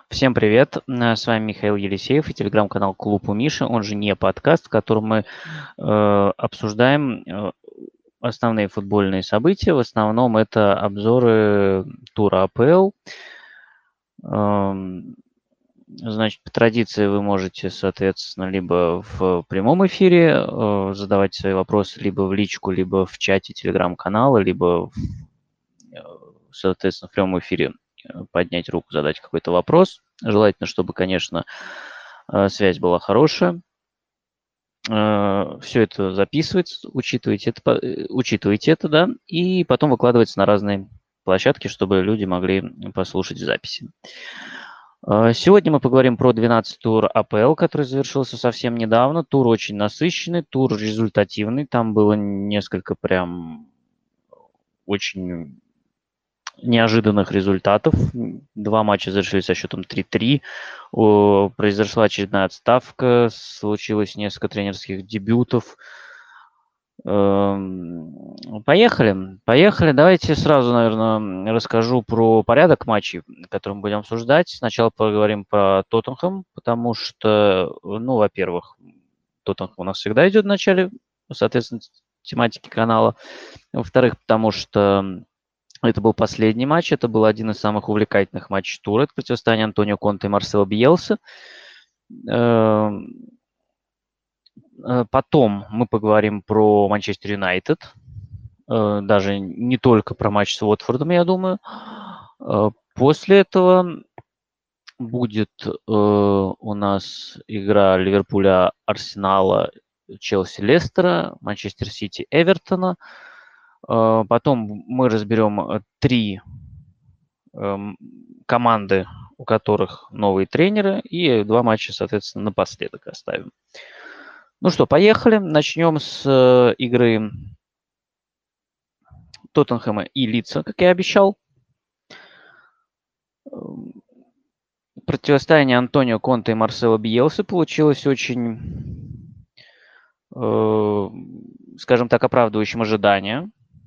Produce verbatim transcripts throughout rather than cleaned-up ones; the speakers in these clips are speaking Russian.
Всем привет! М, С вами Михаил Елисеев и телеграм-канал «Клуб у Миши», он же не подкаст, в котором мы э, обсуждаем э, основные футбольные события. В основном это обзоры тура АПЛ. Эм, Значит, по традиции вы можете, соответственно, либо в прямом эфире э, задавать свои вопросы, либо в личку, либо в чате телеграм-канала, либо, в, э, соответственно, в прямом эфире э, поднять руку, задать какой-то вопрос. Желательно, чтобы, конечно, э, связь была хорошая. Все это записывается, учитывайте это, по- э, учитывайте это, да, и потом выкладывается на разные площадки, чтобы люди могли послушать в записи. Э, Сегодня мы поговорим про двенадцатый тур АПЛ, который завершился совсем недавно. Тур очень насыщенный, тур результативный. Там было несколько прям очень неожиданных результатов. Два матча завершились со счетом три-три. О, Произошла очередная отставка, случилось несколько тренерских дебютов. Эм, Поехали. Поехали. Давайте сразу, наверное, расскажу про порядок матчей, который мы будем обсуждать. Сначала поговорим про Тоттенхэм, потому что, ну, во-первых, Тоттенхэм у нас всегда идет в начале, соответственно, тематики канала. Во-вторых, потому что это был последний матч, это был один из самых увлекательных матчей тура. Это противостояние Антонио Конте и Марсело Бьелса. Эм, э, Потом мы поговорим про Манчестер Юнайтед. Э, Даже не только про матч с Уотфордом, я думаю. Э, После этого будет э, у нас игра Ливерпуля, Арсенала, Челси, Лестера, Манчестер Сити, Эвертона. Э, Потом мы разберем э, три эм, команды, у которых новые тренеры, и два матча, соответственно, напоследок оставим. Ну что, поехали. Начнем с э, игры Тоттенхэма и Лидса, как я и обещал. Эм, Противостояние Антонио Конте и Марсело Бьелсы получилось очень, э, скажем так, оправдывающим ожидания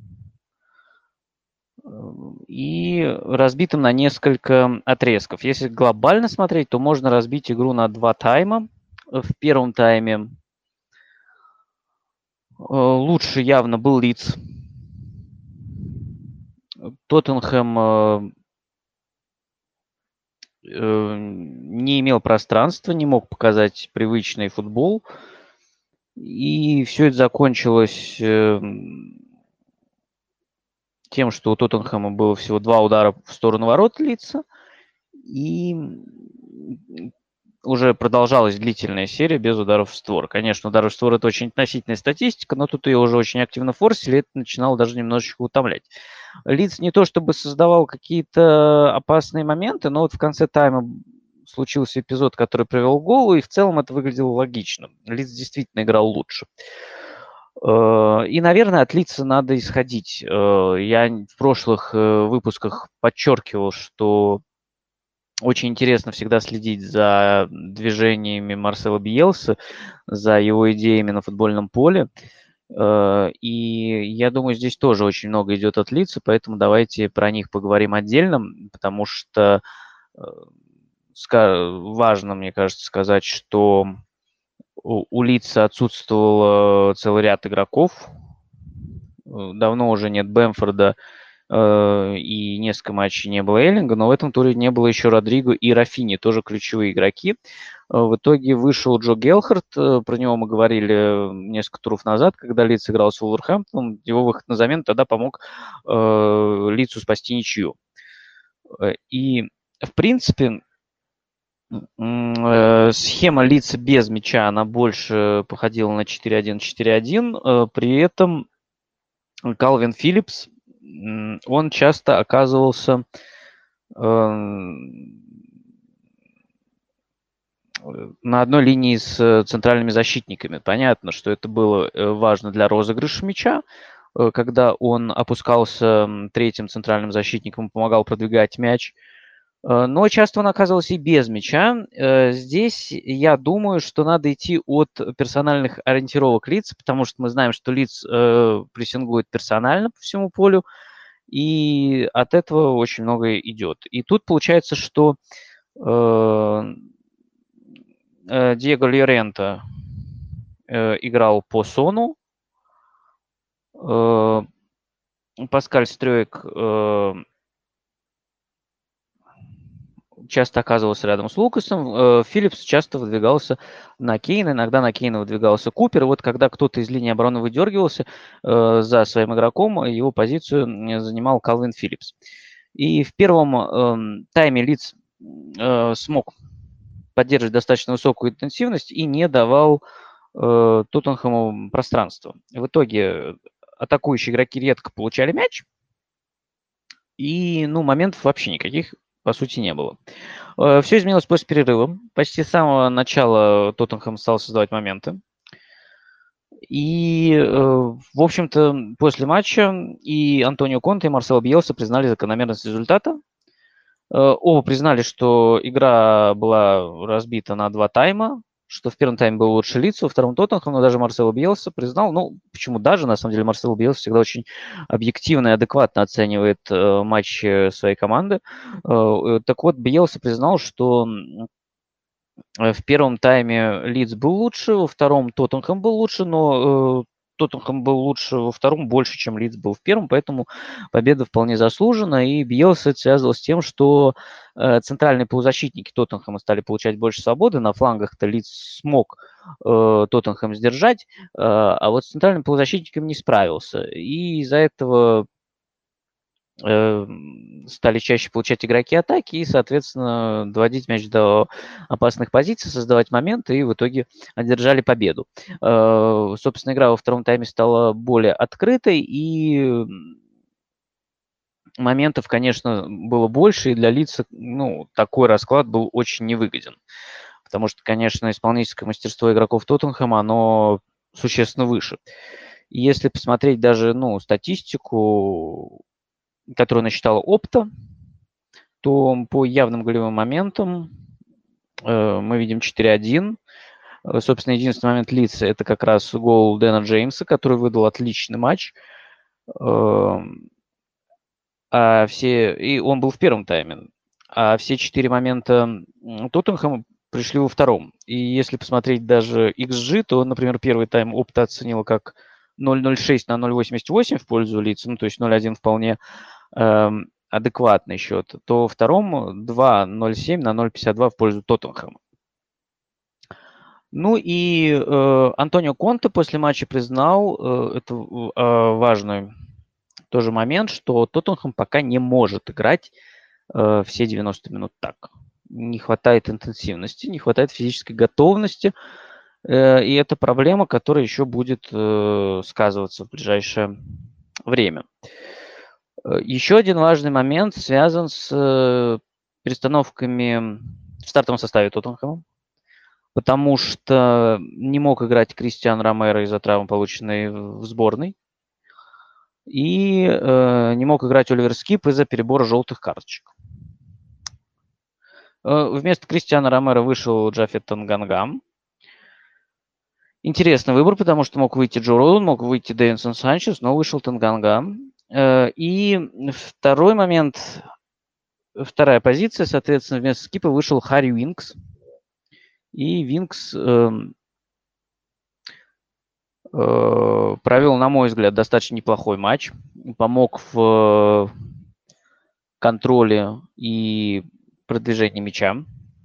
э, и разбитым на несколько отрезков. Если глобально смотреть, то можно разбить игру на два тайма. В первом тайме э, лучше явно был Лидс. Тоттенхэм э, э, не имел пространства, не мог показать привычный футбол. И все это закончилось э, тем, что у Тоттенхэма было всего два удара в сторону ворот Лидса. И уже продолжалась длительная серия без ударов в створ. Конечно, удары в створ – это очень относительная статистика, но тут ее уже очень активно форсили, и это начинало даже немножечко утомлять. Лидс не то чтобы создавал какие-то опасные моменты, но вот в конце тайма случился эпизод, который привел к голу, и в целом это выглядело логично. Лидс действительно играл лучше. Э, И, наверное, от Лидса надо исходить. Э, Я в прошлых э, выпусках подчеркивал, что очень интересно всегда следить за движениями Марсела Бьелса, за его идеями на футбольном поле. Э, И я думаю, здесь тоже очень много идет от Лидса, поэтому давайте про них поговорим отдельно, потому что э, ска- важно, мне кажется, сказать, что у, у Лидса отсутствовал э, целый ряд игроков. Э, Давно уже нет Бэмфорда, э, и несколько матчей не было Эллинга, но в этом туре не было еще Родриго и Рафини, тоже ключевые игроки. Э, В итоге вышел Джо Гелхард, э, про него мы говорили несколько туров назад, когда Лидс играл с Вулверхэмптоном, его выход на замену тогда помог э, Лидсу спасти ничью. Э, И, в принципе, м, э, схема Лидса без мяча, она больше походила на четыре один четыре один, э, при этом Калвин Филлипс, м, он часто оказывался эм, на одной линии с э, центральными защитниками. Понятно, что это было э, важно для розыгрыша мяча, э, когда он опускался м, третьим центральным защитником, помогал продвигать мяч. Э, Но часто он оказывался и без мяча. Э, Здесь я думаю, что надо идти от персональных ориентировок Лидса, потому что мы знаем, что Лидс э, прессингует персонально по всему полю, и от этого очень многое идет. И тут получается, что Э, э, Диего Льоренто э, играл по Сону. Э, Паскаль Стрёек э, часто оказывался рядом с Лукасом. Э, Филлипс часто выдвигался на Кейна, иногда на Кейна выдвигался Купер. И вот когда кто-то из линии обороны выдергивался э, за своим игроком, его позицию м, занимал Калвин Филлипс. И в первом э, тайме Лидс э, смог поддерживать достаточно высокую интенсивность и не давал э, Тоттенхэму пространства. В итоге атакующие игроки редко получали мяч, и ну, моментов вообще никаких, по сути, не было. Э, Все изменилось после перерыва. Почти с самого начала Тоттенхэм стал создавать моменты. И, э, в общем-то, после матча и Антонио Конте, и Марсело Бьелса признали закономерность результата. Э, Оба признали, что игра была разбита на два тайма, что в первом тайме был лучше Лидс, во втором Тоттенхэм, но даже Марсело Бьелса признал, ну, почему даже, на самом деле, Марсело Бьелса всегда очень объективно и адекватно оценивает э, матчи своей команды. Э, э, так вот, Бьелса признал, что Э, в первом тайме Лидс был лучше, во втором Тоттенхэм был лучше, но э, Тоттенхэм был лучше во втором больше, чем Лидс был в первом, поэтому победа вполне заслужена. И Бьелса это связывал с тем, что э, центральные полузащитники Тоттенхэма стали получать больше свободы, на флангах-то Лидс смог э, Тоттенхэм сдержать, э, а вот с центральным полузащитником не справился. И из-за этого Эм, стали чаще получать игроки атаки и, соответственно, доводить мяч до опасных позиций, создавать моменты и в итоге одержали победу. Э, Собственно, игра во втором тайме стала более открытой и м, моментов, конечно, было больше, и для Лидса, ну, такой расклад был очень невыгоден. Потому что, конечно, исполнительское мастерство игроков Тоттенхэма, оно существенно выше. И если посмотреть даже, ну, статистику, которую насчитала Опта, то по явным голевым моментам э, мы видим четыре один. Э, Собственно, единственный момент Лидса – это как раз гол Дэна Джеймса, который выдал отличный матч. Эм, А все... И он был в первом тайме. А все четыре момента м, Тоттенхэма пришли во втором. И если посмотреть даже икс джи, то, например, первый тайм Опта оценила как ноль целых ноль шесть на ноль целых восемьдесят восемь в пользу Лидса, ну, то есть ноль один вполне эм, адекватный счет, то во втором два целых ноль семь на ноль целых пятьдесят два в пользу Тоттенхэма. Ну и э, Антонио Конте после матча признал, э, это э, важный тоже момент, что Тоттенхэм пока не может играть э, все девяносто минут так. Не хватает интенсивности, не хватает физической готовности, э, и это проблема, которая еще будет э, сказываться в ближайшее время. Э, Еще один важный момент связан с э, перестановками в стартовом составе Тоттенхэма, потому что не мог играть Кристиан Ромеро из-за травмы, полученной в сборной, и э, не мог играть Оливер Скип из-за перебора желтых карточек. Э, вместо Кристиана Ромеро вышел Джафет Тангангам. Интересный выбор, потому что мог выйти Джо Роуден, мог выйти Дэвинсон Санчес, но вышел Тангангам. Э, и второй момент, вторая позиция, соответственно, вместо Скипа вышел Харри Уинкс. И Винкс э, э, провел, на мой взгляд, достаточно неплохой матч. Помог в контроле и продвижении мяча.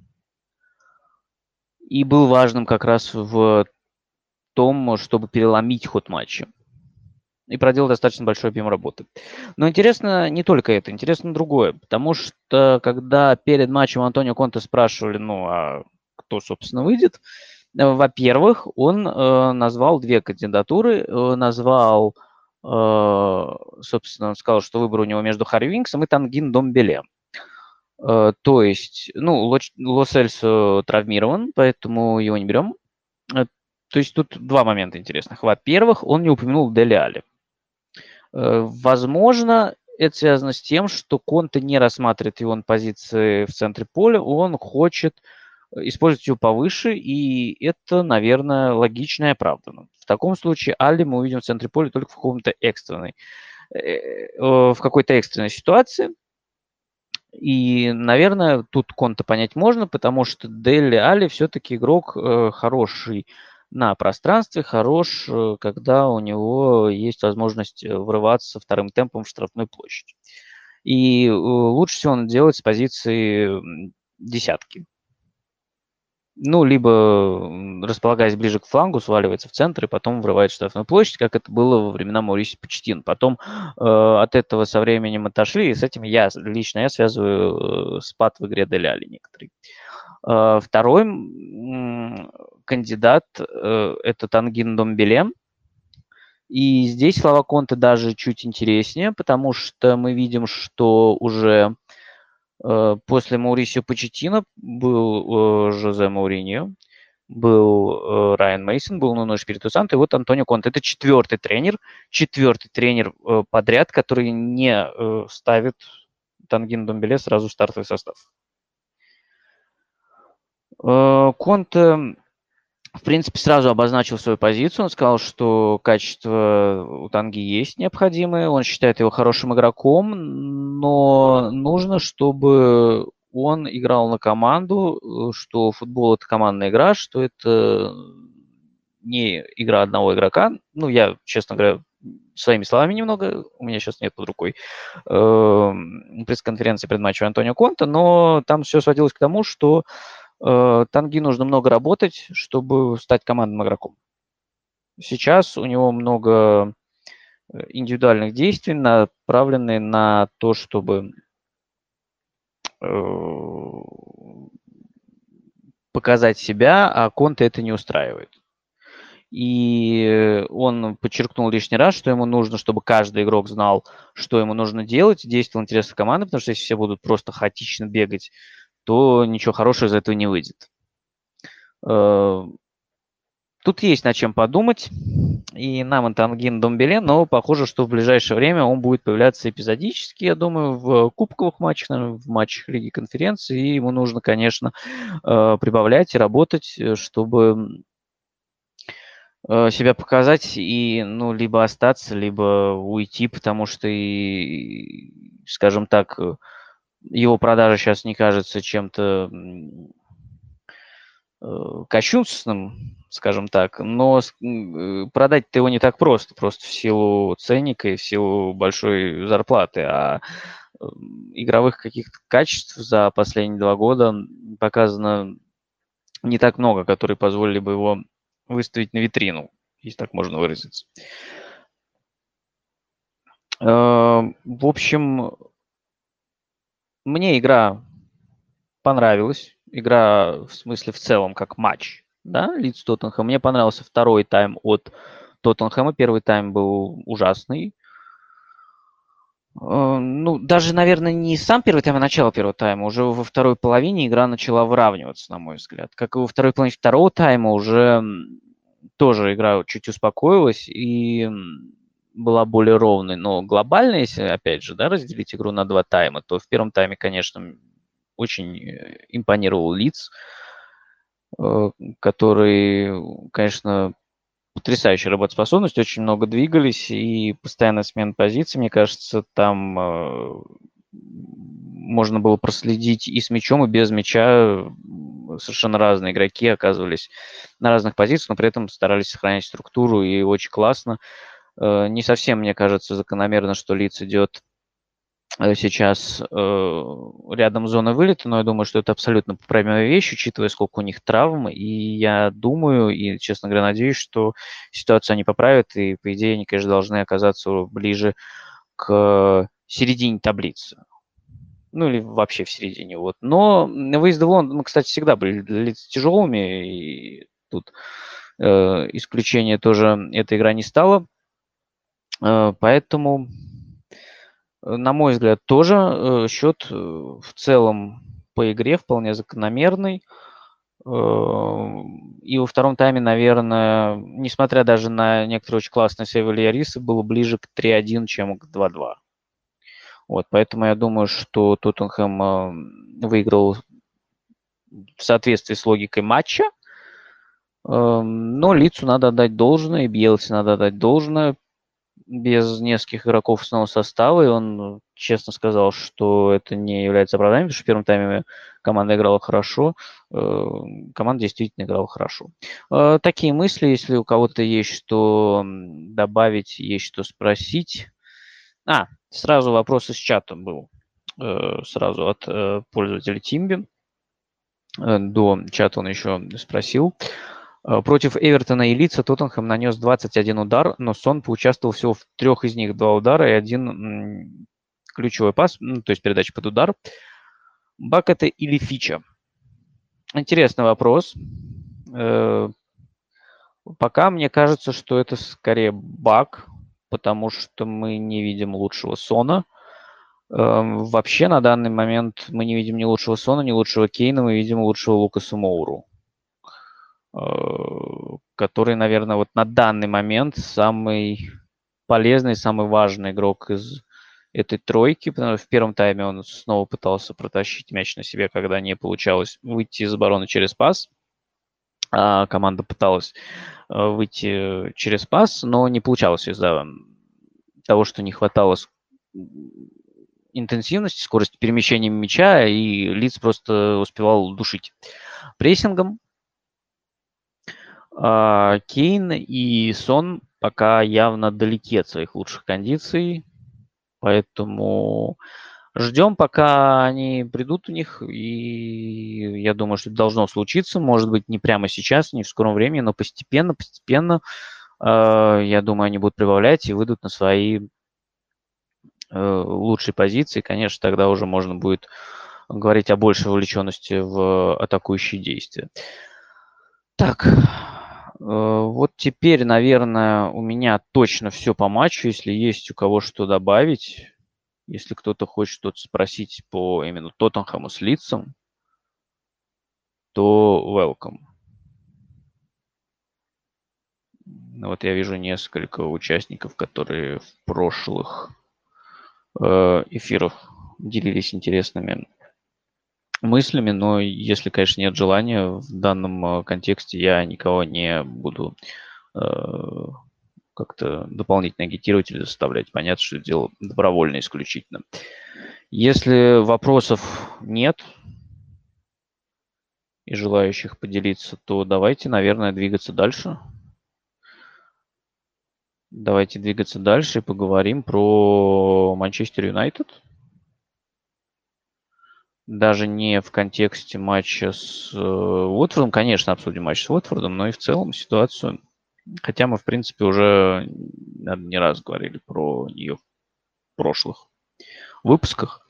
И был важным как раз в том, чтобы переломить ход матча. И проделал достаточно большой объем работы. Но интересно не только это, интересно другое. Потому что когда перед матчем Антонио Конте спрашивали, ну, а кто, собственно, выйдет, во-первых, он э, назвал две кандидатуры, э, назвал, э, собственно, он сказал, что выбор у него между Харри Винксом и Тангин Домбеле. Э, то есть, ну, Лоч- Ло Сельсо травмирован, поэтому его не берем. Э, то есть тут два момента интересных. Во-первых, он не упомянул Дели Али. Э, возможно, это связано с тем, что Конте не рассматривает его на позиции в центре поля, он хочет использовать его повыше, и это, наверное, логично и оправданно. В таком случае Али мы увидим в центре поля только в каком-то экстренной, э, э, в какой-то экстренной ситуации. И, наверное, тут Конте понять можно, потому что Делли Алли все-таки игрок э, хороший на пространстве, хорош, э, когда у него есть возможность э, врываться вторым темпом в штрафную площадь. И э, лучше всего он делает с позиции м, десятки. Ну, либо м, располагаясь ближе к флангу, сваливается в центр и потом врывает в штрафную площадь, как это было во времена Маурисио Почеттино. Потом э, от этого со временем отошли, и с этим я лично я связываю э, спад в игре Дель Алли некоторый. Э, второй м, кандидат э, это Тангин Домбеле. И здесь слова Конте даже чуть интереснее, потому что мы видим, что уже э, после Маурисио Почеттино был э, Жозе Мауриньо, был э, Райан Мейсон, был Нуно Эспириту Санто, и вот Антонио Конте. Это четвертый тренер, четвертый тренер э, подряд, который не э, ставит Тангин Домбеле сразу в стартовый состав. Э, Конте, в принципе, сразу обозначил свою позицию. Он сказал, что качества у Танги есть необходимые. Он считает его хорошим игроком, но нужно, чтобы он играл на команду, что футбол – это командная игра, что это не игра одного игрока. Ну, я, честно говоря, своими словами немного, у меня сейчас нет под рукой э, пресс-конференции предматча Антонио Конте, но там все сводилось к тому, что э, Танги нужно много работать, чтобы стать командным игроком. Сейчас у него много индивидуальных действий, направленные на то, чтобы э, показать себя, а Конте это не устраивает. И он подчеркнул лишний раз, что ему нужно, чтобы каждый игрок знал, что ему нужно делать, действовал в интересах команды, потому что если все будут просто хаотично бегать, то ничего хорошего из этого не выйдет. Тут есть над чем подумать, и нам Тангин Домбеле, но похоже, что в ближайшее время он будет появляться эпизодически, я думаю, в кубковых матчах, наверное, в матчах Лиги Конференции, и ему нужно, конечно, прибавлять и работать, чтобы себя показать и, ну, либо остаться, либо уйти, потому что, и, скажем так, его продажа сейчас не кажется чем-то кощунственным, скажем так, но продать-то его не так просто, просто в силу ценника и в силу большой зарплаты, а игровых каких-то качеств за последние два года показано не так много, которые позволили бы его выставить на витрину, если так можно выразиться. В общем, мне игра понравилась. Игра, в смысле, в целом, как матч, да, Лидс Тоттенхэм. Мне понравился второй тайм от Тоттенхэма. Первый тайм был ужасный. Ну, даже, наверное, не сам первый тайм, а начало первого тайма. Уже во второй половине игра начала выравниваться, на мой взгляд. Как и во второй половине второго тайма уже тоже игра чуть успокоилась и была более ровной. Но глобально, если, опять же, да, разделить игру на два тайма, то в первом тайме, конечно, очень импонировал Лидс, который, конечно, потрясающая работоспособность, очень много двигались и постоянная смена позиций. Мне кажется, там э, можно было проследить и с мячом, и без мяча. Совершенно разные игроки оказывались на разных позициях, но при этом старались сохранять структуру, и очень классно. Э, не совсем, мне кажется, закономерно, что Лидс идет сейчас э, рядом с зоной вылета, но я думаю, что это абсолютно поправимая вещь, учитывая, сколько у них травм. И я думаю, и, честно говоря, надеюсь, что ситуацию они поправят, и, по идее, они, конечно, должны оказаться ближе к середине таблицы. Ну, или вообще в середине. Вот. Но выезды в Лондон, кстати, всегда были для лиц тяжелыми, и тут э, исключение тоже эта игра не стала. Э, поэтому... На мой взгляд, тоже счет в целом по игре вполне закономерный. И во втором тайме, наверное, несмотря даже на некоторые очень классные сейвы Льяриса, было ближе к три один, чем к два-два. Вот, поэтому я думаю, что Тоттенхэм выиграл в соответствии с логикой матча. Но Лидсу надо отдать должное, и Бьелсе надо отдать должное. без нескольких игроков основного состава, и он честно сказал, что это не является оправданием, потому что в первом тайме команда играла хорошо, э, команда действительно играла хорошо. Э, такие мысли, если у кого-то есть что добавить, есть что спросить. А, сразу вопрос из чата был, э, сразу от э, пользователя Тимби. Э, до чата он еще спросил. Против Эвертона и Лидса Тоттенхэм нанес двадцать один удар, но Сон поучаствовал всего в трех из них, два удара и один м, ключевой пас, ну, то есть передача под удар. Баг это или фича? Интересный вопрос. Э, пока мне кажется, что это скорее баг, потому что мы не видим лучшего Сона. Э, вообще на данный момент мы не видим ни лучшего Сона, ни лучшего Кейна, мы видим лучшего Лукаса Моуру, который, наверное, вот на данный момент самый полезный, самый важный игрок из этой тройки, потому что в первом тайме он снова пытался протащить мяч на себе, когда не получалось выйти из обороны через пас. А команда пыталась выйти через пас, но не получалось из-за того, что не хватало интенсивности, скорости перемещения мяча, и Лидс просто успевал душить прессингом. Кейн и Сон пока явно далеки от своих лучших кондиций, поэтому ждем, пока они придут у них, и я думаю, что это должно случиться, может быть, не прямо сейчас, не в скором времени, но постепенно, постепенно, я думаю, они будут прибавлять и выйдут на свои лучшие позиции. Конечно, тогда уже можно будет говорить о большей вовлеченности в атакующие действия. Так, вот теперь, наверное, у меня точно все по матчу. Если есть у кого что добавить, если кто-то хочет что-то спросить по именно Тоттенхэму с Лидсом, то welcome. Вот я вижу несколько участников, которые в прошлых эфирах делились интересными мыслями, но если, конечно, нет желания в данном контексте, я никого не буду как-то дополнительно агитировать или заставлять. Понятно, что это дело добровольно исключительно. Если вопросов нет и желающих поделиться, то давайте, наверное, двигаться дальше. Давайте двигаться дальше и поговорим про Манчестер Юнайтед. Даже не в контексте матча с Уотфордом. Конечно, обсудим матч с Уотфордом, но и в целом ситуацию. Хотя мы, в принципе, уже не раз говорили про нее в прошлых выпусках.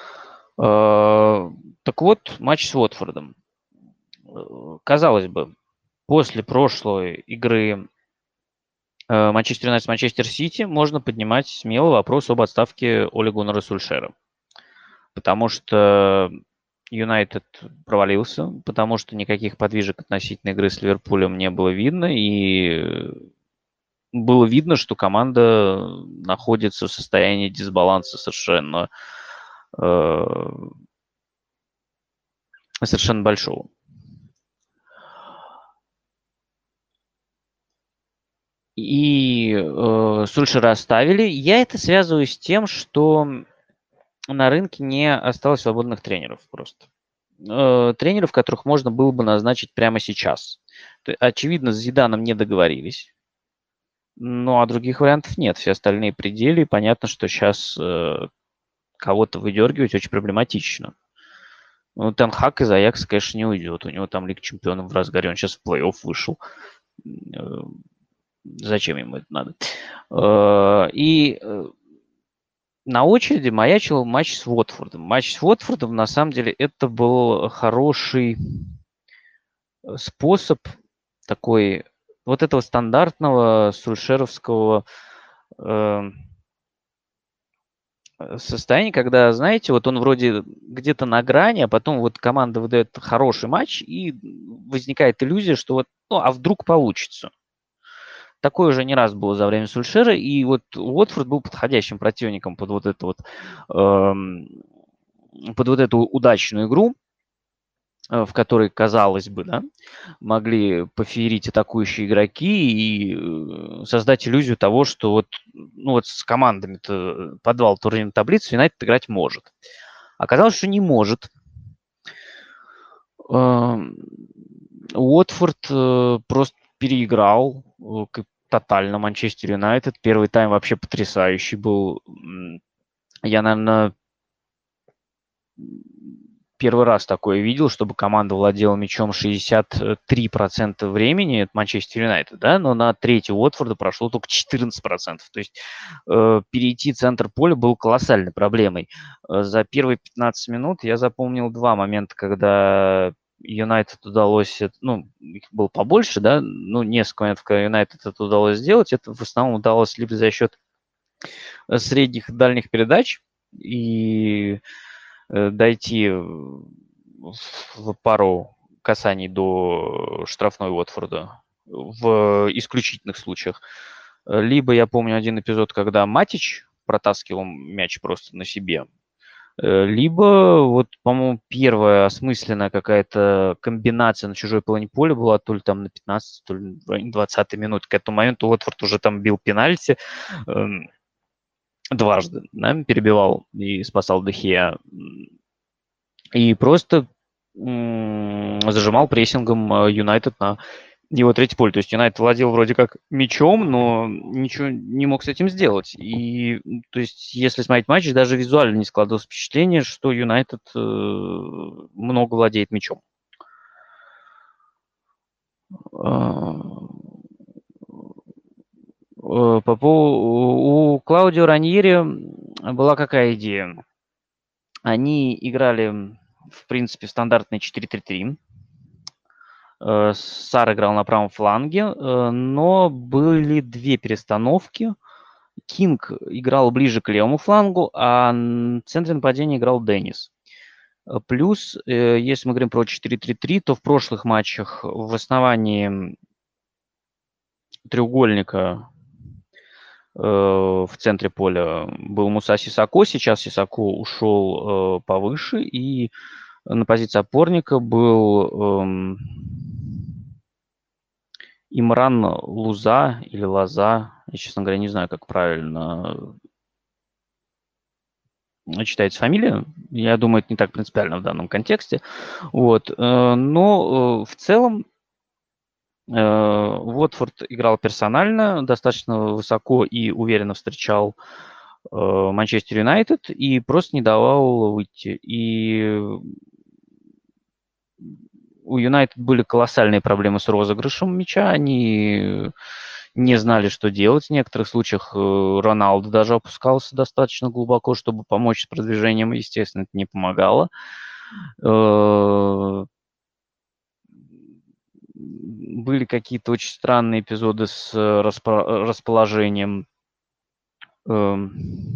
Так вот, матч с Уотфордом. Казалось бы, после прошлой игры Манчестер Юнайтед с Манчестер Сити можно поднимать смело вопрос об отставке Оле Гуннара Сульшера. Потому что Юнайтед провалился, потому что никаких подвижек относительно игры с Ливерпулем не было видно, и было видно, что команда находится в состоянии дисбаланса совершенно, э, совершенно большого. И э, Сульшера оставили. Я это связываю с тем, что на рынке не осталось свободных тренеров просто. Э, тренеров, которых можно было бы назначить прямо сейчас. То, очевидно, с Зиданом не договорились. Ну, а других вариантов нет. Все остальные пределы. Понятно, что сейчас э, кого-то выдергивать очень проблематично. Ну, Тен Хаг из Аякса, конечно, не уйдет. У него там Лига Чемпионов в разгаре. Он сейчас в плей-офф вышел. Э, зачем ему это надо? Э, и э, на очереди маячил матч с Уотфордом. Матч с Уотфордом, на самом деле, это был хороший способ такой вот этого стандартного сульшеровского э, состояния, когда, знаете, вот он вроде где-то на грани, а потом вот команда выдает хороший матч, и возникает иллюзия, что вот, ну, а вдруг получится. Такое уже не раз было за время Сульшера, и вот Уотфорд был подходящим противником под вот эту вот, э, под вот эту удачную игру. в которой, казалось бы, да, могли пофеерить атакующие игроки и создать иллюзию того, что вот, ну вот с командами-то подвал турнирной таблицы Юнайтед играть может. Оказалось, что не может. Уотфорд просто переиграл тотально Манчестер Юнайтед. Первый тайм вообще потрясающий был. Я, наверное, первый раз такое видел, чтобы команда владела мячом шестьдесят три процента времени, это Манчестер Юнайтед, да, но на третий Уотфорда прошло только четырнадцать процентов. То есть э, перейти центр поля был колоссальной проблемой. За первые пятнадцать минут я запомнил два момента, когда Юнайтед удалось, ну, их было побольше, да, ну, несколько моментов, когда Юнайтед это удалось сделать, это в основном удалось либо за счет средних и дальних передач и дойти в пару касаний до штрафной Уотфорда в исключительных случаях. Либо я помню один эпизод, когда Матич протаскивал мяч просто на себе. Либо, вот, по-моему, первая осмысленная какая-то комбинация на чужой половине поля была то ли там на пятнадцатой, то ли в двадцатой минуте. К этому моменту Уотфорд уже там бил пенальти дважды, да, перебивал и спасал Де Хеа. И просто м- зажимал прессингом Юнайтед на его третий поле. То есть Юнайтед владел вроде как мячом, но ничего не мог с этим сделать. И, то есть, если смотреть матч, даже визуально не складывалось впечатление, что Юнайтед э, много владеет мячом. По поводу, у Клаудио Раньери была какая идея? Они играли, в принципе, в стандартный четыре три три. Сар играл на правом фланге, но были две перестановки. Кинг играл ближе к левому флангу, а в центре нападения играл Деннис. Плюс, если мы говорим про четыре три три, то в прошлых матчах в основании треугольника в центре поля был Муса Сисако. Сейчас Сисако ушел повыше, и на позиции опорника был Имран Луза или Лоза. Я, честно говоря, не знаю, как правильно читается фамилия. Я думаю, это не так принципиально в данном контексте. Вот. Но в целом Уотфорд играл персонально, достаточно высоко и уверенно встречал Манчестер Юнайтед и просто не давал выйти. И у Юнайтед были колоссальные проблемы с розыгрышем мяча. Они не знали, что делать. В некоторых случаях Роналду даже опускался достаточно глубоко, чтобы помочь с продвижением. Естественно, это не помогало. Были какие-то очень странные эпизоды с распо- расположением э,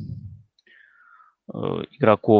э, игроков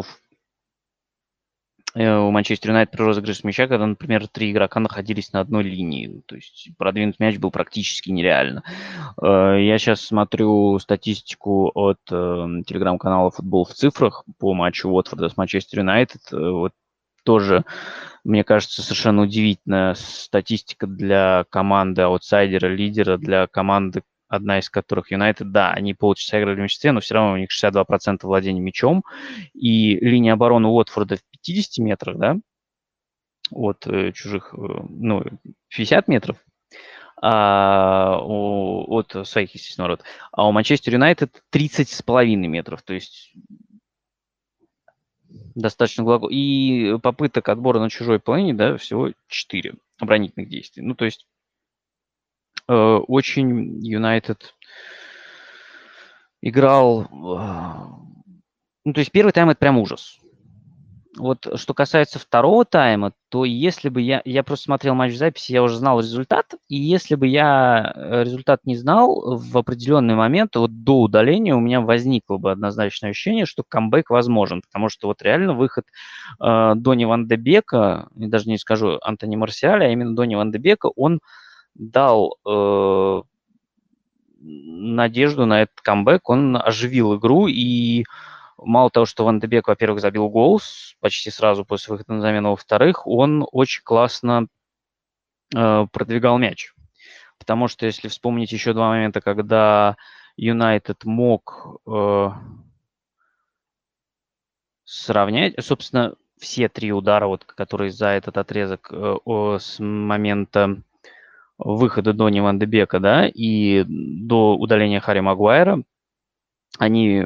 у Манчестер Юнайтед при розыгрыше мяча, когда, например, три игрока находились на одной линии. То есть продвинуть мяч был практически нереально. Я сейчас смотрю статистику от телеграм-канала «Футбол в цифрах» по матчу Уотфорда с Манчестер Юнайтед. Вот тоже, мне кажется, совершенно удивительная статистика для команды аутсайдера, лидера, для команды, одна из которых Юнайтед, да, они полчаса играли в меньшинстве, но все равно у них шестьдесят два процента владения мячом, и линия обороны Уотфорда в пятидесяти метрах, да, от э, чужих, ну, пятьдесят метров, а, у, от своих, естественно, ворот, а у Манчестер Юнайтед тридцать с половиной метров, то есть достаточно глубоко. И попыток отбора на чужой половине, да, всего четыре оборонительных действий. Ну, то есть э, очень Юнайтед играл... Э, ну, то есть первый тайм – это прям ужас. Вот что касается второго тайма, то если бы я... Я просто смотрел матч в записи, я уже знал результат, и если бы я результат не знал, в определенный момент, вот до удаления у меня возникло бы однозначное ощущение, что камбэк возможен, потому что вот реально выход э, Донни Ван де Бека, я даже не скажу Антони Марсиаля, а именно Донни Ван де Бека, он дал э, надежду на этот камбэк, он оживил игру, и Мало того, что Ван де Бек, во-первых, забил гол почти сразу после выхода на замену, во-вторых, он очень классно э, продвигал мяч. Потому что если вспомнить еще два момента, когда Юнайтед мог э, сравнять, собственно, все три удара, вот, которые за этот отрезок э, о, с момента выхода Донни Ван де Бека, да, и до удаления Харри Магуайра, они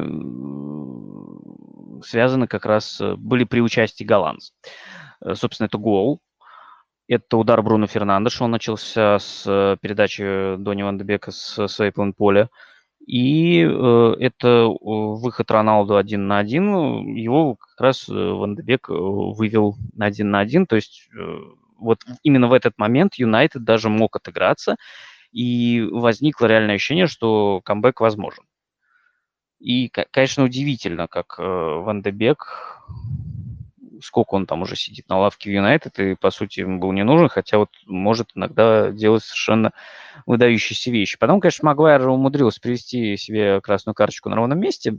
связаны как раз, были при участии голландцев. Собственно, это гол, это удар Бруно Фернандеша, он начался с передачи Донни Ван де Бека с своей половины поля, и э, это выход Роналду один на один, его как раз Ван де Бек вывел на один на один, то есть э, вот именно в этот момент Юнайтед даже мог отыграться, и возникло реальное ощущение, что камбэк возможен. И, конечно, удивительно, как э, Ван де Бек, сколько он там уже сидит на лавке в Юнайтед, и, по сути, ему был не нужен, хотя вот может иногда делать совершенно выдающиеся вещи. Потом, конечно, Магуайр умудрился привести себе красную карточку на ровном месте,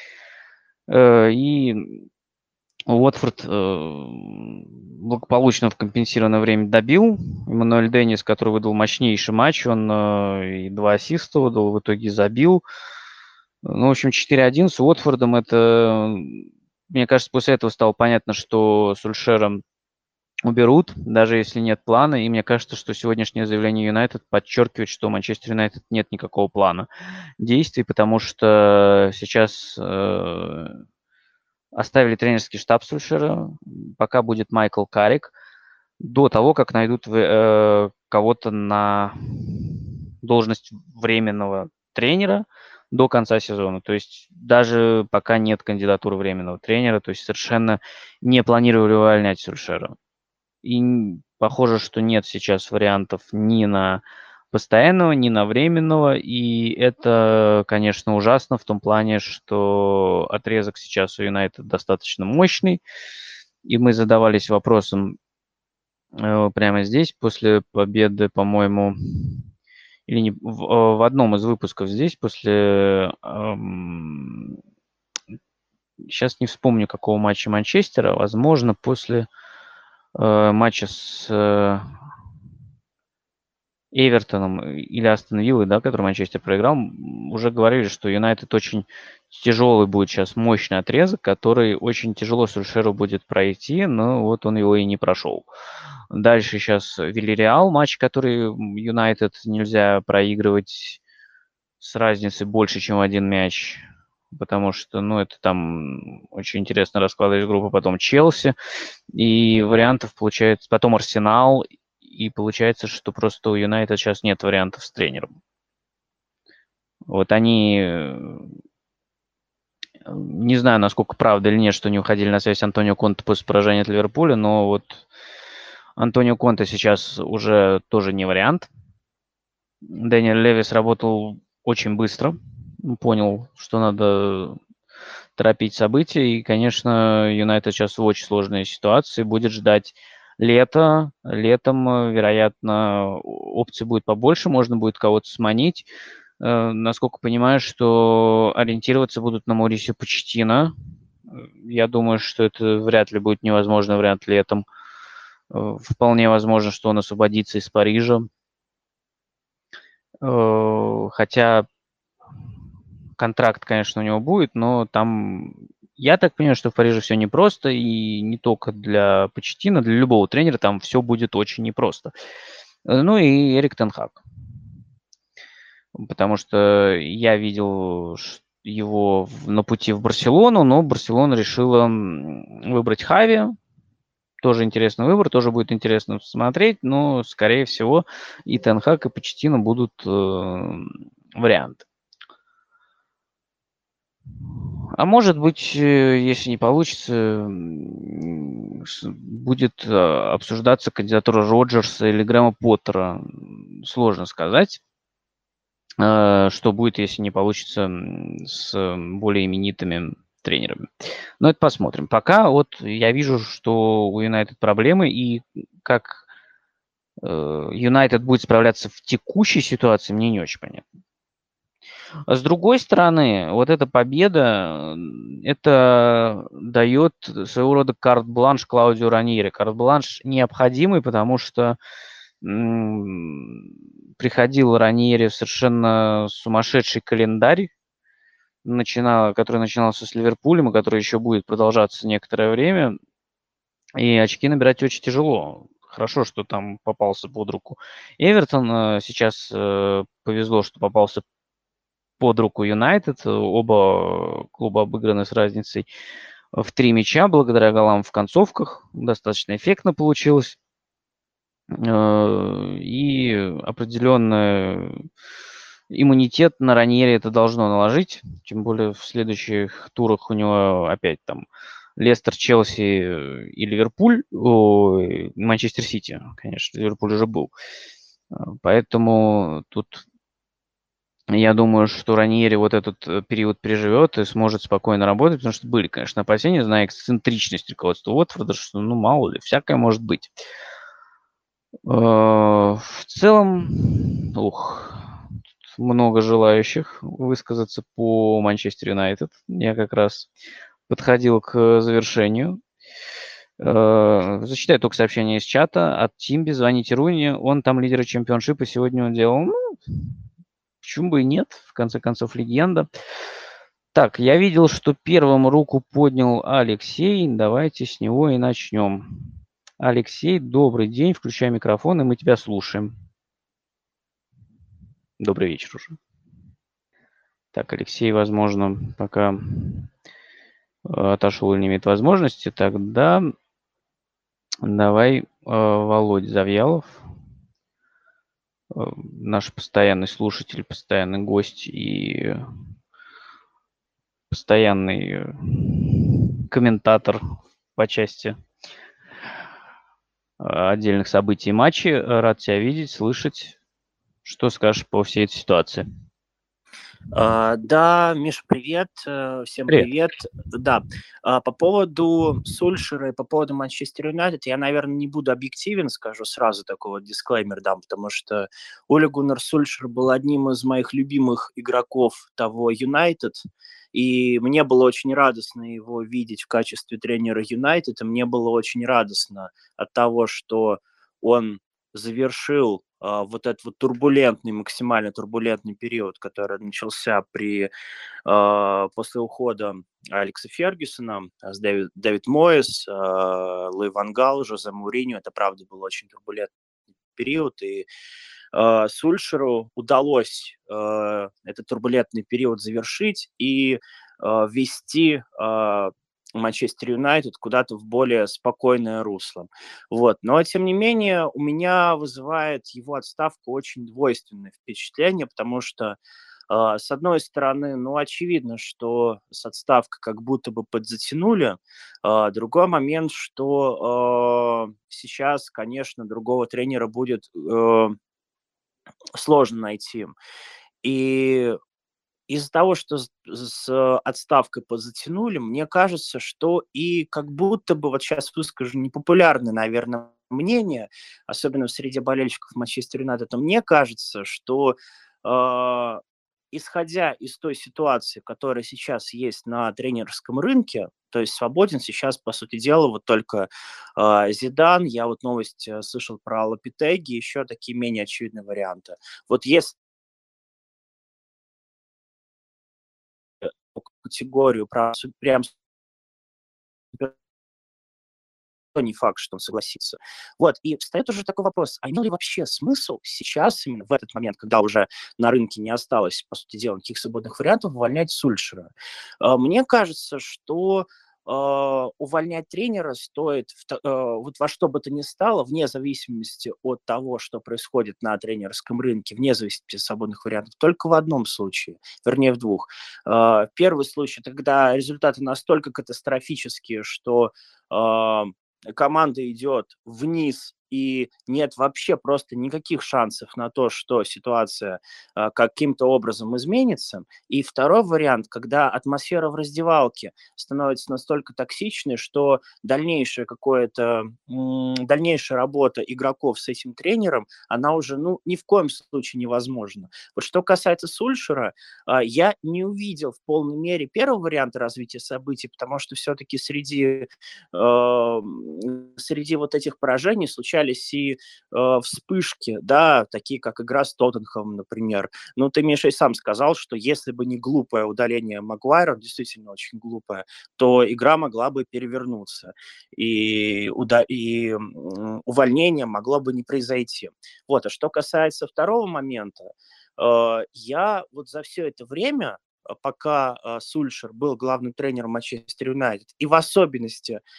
э, и Уотфорд э, благополучно в компенсированное время добил. Эммануэль Деннис, который выдал мощнейший матч, он э, и два ассиста выдал, в итоге забил. Ну, в общем, четыре один с Уотфордом. Это, мне кажется, после этого стало понятно, что Сульшера уберут, даже если нет плана. И мне кажется, что сегодняшнее заявление Юнайтед подчеркивает, что у Манчестер Юнайтед нет никакого плана действий, потому что сейчас э, оставили тренерский штаб Сульшера, пока будет Майкл Каррик, до того, как найдут э, кого-то на должность временного тренера до конца сезона. То есть даже пока нет кандидатуры временного тренера, то есть совершенно не планировали увольнять Сульшера. И похоже, что нет сейчас вариантов ни на постоянного, ни на временного. И это, конечно, ужасно в том плане, что отрезок сейчас у Юнайтед достаточно мощный. И мы задавались вопросом э, прямо здесь, после победы, по-моему, или не, в, в одном из выпусков здесь, после... Эм, сейчас не вспомню, какого матча Манчестера, возможно, после э, матча с э, Эвертоном или Астон Виллой, да, который Манчестер проиграл, уже говорили, что Юнайтед очень тяжелый будет сейчас, мощный отрезок, который очень тяжело Сульшеру будет пройти, но вот он его и не прошел. Дальше сейчас Вильяреал, матч, который Юнайтед нельзя проигрывать с разницей больше, чем один мяч, потому что, ну, это там очень интересно раскладывать группу, потом Челси, и вариантов получается, потом Арсенал, и получается, что просто у Юнайтед сейчас нет вариантов с тренером. Вот они, не знаю, насколько правда или нет, что не уходили на связь Антонио Конте после поражения от Ливерпуля, но вот Антонио Конте сейчас уже тоже не вариант. Дэниел Левис работал очень быстро, понял, что надо торопить события, и, конечно, Юнайтед сейчас в очень сложной ситуации, будет ждать лето. Летом, вероятно, опций будет побольше, можно будет кого-то сманить. Насколько понимаю, что ориентироваться будут на Маурисио Почеттино. Я думаю, что это вряд ли будет невозможный вариант летом. Вполне возможно, что он освободится из Парижа. Хотя контракт, конечно, у него будет, но там... Я так понимаю, что в Париже все непросто, и не только для Почеттино, для любого тренера там все будет очень непросто. Ну и Эрик тен Хаг. Потому что я видел его на пути в Барселону, но Барселона решила выбрать Хави. Тоже интересный выбор, тоже будет интересно смотреть, но, скорее всего, и тен Хаг, и Почеттино будут э, варианты. А может быть, если не получится, будет обсуждаться кандидатура Роджерса или Грэма Поттера. Сложно сказать, что будет, если не получится с более именитыми тренерами. Но это посмотрим. Пока вот я вижу, что у Юнайтед проблемы, и как Юнайтед будет справляться в текущей ситуации, мне не очень понятно. А с другой стороны, вот эта победа, м, это дает своего рода карт-бланш Клаудио Раньери. Карт-бланш необходимый, потому что м, приходил Раньери в совершенно сумасшедший календарь, начинал, который начинался с Ливерпулем, и который еще будет продолжаться некоторое время. И очки набирать очень тяжело. Хорошо, что там попался под руку Эвертон. э, Сейчас э, повезло, что попался под руку Юнайтед. Оба клуба обыграны с разницей в три мяча благодаря голам в концовках. Достаточно эффектно получилось. Э, И определенно иммунитет на Раньери это должно наложить. Тем более в следующих турах у него опять там Лестер, Челси и Ливерпуль. Ой, Манчестер Сити, конечно, Ливерпуль уже был. Э, Поэтому тут я думаю, что Раньери вот этот э, период переживет и сможет спокойно работать, потому что были, конечно, опасения, зная эксцентричность руководства Уотфорда, что, ну, мало ли, всякое может быть. Э, В целом, ух, тут много желающих высказаться по Манчестер Юнайтед. Я как раз подходил к завершению. Э, Зачитаю только сообщение из чата от Тимби. Звоните Руни, он там лидер чемпионшипа, сегодня он делал. Ну, почему бы и нет, в конце концов, легенда. Так, я видел, что первым руку поднял Алексей. Давайте с него и начнем. Алексей, добрый день. Включай микрофон, и мы тебя слушаем. Добрый вечер уже. Так, Алексей, возможно, пока э, отошел и не имеет возможности. Тогда давай, э, Володь Завьялов, э, наш постоянный слушатель, постоянный гость и постоянный э, комментатор по части э, отдельных событий и матчей. Рад тебя видеть, слышать. Что скажешь по всей этой ситуации? А, Да, Миш, привет, э, всем Привет. привет. Да, а, по поводу Сульшера и по поводу Манчестер Юнайтед, я, наверное, не буду объективен, скажу сразу такой вот дисклеймер дам, потому что Оле Гуннар Сульшер был одним из моих любимых игроков того Юнайтед, и мне было очень радостно его видеть в качестве тренера Юнайтед, и мне было очень радостно от того, что он завершил а, вот этот вот турбулентный, максимально турбулентный период, который начался при, а, после ухода Алекса Фергюсона, а, с Дэвид, Дэвид Моэс, а, Луи Ван Гал, Жозе Мourinho. Это, правда, был очень турбулентный период, и а, Сульшеру удалось а, этот турбулентный период завершить и а, ввести а, Манчестер Юнайтед куда-то в более спокойное русло. Вот. Но, тем не менее, у меня вызывает его отставка очень двойственное впечатление, потому что, э, с одной стороны, ну, очевидно, что с отставкой как будто бы подзатянули. А, другой момент, что э, сейчас, конечно, другого тренера будет э, сложно найти. И из-за того, что с с отставкой подзатянули, мне кажется, что и как будто бы, вот сейчас выскажу непопулярное, наверное, мнение, особенно в среде болельщиков Манчестер Юнайтед, но мне кажется, что, а, исходя из той ситуации, которая сейчас есть на тренерском рынке, то есть свободен сейчас, по сути дела, вот только, а, Зидан. Я вот новость, э, слышал про Лопетеги, еще такие менее очевидные варианты. Вот если категорию про су прям супер, то не факт, что он согласится. Вот, и встает уже такой вопрос: а имел ли вообще смысл сейчас, именно в этот момент, когда уже на рынке не осталось, по сути дела, никаких свободных вариантов, увольнять Сульшера? А, мне кажется, что, а, увольнять тренера стоит в та а, вот во что бы то ни стало, вне зависимости от того, что происходит на тренерском рынке, вне зависимости от свободных вариантов, только в одном случае, вернее, в двух. А, первый случай — это когда результаты настолько катастрофические, что, а команда идет вниз и нет вообще просто никаких шансов на то, что ситуация а, каким-то образом изменится. И второй вариант, когда атмосфера в раздевалке становится настолько токсичной, что дальнейшее какое-то, м, дальнейшая работа игроков с этим тренером, она уже, ну, ни в коем случае невозможна. Вот что касается Сульшера, а, я не увидел в полной мере первого варианта развития событий, потому что все-таки среди, э, среди вот этих поражений случались и э, вспышки, да, такие как игра с Тоттенхэмом, например. Ну, ты, Миша, и сам сказал, что если бы не глупое удаление Магуайра, действительно очень глупое, то игра могла бы перевернуться, и, уда- и м, увольнение могло бы не произойти. Вот, а что касается второго момента, э, я вот за все это время, э, пока э, Сульшер был главным тренером Манчестер Юнайтед, и в особенности э,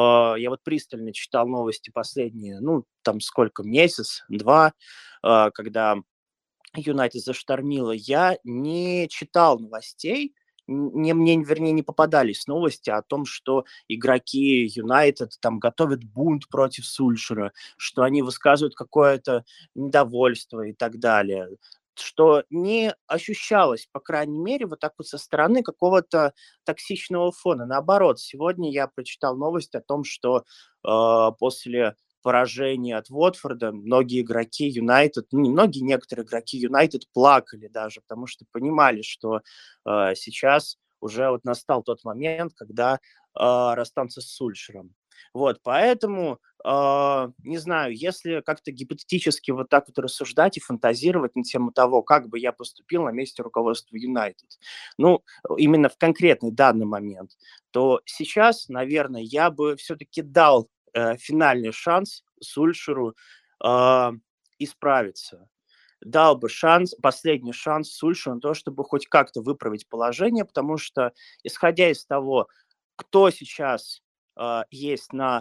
я вот пристально читал новости последние, ну, там сколько, месяц, два, э, когда Юнайтед заштормило, я не читал новостей, не, мне, вернее, не попадались новости о том, что игроки Юнайтед там готовят бунт против Сульшера, что они высказывают какое-то недовольство и так далее, что не ощущалось, по крайней мере, вот так вот со стороны какого-то токсичного фона. Наоборот, сегодня я прочитал новость о том, что э, после поражение от Уотфорда многие игроки Юнайтед, ну не многие, некоторые игроки Юнайтед плакали даже, потому что понимали, что э, сейчас уже вот настал тот момент, когда э, расстанутся с Сульшером. Вот, поэтому, э, не знаю, если как-то гипотетически вот так вот рассуждать и фантазировать на тему того, как бы я поступил на месте руководства Юнайтед, ну, именно в конкретный данный момент, то сейчас, наверное, я бы все-таки дал э, финальный шанс Сульшеру э, исправиться. Дал бы шанс, последний шанс Сульшеру на то, чтобы хоть как-то выправить положение, потому что, исходя из того, кто сейчас э, есть на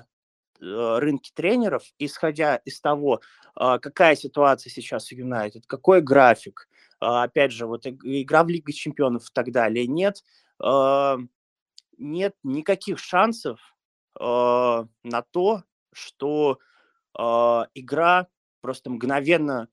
э, рынке тренеров, исходя из того, э, какая ситуация сейчас в Юнайтед, какой график, э, опять же, вот и- игра в Лиге Чемпионов и так далее, нет, э, нет никаких шансов э, на то, что э, игра просто мгновенно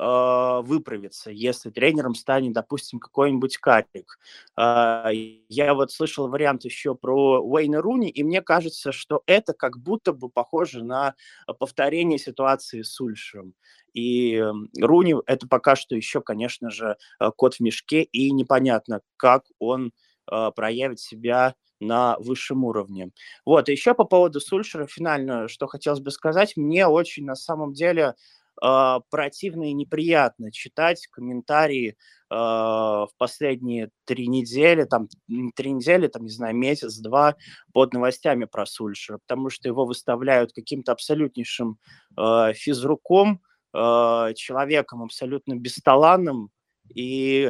э, выправится, если тренером станет, допустим, какой-нибудь Карик. Э, я вот слышал вариант еще про Уэйна Руни, и мне кажется, что это как будто бы похоже на повторение ситуации с Ульшером. И э, Руни это пока что еще, конечно же, э, кот в мешке, и непонятно, как он э, проявит себя на высшем уровне. Вот, и еще по поводу Сульшера финально, что хотелось бы сказать, мне очень на самом деле э, противно и неприятно читать комментарии э, в последние три недели, там, м, три недели, там, не знаю, месяц-два под новостями про Сульшера, потому что его выставляют каким-то абсолютнейшим э, физруком, э, человеком абсолютно бесталанным, и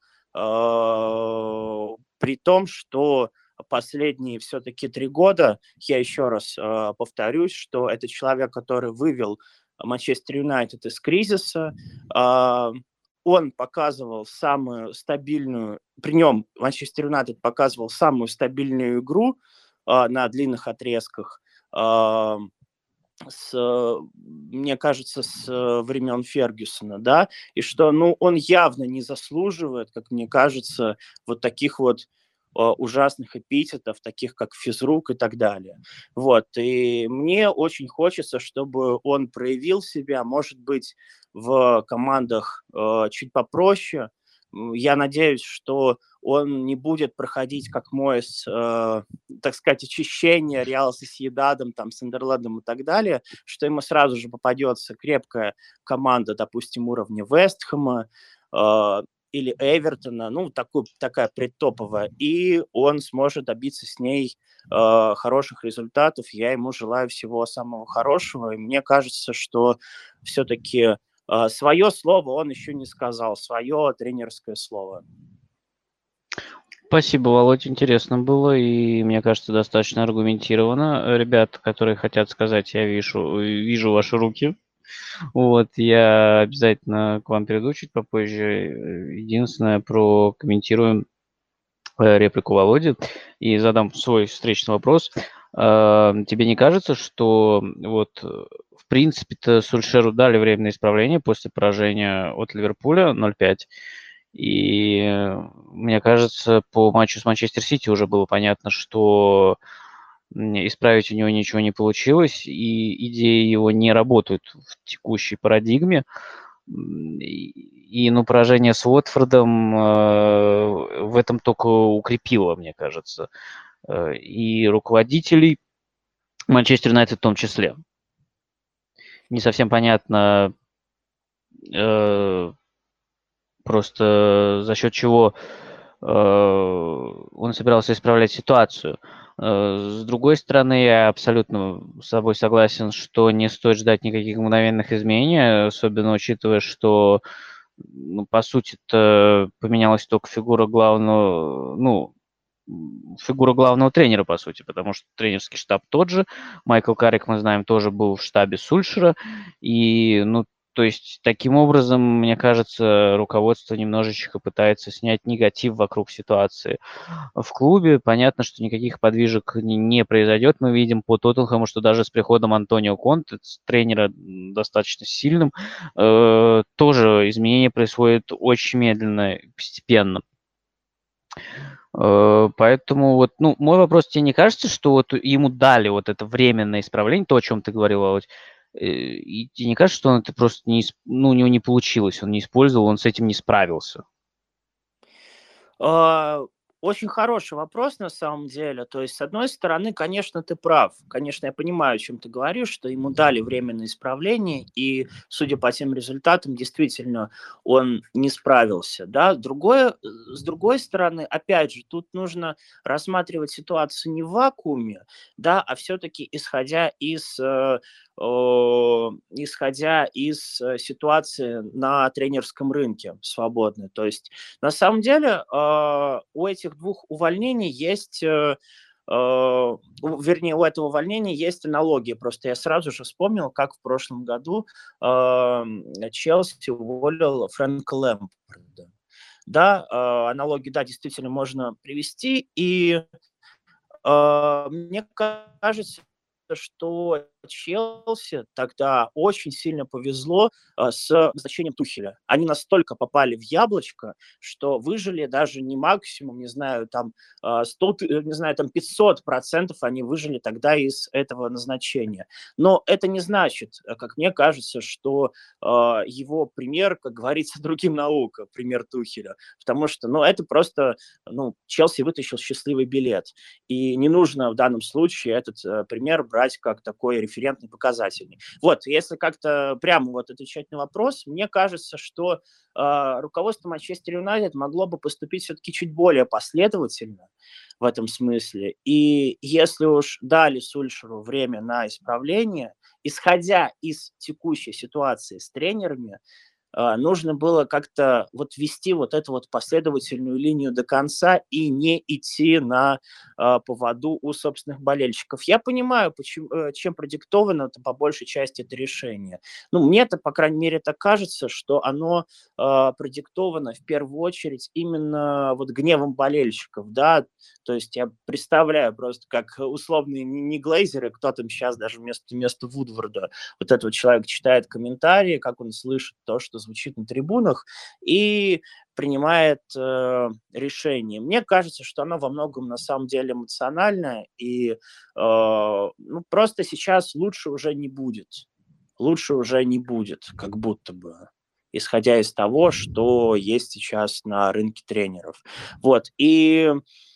э, при том, что последние все-таки три года, я еще раз э, повторюсь, что это человек, который вывел Манчестер Юнайтед из кризиса. Э, он показывал самую стабильную, при нем Манчестер Юнайтед показывал самую стабильную игру э, на длинных отрезках. Э, с, э, мне кажется, с э, времен Фергюсона, да, и что, ну, он явно не заслуживает, как мне кажется, вот таких вот э, ужасных эпитетов, таких как физрук и так далее. Вот, и мне очень хочется, чтобы он проявил себя, может быть, в командах э, чуть попроще. М, Я надеюсь, что он не будет проходить как Моэс, э, так сказать, очищение Реал Сосьедадом, там, Сандерлендом и так далее, что ему сразу же попадется крепкая команда, допустим, уровня Вестхэма э, или Эвертона, ну, такой, такая предтоповая, и он сможет добиться с ней э, хороших результатов. Я ему желаю всего самого хорошего, и мне кажется, что все-таки э, свое слово он еще не сказал, свое тренерское слово. Спасибо, Володь, интересно было и, мне кажется, достаточно аргументированно. Ребят, которые хотят сказать, я вижу, вижу ваши руки. Вот, я обязательно к вам приду чуть попозже. Единственное, прокомментируем э, реплику Володи и задам свой встречный вопрос. А, Тебе не кажется, что вот э, в в принципе-то Сульшеру дали временное исправление после поражения от Ливерпуля ноль пять. И мне кажется, по матчу с Манчестер Сити уже было понятно, что исправить у него ничего не получилось, и идеи его не работают в текущей парадигме. И, и ну, поражение с Уотфордом э, в этом только укрепило, мне кажется, э, и руководителей Манчестер Юнайтед в том числе. Не совсем понятно э, просто за счет чего э, он собирался исправлять ситуацию. С другой стороны, я абсолютно с собой согласен, что не стоит ждать никаких мгновенных изменений, особенно учитывая, что, ну, по сути-то, поменялась только фигура главного, ну, фигура главного тренера, по сути, потому что тренерский штаб тот же. Майкл Каррик, мы знаем, тоже был в штабе Сульшера. И, ну, то есть, таким образом, мне кажется, руководство немножечко пытается снять негатив вокруг ситуации в клубе. Понятно, что никаких подвижек не, не произойдет. Мы видим по Тоттенхэму, что даже с приходом Антонио Конте, тренера достаточно сильным, э, тоже изменения происходят очень медленно, постепенно. Э, поэтому вот, ну, мой вопрос: тебе не кажется, что вот ему дали вот это временное исправление, то, о чем ты говорил, Володь, э, и тебе не кажется, что он это просто не, ну, у него не получилось, он не использовал, он с этим не справился? Очень хороший вопрос на самом деле. То есть, с одной стороны, конечно, ты прав. Конечно, я понимаю, о чем ты говоришь, что ему дали временное исправление, и, судя по тем результатам, действительно, он не справился. Да? Другое, с другой стороны, опять же, тут нужно рассматривать ситуацию не в вакууме, да, а все-таки исходя из э, исходя из ситуации на тренерском рынке свободной. То есть, на самом деле, у этих двух увольнений есть, вернее, у этого увольнения есть аналогия. Просто я сразу же вспомнил, как в прошлом году Челси уволил Фрэнка Лэмпарда. Да, аналогию, да, действительно можно привести. И мне кажется, что Челси тогда очень сильно повезло а, с назначением Тухеля. Они настолько попали в яблочко, что выжили даже не максимум, не знаю, там сто, не знаю, там пятьсот процентов они выжили тогда из этого назначения. Но это не значит, как мне кажется, что э, его пример, как говорится, другим наука, пример Тухеля. Потому что, ну, это просто, ну, Челси вытащил счастливый билет. И не нужно в данном случае этот э, пример брать как такой референтный, показательный. Вот, если как-то прямо вот отвечать на вопрос, мне кажется, что э, руководство Манчестер Юнайтед могло бы поступить все-таки чуть более последовательно в этом смысле. И если уж дали Сульшеру время на исправление, исходя из текущей ситуации с тренерами, нужно было как-то вот вести вот эту вот последовательную линию до конца и не идти на э, поводу у собственных болельщиков. Я понимаю, почему, э, чем продиктовано это по большей части это решение. Ну, мне-то, по крайней мере, так кажется, что оно э, продиктовано в первую очередь именно вот гневом болельщиков, да, то есть я представляю просто, как условные не Глейзеры, кто там сейчас даже вместо, вместо Вудворда, вот этого человека читает комментарии, как он слышит то, что звучит на трибунах, и принимает э, решение. Мне кажется, что оно во многом на самом деле эмоциональное, и э, ну, просто сейчас лучше уже не будет. Лучше уже не будет, как будто бы, исходя из того, что есть сейчас на рынке тренеров. Вот, и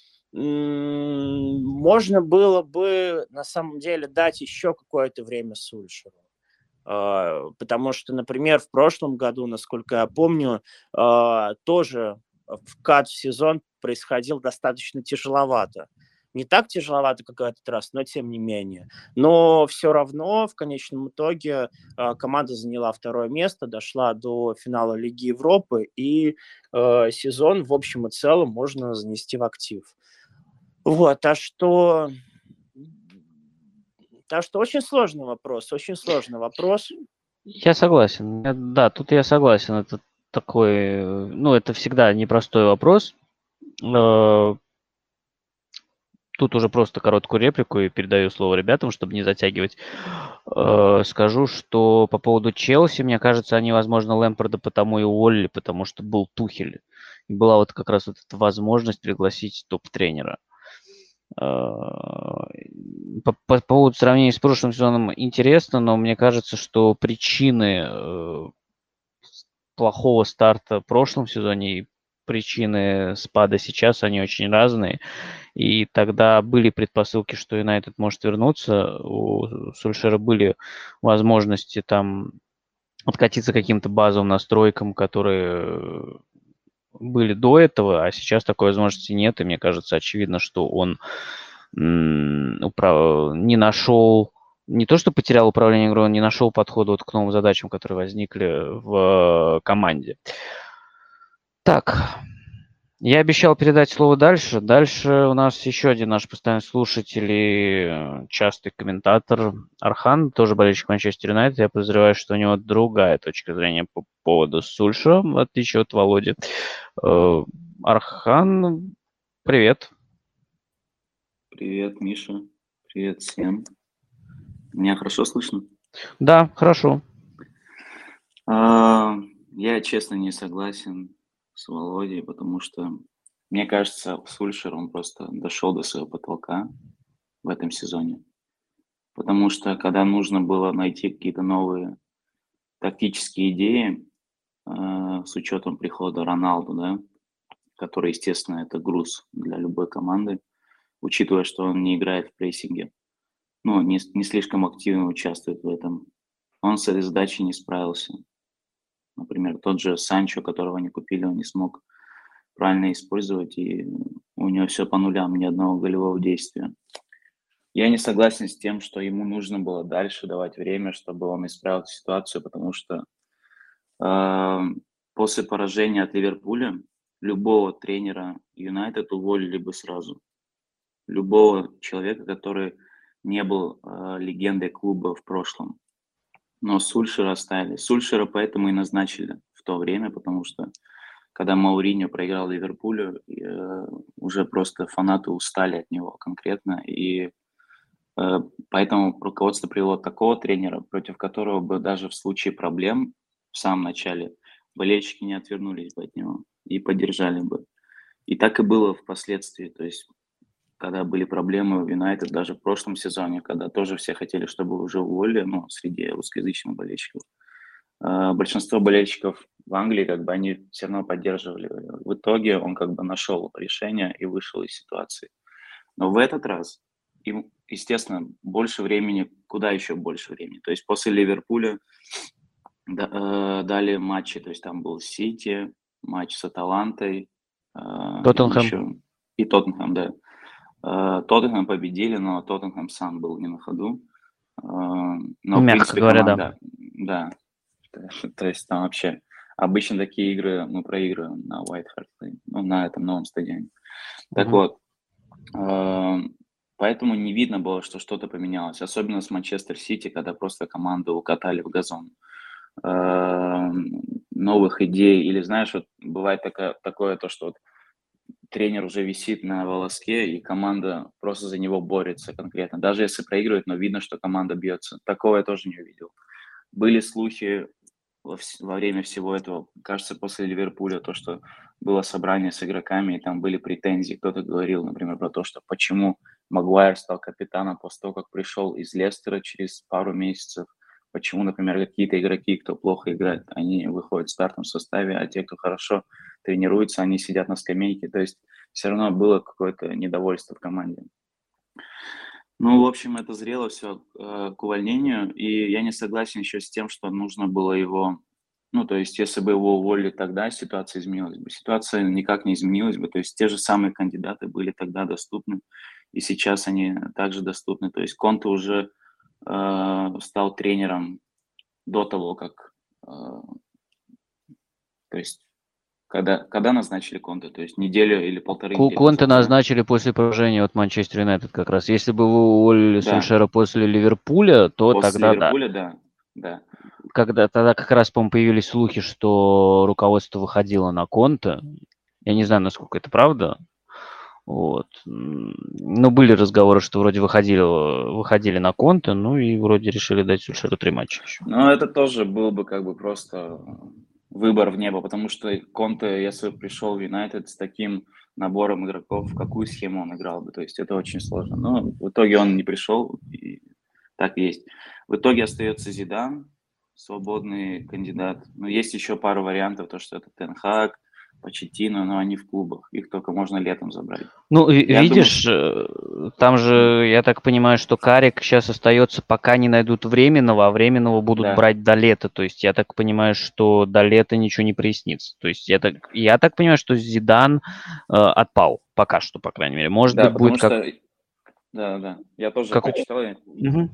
м- можно было бы на самом деле дать еще какое-то время Сульшеру. Uh, потому что, например, в прошлом году, насколько я помню, uh, тоже вкат в сезон происходил достаточно тяжеловато. Не так тяжеловато, как в этот раз, но тем не менее. Но все равно в конечном итоге uh, команда заняла второе место, дошла до финала Лиги Европы, и uh, сезон в общем и целом можно занести в актив. Вот, а что... Так что очень сложный вопрос, очень сложный вопрос. Я согласен. Я- Да, тут я согласен. Это такой, э, ну, это всегда непростой вопрос. Э, тут уже просто короткую реплику и передаю слово ребятам, чтобы не затягивать. Э, скажу, что по поводу Челси, мне кажется, они, возможно, Лэмпарда потому и уволили, потому что был Тухель. И была вот как раз вот эта возможность пригласить топ-тренера. Э, По, по поводу сравнения с прошлым сезоном интересно, но мне кажется, что причины э, плохого старта в прошлом сезоне и причины спада сейчас, они очень разные. И тогда были предпосылки, что Юнайтед может вернуться. У Сульшера были возможности там откатиться к каким-то базовым настройкам, которые были до этого, а сейчас такой возможности нет. И мне кажется, очевидно, что он м, управ- не нашел, не то что потерял управление игрой, он не нашел подхода вот к новым задачам, которые возникли в команде. Так, я обещал передать слово дальше. Дальше у нас еще один наш постоянный слушатель и частый комментатор Архан, тоже болельщик Манчестер Юнайтед. Я подозреваю, что у него другая точка зрения по поводу Сульшера, в отличие от Володи. Э, Архан, привет. Привет, Миша. Привет всем. Меня хорошо слышно? Да, хорошо. А, я, честно, не согласен с Володей, потому что, мне кажется, Сульшер, он просто дошел до своего потолка в этом сезоне. Потому что, когда нужно было найти какие-то новые тактические идеи, а, с учетом прихода Роналду, да, который, естественно, это груз для любой команды, учитывая, что он не играет в прессинге, ну, не, не слишком активно участвует в этом, он с этой задачей не справился. Например, тот же Санчо, которого они купили, он не смог правильно использовать, и у него все по нулям, ни одного голевого действия. Я не согласен с тем, что ему нужно было дальше давать время, чтобы он исправил эту ситуацию, потому что э, после поражения от Ливерпуля любого тренера Юнайтед уволили бы сразу. Любого человека, который не был э, легендой клуба в прошлом. Но Сульшера оставили. Сульшера поэтому и назначили в то время, потому что когда Мауриньо проиграл Ливерпулю, э, уже просто фанаты устали от него конкретно, и э, поэтому руководство привело такого тренера, против которого бы даже в случае проблем в самом начале болельщики не отвернулись бы от него и поддержали бы. И так и было впоследствии, то есть когда были проблемы в Юнайтед, даже в прошлом сезоне, когда тоже все хотели, чтобы уже уволили, ну, среди русскоязычных болельщиков. Э, большинство болельщиков в Англии, как бы, они все равно поддерживали. В итоге он как бы нашел решение и вышел из ситуации. Но в этот раз им, естественно, больше времени, куда еще больше времени. То есть после Ливерпуля да, э, дали матчи, то есть там был Сити, матч с Аталантой, э, и Тоттенхэм. еще и Тоттенхэм, да. Э, Тоттенхэм победили, но Тоттенхэм сам был не на ходу. Э, но, в Мягко принципе, говоря, команда, да, то то есть там вообще обычно такие игры мы проигрываем на White Hart Lane, ну, на этом новом стадионе. Так Мгм. вот, эм, поэтому не видно было, что что-то поменялось, особенно с Манчестер Сити, когда просто команду укатали в газон. Эм, Новых идей или, знаешь, вот бывает такая, такое то, что вот тренер уже висит на волоске, и команда просто за него борется конкретно. Даже если проигрывает, но видно, что команда бьется. Такого я тоже не увидел. Были слухи во, вс- во время всего этого, кажется, после Ливерпуля, то, что было собрание с игроками, и там были претензии. Кто-то говорил, например, про то, что почему Магуайр стал капитаном после того, как пришел из Лестера через пару месяцев. Почему, например, какие-то игроки, кто плохо играет, они выходят в стартовом составе, а те, кто хорошо тренируется, они сидят на скамейке. То есть все равно было какое-то недовольство в команде. Ну, в общем, это зрело все э, к увольнению, и я не согласен еще с тем, что нужно было его, ну, то есть, если бы его уволили тогда, ситуация изменилась бы. Ситуация никак не изменилась бы, то есть те же самые кандидаты были тогда доступны, и сейчас они также доступны. То есть Конте уже э, стал тренером до того, как, э, то есть, когда, когда назначили Конте, то есть неделю или полторы Ку- недели Конте назад, да? назначили после поражения от Манчестер Юнайтед как раз. Если бы вы уволили Да, Сульшера после Ливерпуля, то после тогда да. Ливерпуля, да, да. Когда тогда как раз, по-моему, появились слухи, что руководство выходило на Конте. Я не знаю, насколько это правда. Вот. Ну, были разговоры, что вроде выходили, выходили на Конте, ну и вроде решили дать Сульшеру три матча еще. Ну, это тоже был бы как бы просто выбор в небо, потому что Конте, если бы пришел в Юнайтед с таким набором игроков, в какую схему он играл бы, то есть это очень сложно. Но в итоге он не пришел, и так и есть. В итоге остается Зидан, свободный кандидат. Но есть еще пару вариантов, то, что это Тен Хаг, Почеттино, но они в клубах. Их только можно летом забрать. Ну, и- Я видишь, думаю, э, там же, я так понимаю, что Карик сейчас остается, пока не найдут временного, а временного будут да. брать до лета. То есть я так понимаю, что до лета ничего не прояснится. То есть я так, я так понимаю, что Зидан э, отпал. Пока что, по крайней мере. Может Да, быть, потому будет как... что... Да, да. Я тоже как... прочитал, я- Мгм.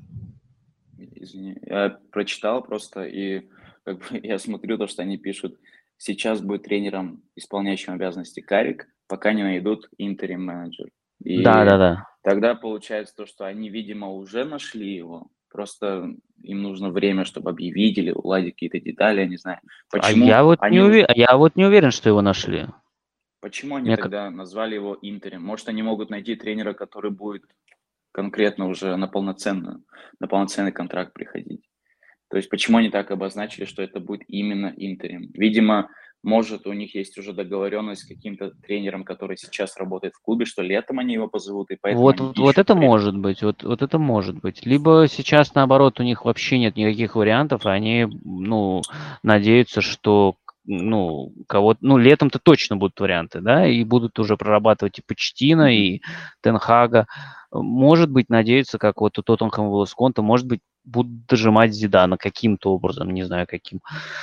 извини, я прочитал просто, и как бы я смотрю то, что они пишут, сейчас будет тренером, исполняющим обязанности Карик, пока не найдут интерим менеджер. Да, да, И да. тогда получается то, что они, видимо, уже нашли его, просто им нужно время, чтобы объявить или уладить какие-то детали, я не знаю. А Почему я вот не они, уверен, я вот не уверен, что его нашли. почему они Мне ка- тогда назвали его интерим? Может, они могут найти тренера, который будет конкретно уже на полноценную, на полноценный контракт приходить. То есть почему они так обозначили, что это будет именно интерим? Видимо, может, у них есть уже договоренность с каким-то тренером, который сейчас работает в клубе, что летом они его позовут, и поэтому Вот, они вот, вот ищут это время. может быть, вот, вот это может быть. Либо сейчас, наоборот, у них вообще нет никаких вариантов, и они, ну, надеются, что, ну, кого-то, ну, летом-то точно будут варианты, да, и будут уже прорабатывать и Почтина, Мгм. и Тенхага. Может быть, надеются, как вот у Тоттенхэма было с Конте, может быть, будут дожимать Зидана каким-то образом, не знаю каким.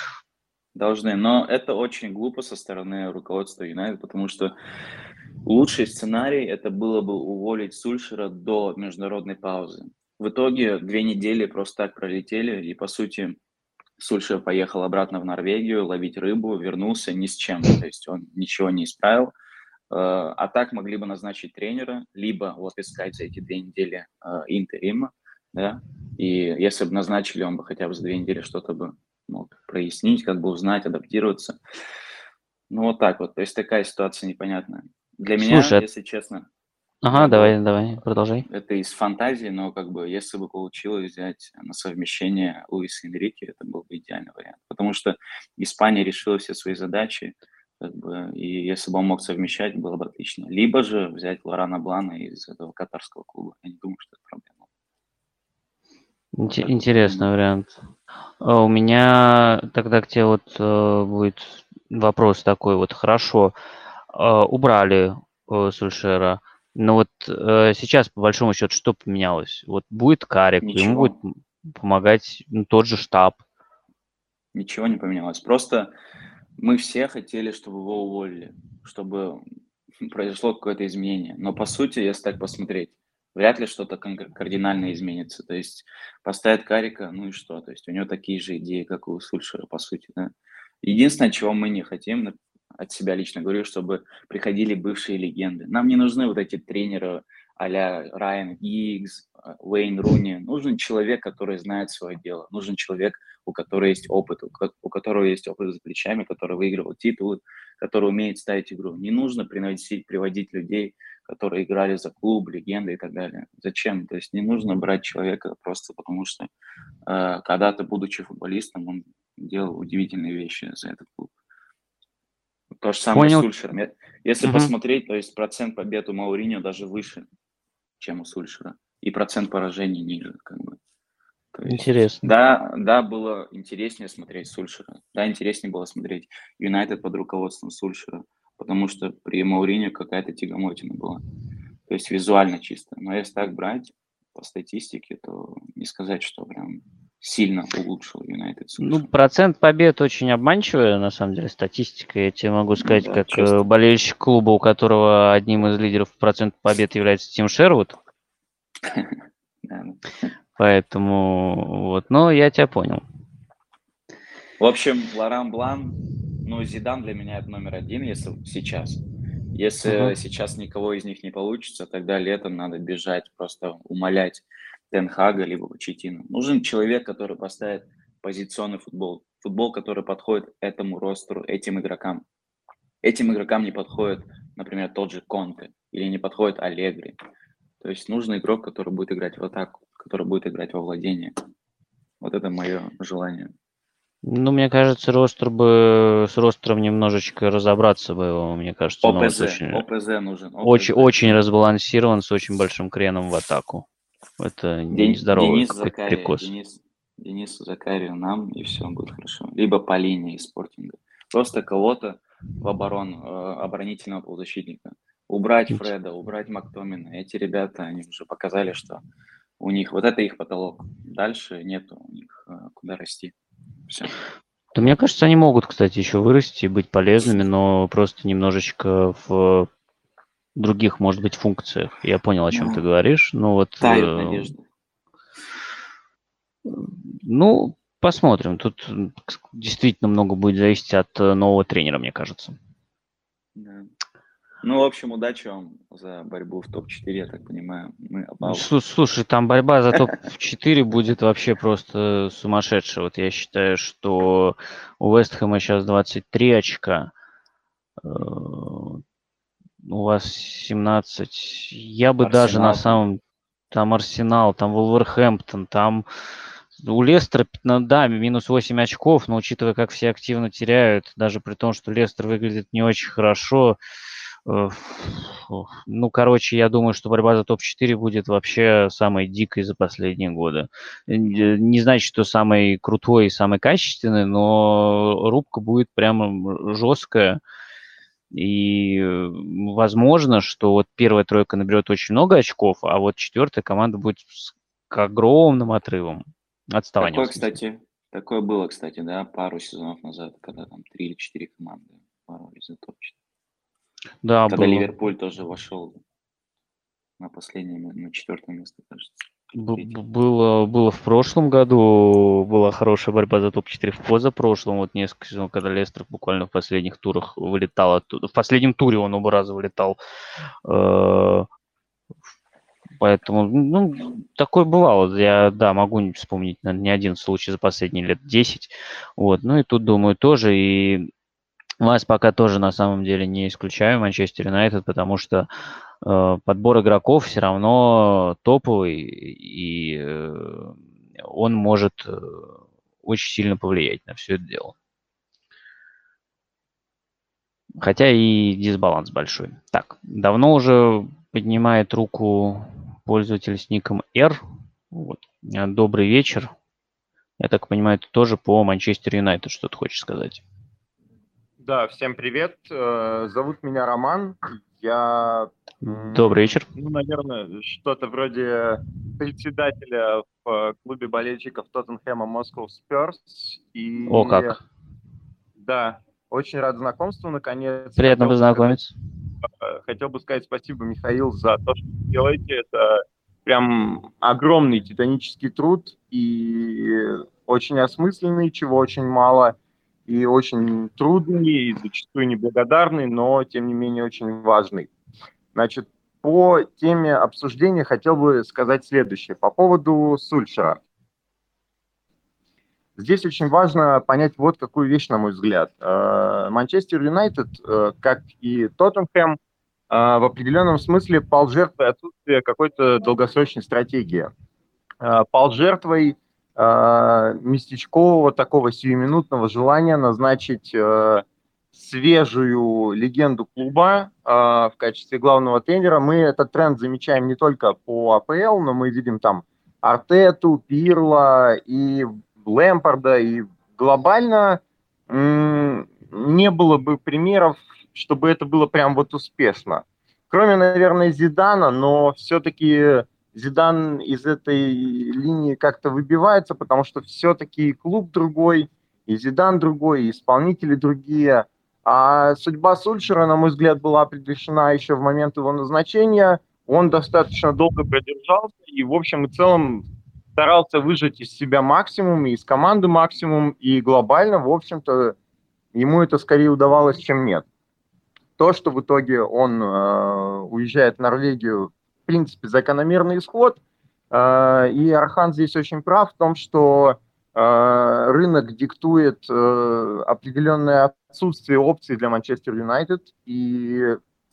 Должны, но это очень глупо со стороны руководства Юнайтед, потому что лучший сценарий это было бы уволить Сульшера до международной паузы. В итоге две недели просто так пролетели, и по сути Сульшер поехал обратно в Норвегию ловить рыбу, вернулся ни с чем, то есть он ничего не исправил. Э, А так могли бы назначить тренера, либо вот искать за эти две недели э, интерима, да, и если бы назначили, он бы хотя бы за две недели что-то бы мог прояснить, как бы узнать, адаптироваться. Ну вот так вот, то есть такая ситуация непонятная. Для меня, Слушай, а- если честно, ага, да, давай, говори. давай, продолжай. Это из фантазии, но как бы если бы получилось взять на совмещение Луиса Энрике, это был бы идеальный вариант. Потому что Испания решила все свои задачи, как бы, и если бы он мог совмещать, было бы отлично. Либо же взять Лорана Блана из этого катарского клуба. Я не думаю, что это проблема. Вот Инте- так вот я Интересный думаю. вариант. А у меня тогда к тебе вот э, будет вопрос такой вот. Хорошо, а, убрали э, Сульшера, но вот э, сейчас по большому счету что поменялось? Вот будет Карик, ему будет Ничего, м- помогать ну, тот же штаб. ничего не поменялось. Просто мы все хотели, чтобы его уволили, чтобы произошло какое-то изменение. Но по сути, если так посмотреть, вряд ли что-то кон- кардинально изменится. То есть поставят Карика, ну и что? То есть у него такие же идеи, как и у Сульшера, по сути, да. Единственное, чего мы не хотим, на- от себя лично говорю, чтобы приходили бывшие легенды. Нам не нужны вот эти тренеры а-ля Райан Гиггс, э, Уэйн Руни. Нужен человек, который знает свое дело. Нужен человек, у которого есть опыт, у ко- у которого есть опыт за плечами, который выигрывал титулы, который умеет ставить игру. Не нужно приносить, приводить людей, которые играли за клуб, легенды и так далее. Зачем? То есть не нужно брать человека просто потому, что э, когда-то, будучи футболистом, он делал удивительные вещи за этот клуб. То же самое с Понял. Сульшером. Я- Если Мгм. посмотреть, то есть процент побед у Мауриньо даже выше, чем у Сульшера. И процент поражений ниже, как бы. То есть, Интересно. да, да, было интереснее смотреть Сульшера. Да, интереснее было смотреть Юнайтед под руководством Сульшера, потому что при Мауриньо какая-то тягомотина была. То есть визуально чисто. Но если так брать по статистике, то не сказать, что прям сильно улучшил Юнайтед Ну, Сульшер. процент побед очень обманчивая, на самом деле, статистика. Я тебе могу Ну сказать, да, как э, часто. болельщик клуба, у которого одним из лидеров процент побед является Тим Шервуд. Да. Поэтому вот, но я тебя понял. В общем, Лоран Блан, ну, Зидан для меня это номер один, если сейчас. Если Ага. сейчас никого из них не получится, тогда летом надо бежать, просто умолять Тен Хага либо Почеттино. Нужен человек, который поставит позиционный футбол. Футбол, который подходит этому ростеру, этим игрокам. Этим игрокам не подходит например, тот же Конте, или не подходит Аллегри. То есть нужен игрок, который будет играть в атаку, который будет играть во владение. Вот это мое желание. Ну, мне кажется, ростер бы с ростером немножечко разобраться бы его, мне кажется, но вот ОПЗ, очень, ОПЗ нужен. очень, ОПЗ. очень разбалансирован, с очень большим креном в атаку. Это Ден- нездоровый Денис какой-то Закария, перекос. Денис, Денису Закарию нам, и все будет хорошо. Либо по линии из спортинга. Просто кого-то в оборону, э, оборонительного полузащитника. Убрать Фреда, убрать Мактомина. Эти ребята, они уже показали, что у них, вот это их потолок. Дальше нету у них э, куда расти. Все. Да, мне кажется, они могут, кстати, еще вырасти и быть полезными, но просто немножечко в других, может быть, функциях. Я понял, о чем Ну, ты говоришь. Ну вот, Тают э, надежды. ну, посмотрим. Тут м, к- действительно много будет зависеть от э, нового тренера, мне кажется. Да. Ну, в общем, удачи вам за борьбу в топ-четыре, я так понимаю. Мы абove. Слу- Слушай, там борьба за топ четыре будет вообще просто сумасшедшая. Вот я считаю, что у Вест Хэма сейчас двадцать три очка. э, У вас семнадцать. Я бы даже на Арсенал там. самом... Там Арсенал, там Вулверхэмптон, там у Лестера, пятна- да, минус восемь очков, но учитывая, как все активно теряют, даже при том, что Лестер выглядит не очень хорошо, э, ух, ну, короче, я думаю, что борьба за топ четыре будет вообще самой дикой за последние годы. Э, Не значит, что самой крутой и самой качественной, но рубка будет прямо жесткая. И э, возможно, что вот первая тройка наберет очень много очков, а вот четвертая команда будет с к огромным отрывом. Отставанием, Такое, в смысле. кстати, такое было, кстати, да, пару сезонов назад, когда там три или четыре команды боролись за топ-четыре. Да, Когда было. Ливерпуль тоже вошел на последнее, ме- на четвертое место, кажется. или Б- третье. б- Было, было в прошлом году, была хорошая борьба за топ четыре в позапрошлом, вот несколько сезонов, когда Лестер буквально в последних турах вылетал оттуда. В последнем туре он оба раза вылетал. Э, Поэтому, ну, такое бывало. Я, да, могу не вспомнить, наверное, не один случай за последние лет десять. Вот, ну и тут, думаю, тоже. И вас пока тоже на самом деле не исключаю, Манчестер Юнайтед, потому что э, подбор игроков все равно топовый, и э, он может э, очень сильно повлиять на все это дело. Хотя и дисбаланс большой. Так, давно уже поднимает руку пользователь с ником R. Вот. Э, Добрый вечер. Я так понимаю, ты тоже по Манчестер Юнайтед что-то хочешь сказать. Да, всем привет. Э, Зовут меня Роман. Я, Добрый вечер. ну, наверное, что-то вроде председателя в э, клубе болельщиков Тоттенхэма Moscow Spurs. И О, как. да, очень рад знакомству, наконец. Приятно Хотел бы сказать, познакомиться. э, хотел бы сказать спасибо, Михаил, за то, что вы делаете. Это прям огромный титанический труд и очень осмысленный, чего очень мало. И очень трудный, и зачастую неблагодарный, но, тем не менее, очень важный. Значит, по теме обсуждения хотел бы сказать следующее. По поводу Сульшера. Здесь очень важно понять вот какую вещь, на мой взгляд. Манчестер Юнайтед, как и Тоттенхэм, в определенном смысле пал жертвой отсутствия какой-то долгосрочной стратегии. Пал жертвой э, местечкового такого сиюминутного желания назначить э, свежую легенду клуба э, в качестве главного тренера. Мы этот тренд замечаем не только по АПЛ, но мы видим там Артету, Пирла и Лэмпарда. И глобально м- не было бы примеров, чтобы это было прям вот успешно. Кроме, наверное, Зидана, но все-таки Зидан из этой линии как-то выбивается, потому что все-таки клуб другой, и Зидан другой, и исполнители другие. А судьба Сульшера, на мой взгляд, была предрешена еще в момент его назначения. Он достаточно долго продержался и, в общем и целом, старался выжать из себя максимум, и из команды максимум, и глобально, в общем-то, ему это скорее удавалось, чем нет. То, что в итоге он э, уезжает в Норвегию, в принципе, закономерный исход. Э, и Архан здесь очень прав в том, что э, рынок диктует э, определенное отсутствие опций для Манчестер Юнайтед. И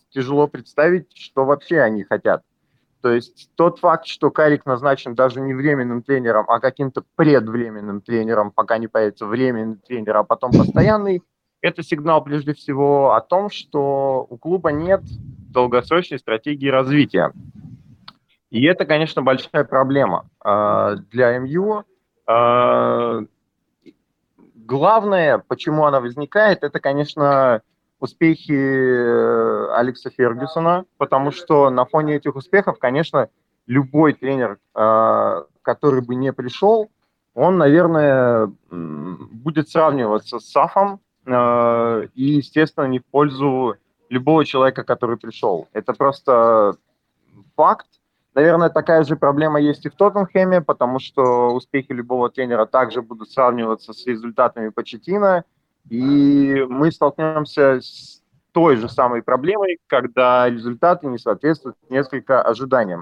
тяжело представить, что вообще они хотят. То есть тот факт, что Карик назначен даже не временным тренером, а каким-то предвременным тренером, пока не появится временный тренер, а потом постоянный, это сигнал прежде всего о том, что у клуба нет долгосрочной стратегии развития. И это, конечно, большая проблема э, для эм ю. Э, главное, почему она возникает, это, конечно, успехи Алекса Фергюсона, потому что на фоне этих успехов, конечно, любой тренер, э, который бы не пришел, он, наверное, будет сравниваться с Сафом э, и, естественно, не в пользу любого человека, который пришел. Это просто факт. Наверное, такая же проблема есть и в Тоттенхэме, потому что успехи любого тренера также будут сравниваться с результатами Почеттино, и мы столкнемся с той же самой проблемой, когда результаты не соответствуют несколько ожиданиям.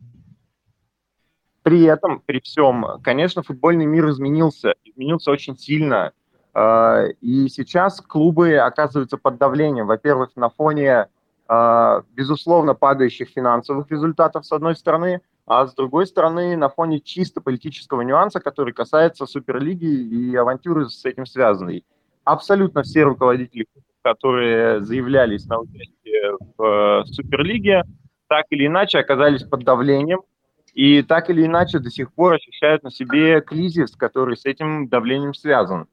При этом, при всем, конечно, футбольный мир изменился, изменился очень сильно, и сейчас клубы оказываются под давлением, во-первых, на фоне безусловно, падающих финансовых результатов, с одной стороны, а с другой стороны, на фоне чисто политического нюанса, который касается Суперлиги и авантюры с этим связанной. Абсолютно все руководители, которые заявлялись на участие в Суперлиге, так или иначе оказались под давлением и так или иначе до сих пор ощущают на себе кризис, который с этим давлением связан.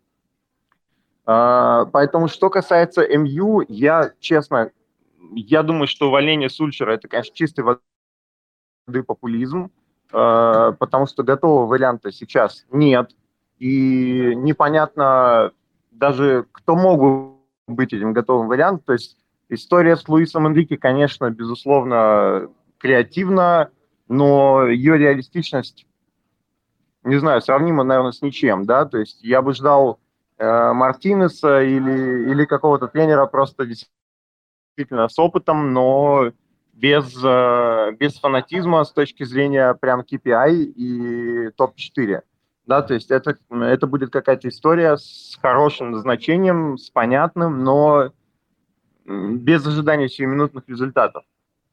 Поэтому, что касается эм ю, я, честно, Я думаю, что увольнение Сульшера – это, конечно, чистой воды популизм, э, потому что готового варианта сейчас нет. И непонятно даже, кто мог быть этим готовым вариантом. То есть история с Луисом Энрике, конечно, безусловно, креативна, но ее реалистичность, не знаю, сравнима, наверное, с ничем. Да? То есть я бы ждал э, Мартинеса или, или какого-то тренера просто действительно с опытом, но без, без фанатизма с точки зрения прям кей пи ай и топ четыре. Да, то есть это, это будет какая-то история с хорошим назначением, с понятным, но без ожидания сиюминутных результатов.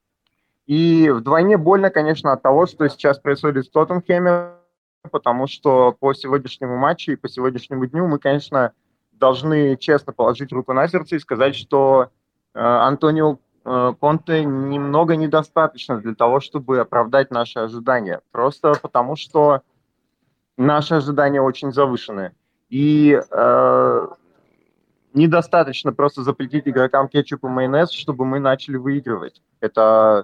И вдвойне больно, конечно, от того, что сейчас происходит в Тоттенхэме, потому что по сегодняшнему матчу и по сегодняшнему дню мы, конечно, должны честно положить руку на сердце и сказать, что Антонио Конте немного недостаточно для того, чтобы оправдать наши ожидания. Просто потому, что наши ожидания очень завышены. И э, недостаточно просто запретить игрокам кетчуп и майонез, чтобы мы начали выигрывать. Это,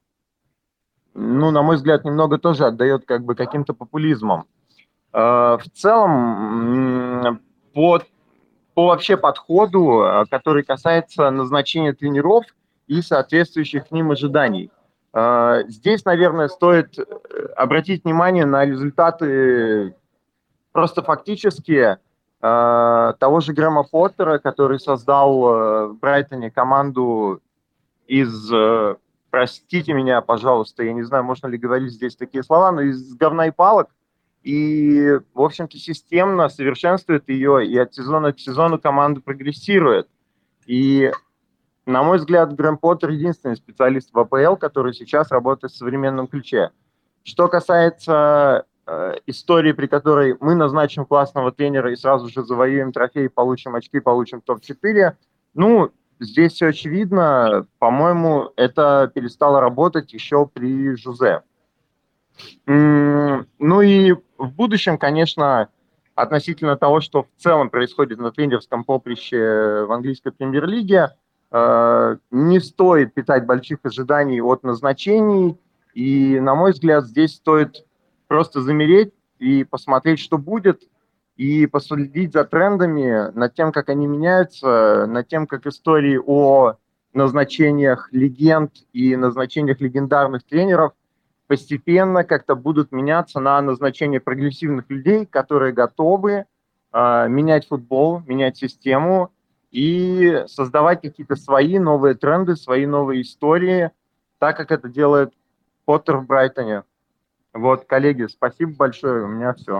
ну, на мой взгляд, немного тоже отдает как бы каким-то популизмом. Э, в целом, по по вообще подходу, который касается назначения тренеров и соответствующих к ним ожиданий. Здесь, наверное, стоит обратить внимание на результаты просто фактически того же Грэма Поттера, который создал в Брайтоне команду из, простите меня, пожалуйста, я не знаю, можно ли говорить здесь такие слова, но из говна и палок, и, в общем-то, системно совершенствует ее, и от сезона к сезону команда прогрессирует. И, на мой взгляд, Грэм Поттер единственный специалист в а пэ эл, который сейчас работает в современном ключе. Что касается э, истории, при которой мы назначим классного тренера и сразу же завоюем трофей, получим очки, получим топ четыре, ну, здесь все очевидно. По-моему, это перестало работать еще при Жозе. Ну и в будущем, конечно, относительно того, что в целом происходит на тренерском поприще в английской премьер-лиге, не стоит питать больших ожиданий от назначений. И, на мой взгляд, здесь стоит просто замереть и посмотреть, что будет, и последить за трендами, над тем, как они меняются, над тем, как истории о назначениях легенд и назначениях легендарных тренеров постепенно как-то будут меняться на назначение прогрессивных людей, которые готовы э, менять футбол, менять систему и создавать какие-то свои новые тренды, свои новые истории, так как это делает Поттер в Брайтоне. Вот, коллеги, спасибо большое, у меня все.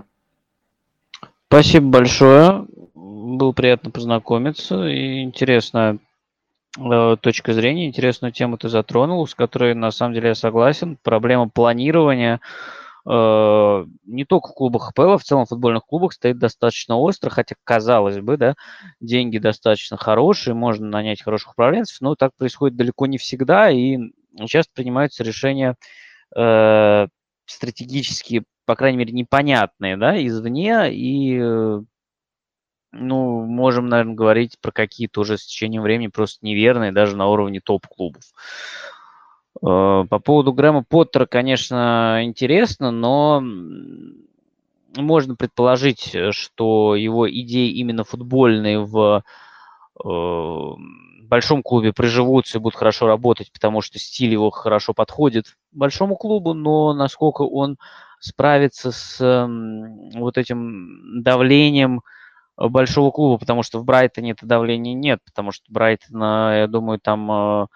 Спасибо большое, было приятно познакомиться и интересно э, точка зрения, интересную тему ты затронул, с которой на самом деле я согласен. Проблема планирования э, не только в клубах ХПЛ, а в целом в футбольных клубах стоит достаточно остро, хотя, казалось бы, да, деньги достаточно хорошие, можно нанять хороших управленцев, но так происходит далеко не всегда, и часто принимаются решения э, стратегически, по крайней мере, непонятные, да, извне, и, э, ну, можем, наверное, говорить про какие-то уже с течением времени просто неверные, даже на уровне топ-клубов. Э, По поводу Грэма Поттера, конечно, интересно, но м, можно предположить, э, что его идеи именно футбольные в э, большом клубе приживутся и будут хорошо работать, потому что стиль его хорошо подходит большому клубу, но насколько он справится с м, вот этим давлением э, большого клуба, потому что в Брайтоне это давления нет, потому что Брайтон, э, я думаю, там э,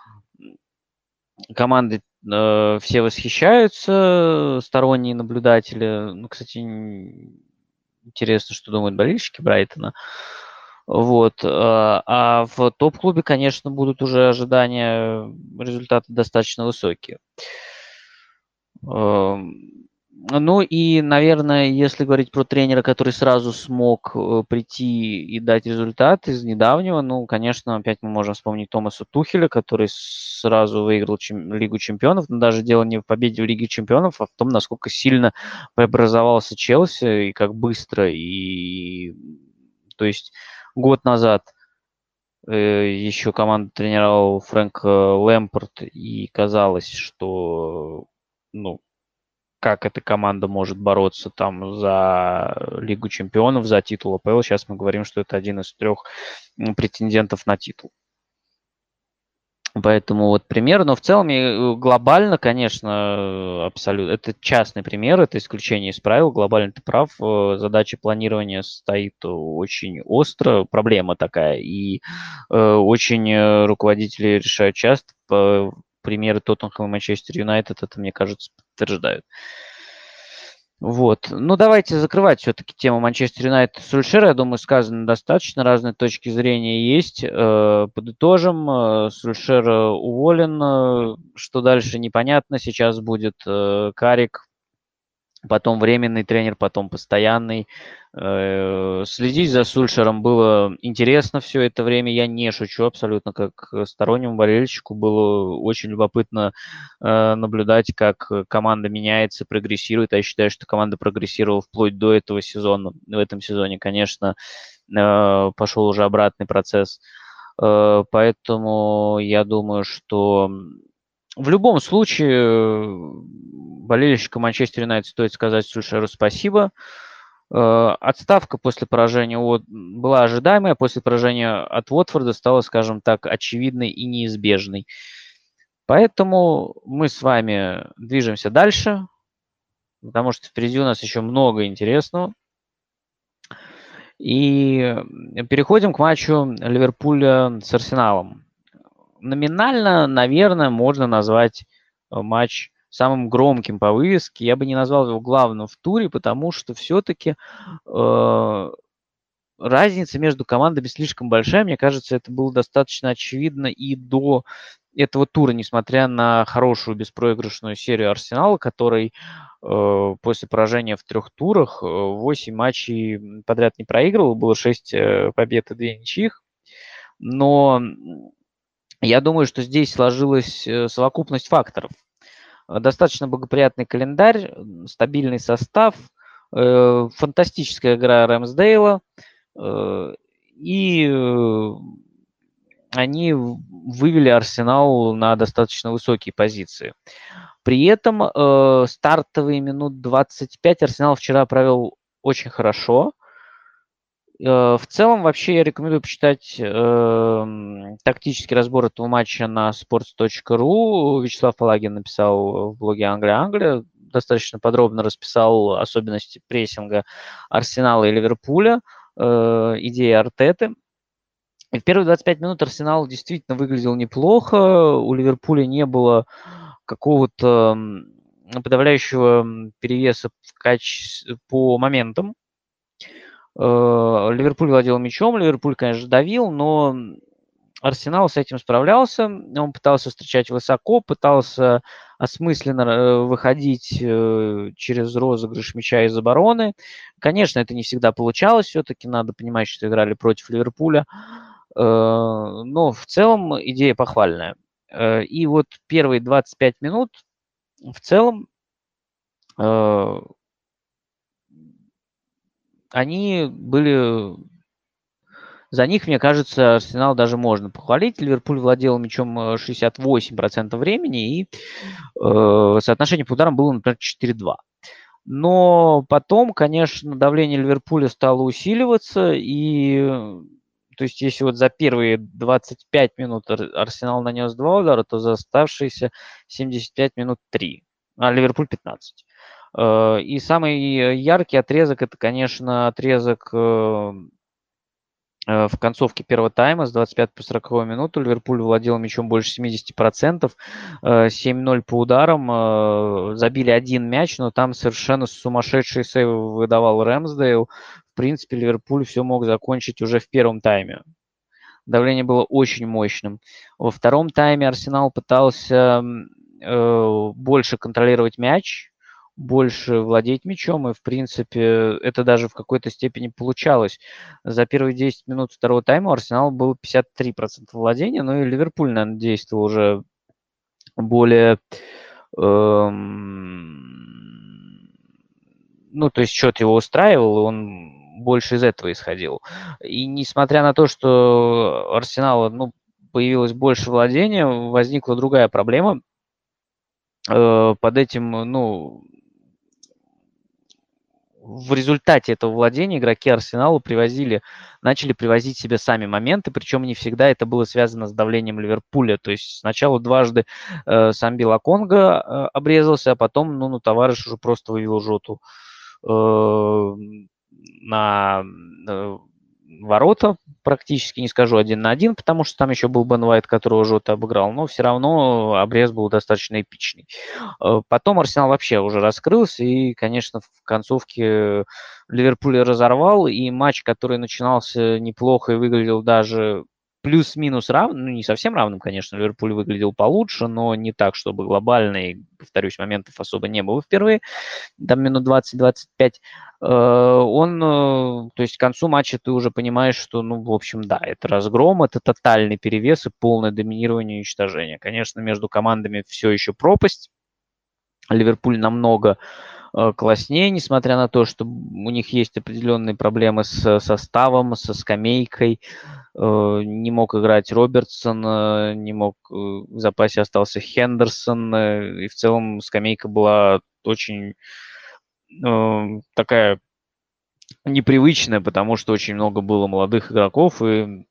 команды э, все восхищаются, сторонние наблюдатели. Ну, кстати, н- интересно, что думают болельщики Брайтона. Вот. э, А в топ-клубе, конечно, будут уже ожидания результата достаточно высокие. Эм, Ну и, наверное, если говорить про тренера, который сразу смог э, прийти и дать результат из недавнего, ну, конечно, опять мы можем вспомнить Томаса Тухеля, который сразу выиграл чем- Лигу чемпионов, но даже дело не в победе в Лиге чемпионов, а в том, насколько сильно преобразовался Челси и как быстро. И, то есть, год назад э, еще команду тренировал Фрэнк э, Лэмпорт, и казалось, что, ну, как эта команда может бороться там за Лигу чемпионов, за титул АПЛ. Сейчас мы говорим, что это один из трех м, претендентов на титул. Поэтому вот пример, но в целом и глобально, конечно, абсолютно, это частный пример, это исключение из правил, глобально ты прав, э, задача планирования стоит очень остро, проблема такая, и э, очень э, руководители решают часто, по- примеры Тоттенхэма и Манчестер Юнайтед это, мне кажется, подтверждают. Вот. Ну, давайте закрывать все-таки тему Манчестер Юнайтед и Сульшера. Я думаю, сказано достаточно. Разные точки зрения есть. Э, Подытожим. Э, Сульшер э, уволен. Э, Что дальше, непонятно. Сейчас будет э, Карик, потом временный тренер, потом постоянный. Э, Следить за Сульшером было интересно все это время. Я не шучу абсолютно, как стороннему болельщику. Было очень любопытно э, наблюдать, как команда меняется, прогрессирует. А я считаю, что команда прогрессировала вплоть до этого сезона. В этом сезоне, конечно, э, пошел уже обратный процесс. Э, Поэтому я думаю, что в любом случае болельщикам Манчестер Юнайтед стоит сказать Сульшеру спасибо. Э, Отставка после поражения от... была ожидаемая, после поражения от Уотфорда стала, скажем так, очевидной и неизбежной. Поэтому мы с вами движемся дальше, потому что впереди у нас еще много интересного. И переходим к матчу Ливерпуля с Арсеналом. Номинально, наверное, можно назвать э, матч самым громким по вывеске. Я бы не назвал его главным в туре, потому что все-таки э, разница между командами слишком большая. Мне кажется, это было достаточно очевидно и до этого тура, несмотря на хорошую беспроигрышную серию Арсенала, который э, после поражения в трех турах э, восемь матчей подряд не проигрывал, было шесть э, побед и две ничьих. Но я думаю, что здесь сложилась э, совокупность факторов. Э, Достаточно благоприятный календарь, м, стабильный состав, э, фантастическая игра Рэмсдейла, э, и э, они в- вывели Арсенал на достаточно высокие позиции. При этом э, стартовые минут двадцать пять Арсенал вчера провел очень хорошо. Э, В целом, вообще, я рекомендую почитать эм, тактический разбор этого матча на sports точка ru. Вячеслав Палагин написал в блоге Англия-Англия, достаточно подробно расписал особенности прессинга Арсенала и Ливерпуля, э, идеи Артеты. И в первые двадцать пять минут Арсенал действительно выглядел неплохо. У Ливерпуля не было какого-то м, подавляющего м, перевеса в каче- по моментам. Э, Ливерпуль владел мячом, Ливерпуль, конечно, давил, но Арсенал с этим справлялся, он пытался встречать высоко, пытался осмысленно выходить через розыгрыш мяча из обороны. Конечно, это не всегда получалось, все-таки надо понимать, что играли против Ливерпуля, но в целом идея похвальная. И вот первые двадцать пять минут в целом они были... За них, мне кажется, Арсенал даже можно похвалить. Ливерпуль владел мячом шестьдесят восемь процентов времени, и э, соотношение по ударам было, например, четыре два. Но потом, конечно, давление Ливерпуля стало усиливаться, и то есть если вот за первые двадцать пять минут Арсенал нанес два удара, то за оставшиеся семьдесят пять минут три, а Ливерпуль пятнадцать. И самый яркий отрезок – это, конечно, отрезок в концовке первого тайма с двадцать пятой по сороковую минуту. Ливерпуль владел мячом больше семьдесят процентов, семь ноль по ударам, забили один мяч, но там совершенно сумасшедший сейв выдавал Рэмсдейл. В принципе, Ливерпуль все мог закончить уже в первом тайме. Давление было очень мощным. Во втором тайме Арсенал пытался э, больше контролировать мяч, больше владеть мячом, и, в принципе, это даже в какой-то степени получалось. За первые десять минут второго тайма у Арсенала было пятьдесят три процента владения, ну и Ливерпуль, наверное, действовал уже более... Эм, ну, то есть счет его устраивал, и он больше из этого исходил. И несмотря на то, что у Арсенала, ну, появилось больше владения, возникла другая проблема. Э, под этим, ну... В результате этого владения игроки Арсенала привозили, начали привозить себе сами моменты, причем не всегда это было связано с давлением Ливерпуля. То есть сначала дважды э, Самби Лаконга э, обрезался, а потом Нуну Тавареш уже просто вывел Жоту э, на э, ворота, практически не скажу один на один, потому что там еще был Бен Уайт, которого Жота обыграл, но все равно обрез был достаточно эпичный. Потом Арсенал вообще уже раскрылся, и, конечно, в концовке Ливерпуль разорвал, и матч, который начинался неплохо и выглядел даже плюс-минус равным, ну, не совсем равным, конечно, Ливерпуль выглядел получше, но не так, чтобы глобально, и, повторюсь, моментов особо не было впервые, там минут двадцать-двадцать пять, он, то есть к концу матча ты уже понимаешь, что, ну, в общем, да, это разгром, это тотальный перевес и полное доминирование и уничтожение. Конечно, между командами все еще пропасть. Ливерпуль намного э, класснее, несмотря на то, что у них есть определенные проблемы с составом, со скамейкой. Э, не мог играть Робертсон, э, не мог, э, в запасе остался Хендерсон, э, и в целом скамейка была очень э, такая непривычная, потому что очень много было молодых игроков, и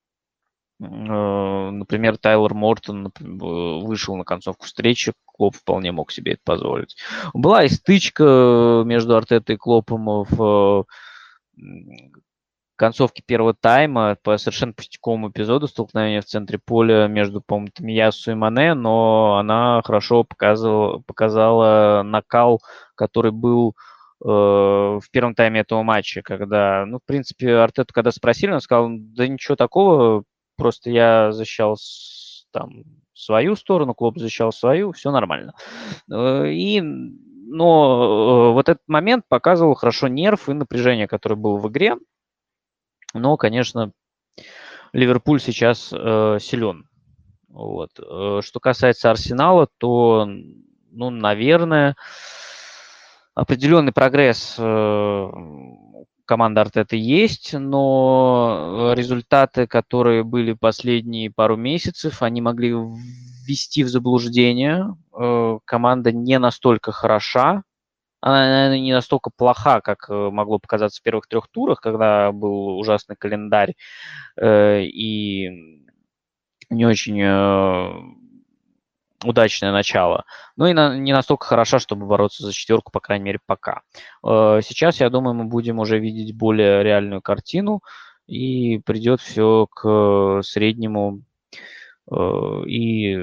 например, Тайлер Мортон вышел на концовку встречи, Клоп вполне мог себе это позволить. Была и стычка между Артетой и Клопом в концовке первого тайма по совершенно пустяковому эпизоду столкновения в центре поля между, по-моему, Томиясу и Мане, но она хорошо показывала, показала накал, который был э, в первом тайме этого матча, когда, ну, в принципе, Артету, когда спросили, он сказал, да ничего такого, просто я защищал там свою сторону, Клоп защищал свою, все нормально. И, но вот этот момент показывал хорошо нерв и напряжение, которое было в игре. Но, конечно, Ливерпуль сейчас э, силен. Вот. Что касается Арсенала, то, ну, наверное, определенный прогресс э, команды Артеты есть, но результаты, которые были последние пару месяцев, они могли ввести в заблуждение. Э, команда не настолько хороша. Она, наверное, не настолько плоха, как могло показаться в первых трех турах, когда был ужасный календарь э, и не очень э, удачное начало. Ну и на, не настолько хороша, чтобы бороться за четверку, по крайней мере, пока. Э, сейчас, я думаю, мы будем уже видеть более реальную картину, и придет все к среднему э, и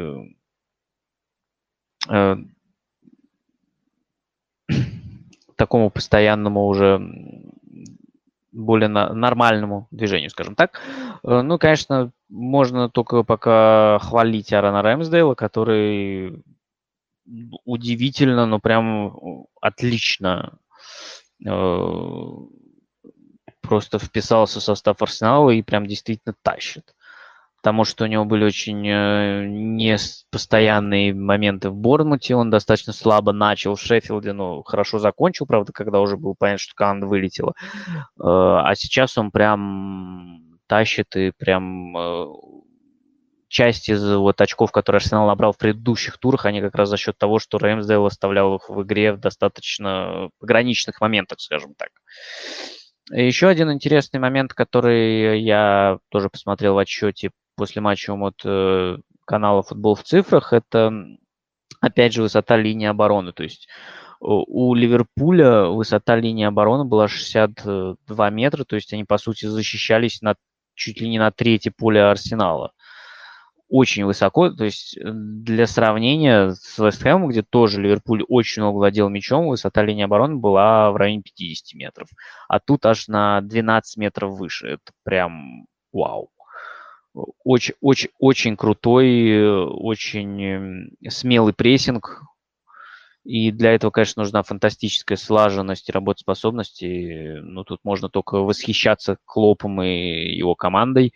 э, такому постоянному уже более на, нормальному движению, скажем так. Ну, конечно, можно только пока хвалить Аарона Рэмсдейла, который удивительно, но прям отлично э, просто вписался в состав Арсенала и прям действительно тащит. Потому что у него были очень э, непостоянные моменты в Борнмуте. Он достаточно слабо начал в Шеффилде, но хорошо закончил, правда, когда уже было понятно, что команда вылетела. Э, а сейчас он прям тащит и прям э, часть из вот очков, которые Арсенал набрал в предыдущих турах, они как раз за счет того, что Рэмсдейл оставлял их в игре в достаточно пограничных моментах, скажем так. Еще один интересный момент, который я тоже посмотрел в отчете после матча от э, канала «Футбол в цифрах», это, опять же, высота линии обороны. То есть у Ливерпуля высота линии обороны была шестьдесят два метра, то есть они, по сути, защищались на, чуть ли не на трети поля Арсенала. Очень высоко, то есть для сравнения с Вест Хэмом, где тоже Ливерпуль очень много владел мячом, высота линии обороны была в районе пятьдесят метров, а тут аж на двенадцать метров выше. Это прям вау. Очень, очень, очень крутой, очень смелый прессинг. И для этого, конечно, нужна фантастическая слаженность и работоспособность. И, ну, тут можно только восхищаться Клопом и его командой.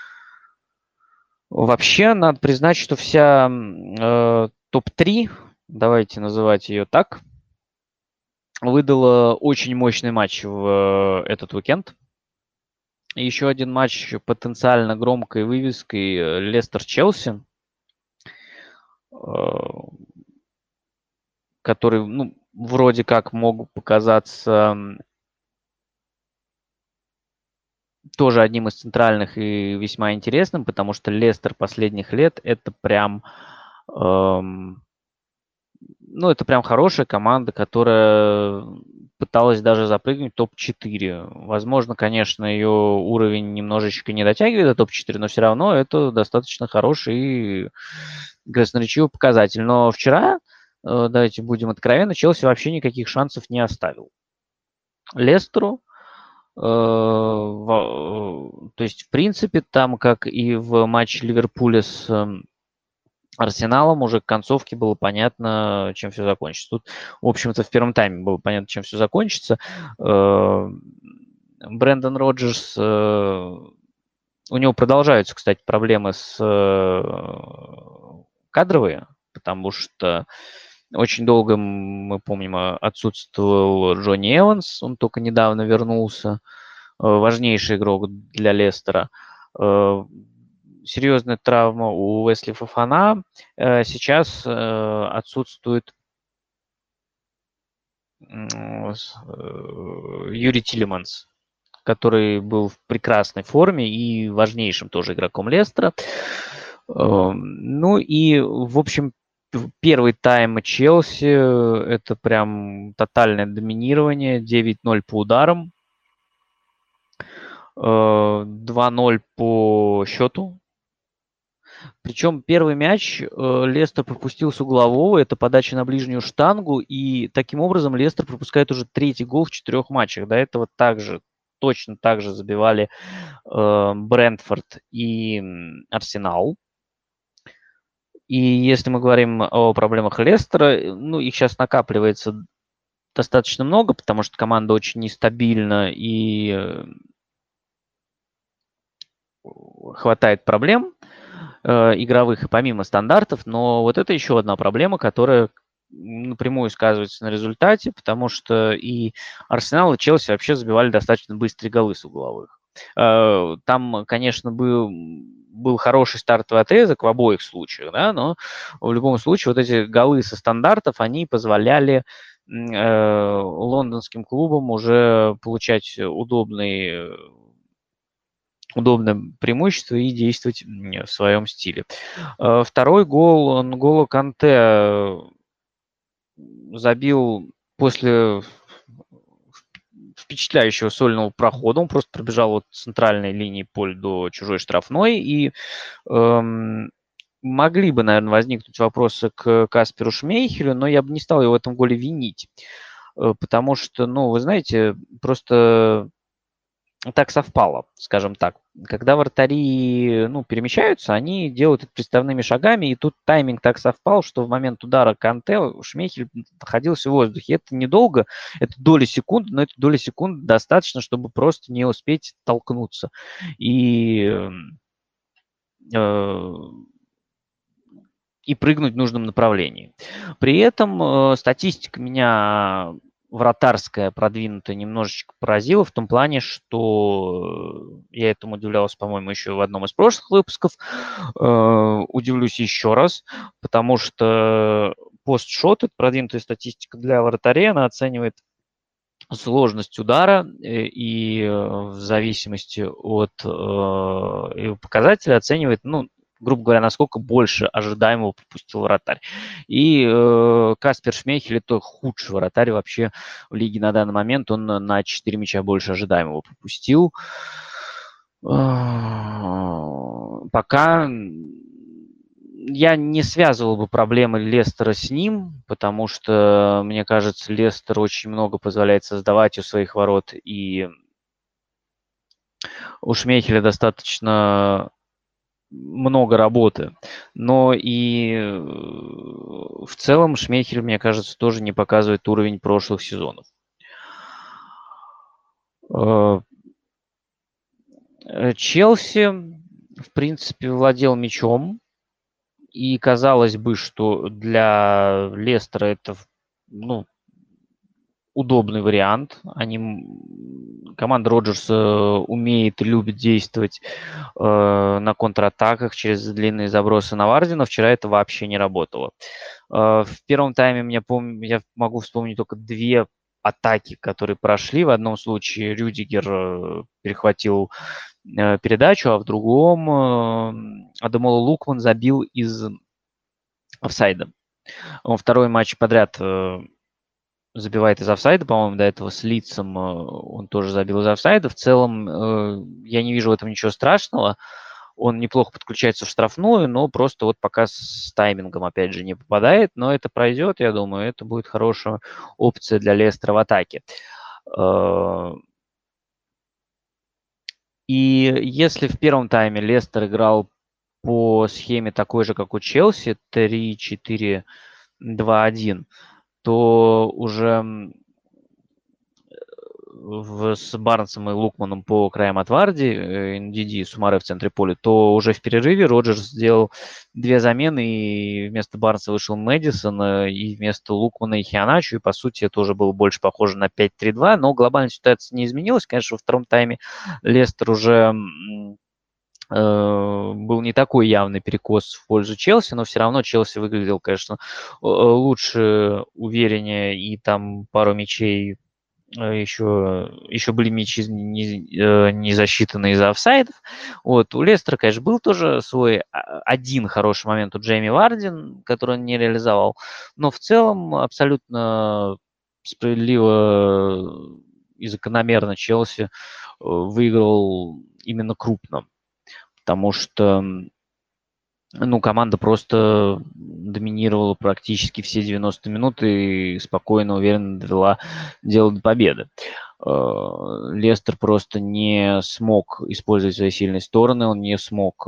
Вообще, надо признать, что вся э, топ три, давайте называть ее так, выдала очень мощный матч в э, этот уикенд. Еще один матч потенциально громкой вывеской Лестер-Челси, э, который, ну, вроде как мог показаться тоже одним из центральных и весьма интересным, потому что Лестер последних лет это прям, эм, ну, это прям хорошая команда, которая пыталась даже запрыгнуть в топ четыре. Возможно, конечно, ее уровень немножечко не дотягивает до топ четыре, но все равно это достаточно хороший и красноречивый показатель. Но вчера, э, давайте будем откровенны, Челси вообще никаких шансов не оставил Лестеру. То есть, в принципе, там, как и в матче Ливерпуля с Арсеналом, уже к концовке было понятно, чем все закончится. Тут, в общем-то, в первом тайме было понятно, чем все закончится. Брэндон Роджерс, у него продолжаются, кстати, проблемы с кадровые, потому что очень долго, мы помним, отсутствовал Джонни Эванс, он только недавно вернулся, важнейший игрок для Лестера. Серьезная травма у Уэсли Фофана. Сейчас отсутствует Юрий Тилеманс, который был в прекрасной форме и важнейшим тоже игроком Лестера. Ну и, в общем, первый тайм Челси – это прям тотальное доминирование, девять ноль по ударам, два ноль по счету. Причем первый мяч Лестер пропустил с углового, это подача на ближнюю штангу, и таким образом Лестер пропускает уже третий гол в четырех матчах. До этого также, точно так же забивали Брентфорд и Арсенал. И если мы говорим о проблемах Лестера, ну, их сейчас накапливается достаточно много, потому что команда очень нестабильна и хватает проблем э, игровых и помимо стандартов, но вот это еще одна проблема, которая напрямую сказывается на результате, потому что и Арсенал, и Челси вообще забивали достаточно быстрые голы с угловых. Э, там, конечно, был... был хороший стартовый отрезок в обоих случаях, да, но в любом случае вот эти голы со стандартов, они позволяли э, лондонским клубам уже получать удобные, удобное преимущество и действовать в своем стиле. Э, второй гол, N'Голо Канте забил после впечатляющего сольного прохода. Он просто пробежал от центральной линии поля до чужой штрафной. И эм, могли бы, наверное, возникнуть вопросы к Касперу Шмейхелю, но я бы не стал его в этом голе винить. Э, потому что, ну, вы знаете, просто так совпало, скажем так. Когда вратари, ну, перемещаются, они делают это приставными шагами, и тут тайминг так совпал, что в момент удара Канте Шмейхель находился в воздухе. Это недолго, это доли секунды, но это доли секунды достаточно, чтобы просто не успеть толкнуться. И, э, и прыгнуть в нужном направлении. При этом э, статистика меня вратарская продвинутая немножечко поразила в том плане, что я этому удивлялся, по-моему, еще в одном из прошлых выпусков. Э, удивлюсь еще раз, потому что постшот, это продвинутая статистика для вратарей, она оценивает сложность удара и в зависимости от его показателя оценивает, ну, грубо говоря, насколько больше ожидаемого пропустил вратарь. И э, Каспер Шмейхель – это худший вратарь вообще в лиге на данный момент. Он на четыре мяча больше ожидаемого пропустил. Пока я не связывал бы проблемы Лестера с ним, потому что, мне кажется, Лестер очень много позволяет создавать у своих ворот, и у Шмейхеля достаточно много работы. Но и в целом Шмейхель, мне кажется, тоже не показывает уровень прошлых сезонов. Челси, в принципе, владел мячом. И казалось бы, что для Лестера это, ну, удобный вариант. Они, команда Роджерса умеет и любит действовать э, на контратаках через длинные забросы на Вардина. Вчера это вообще не работало. Э, в первом тайме мне пом... я могу вспомнить только две атаки, которые прошли. В одном случае Рюдигер перехватил э, передачу, а в другом э, Адемола Лукман забил из офсайда. Он второй матч подряд э, забивает из офсайда, по-моему, до этого с Лидсом он тоже забил из офсайда. В целом э, я не вижу в этом ничего страшного. Он неплохо подключается в штрафную, но просто вот пока с таймингом, опять же, не попадает. Но это пройдет, я думаю, это будет хорошая опция для Лестера в атаке. Э, и если в первом тайме Лестер играл по схеме такой же, как у Челси, три четыре два один, то уже в, с Барнсом и Лукманом по краям от Варди, Ндиди и Сумаре в центре поля, то уже в перерыве Роджерс сделал две замены, и вместо Барнса вышел Мэдисон, и вместо Лукмана и Хианачо, и, по сути, это уже было больше похоже на пять три два, но глобально ситуация не изменилась. Конечно, во втором тайме Лестер уже был не такой явный перекос в пользу Челси, но все равно Челси выглядел, конечно, лучше, увереннее, и там пару мячей еще, еще были мячи не, не засчитаны из-за офсайдов. Вот. У Лестера, конечно, был тоже свой один хороший момент у Джейми Вардин, который он не реализовал, но в целом абсолютно справедливо и закономерно Челси выиграл именно крупно. Потому что, ну, команда просто доминировала практически все девяносто минут и спокойно, уверенно довела дело до победы. Лестер просто не смог использовать свои сильные стороны, он не смог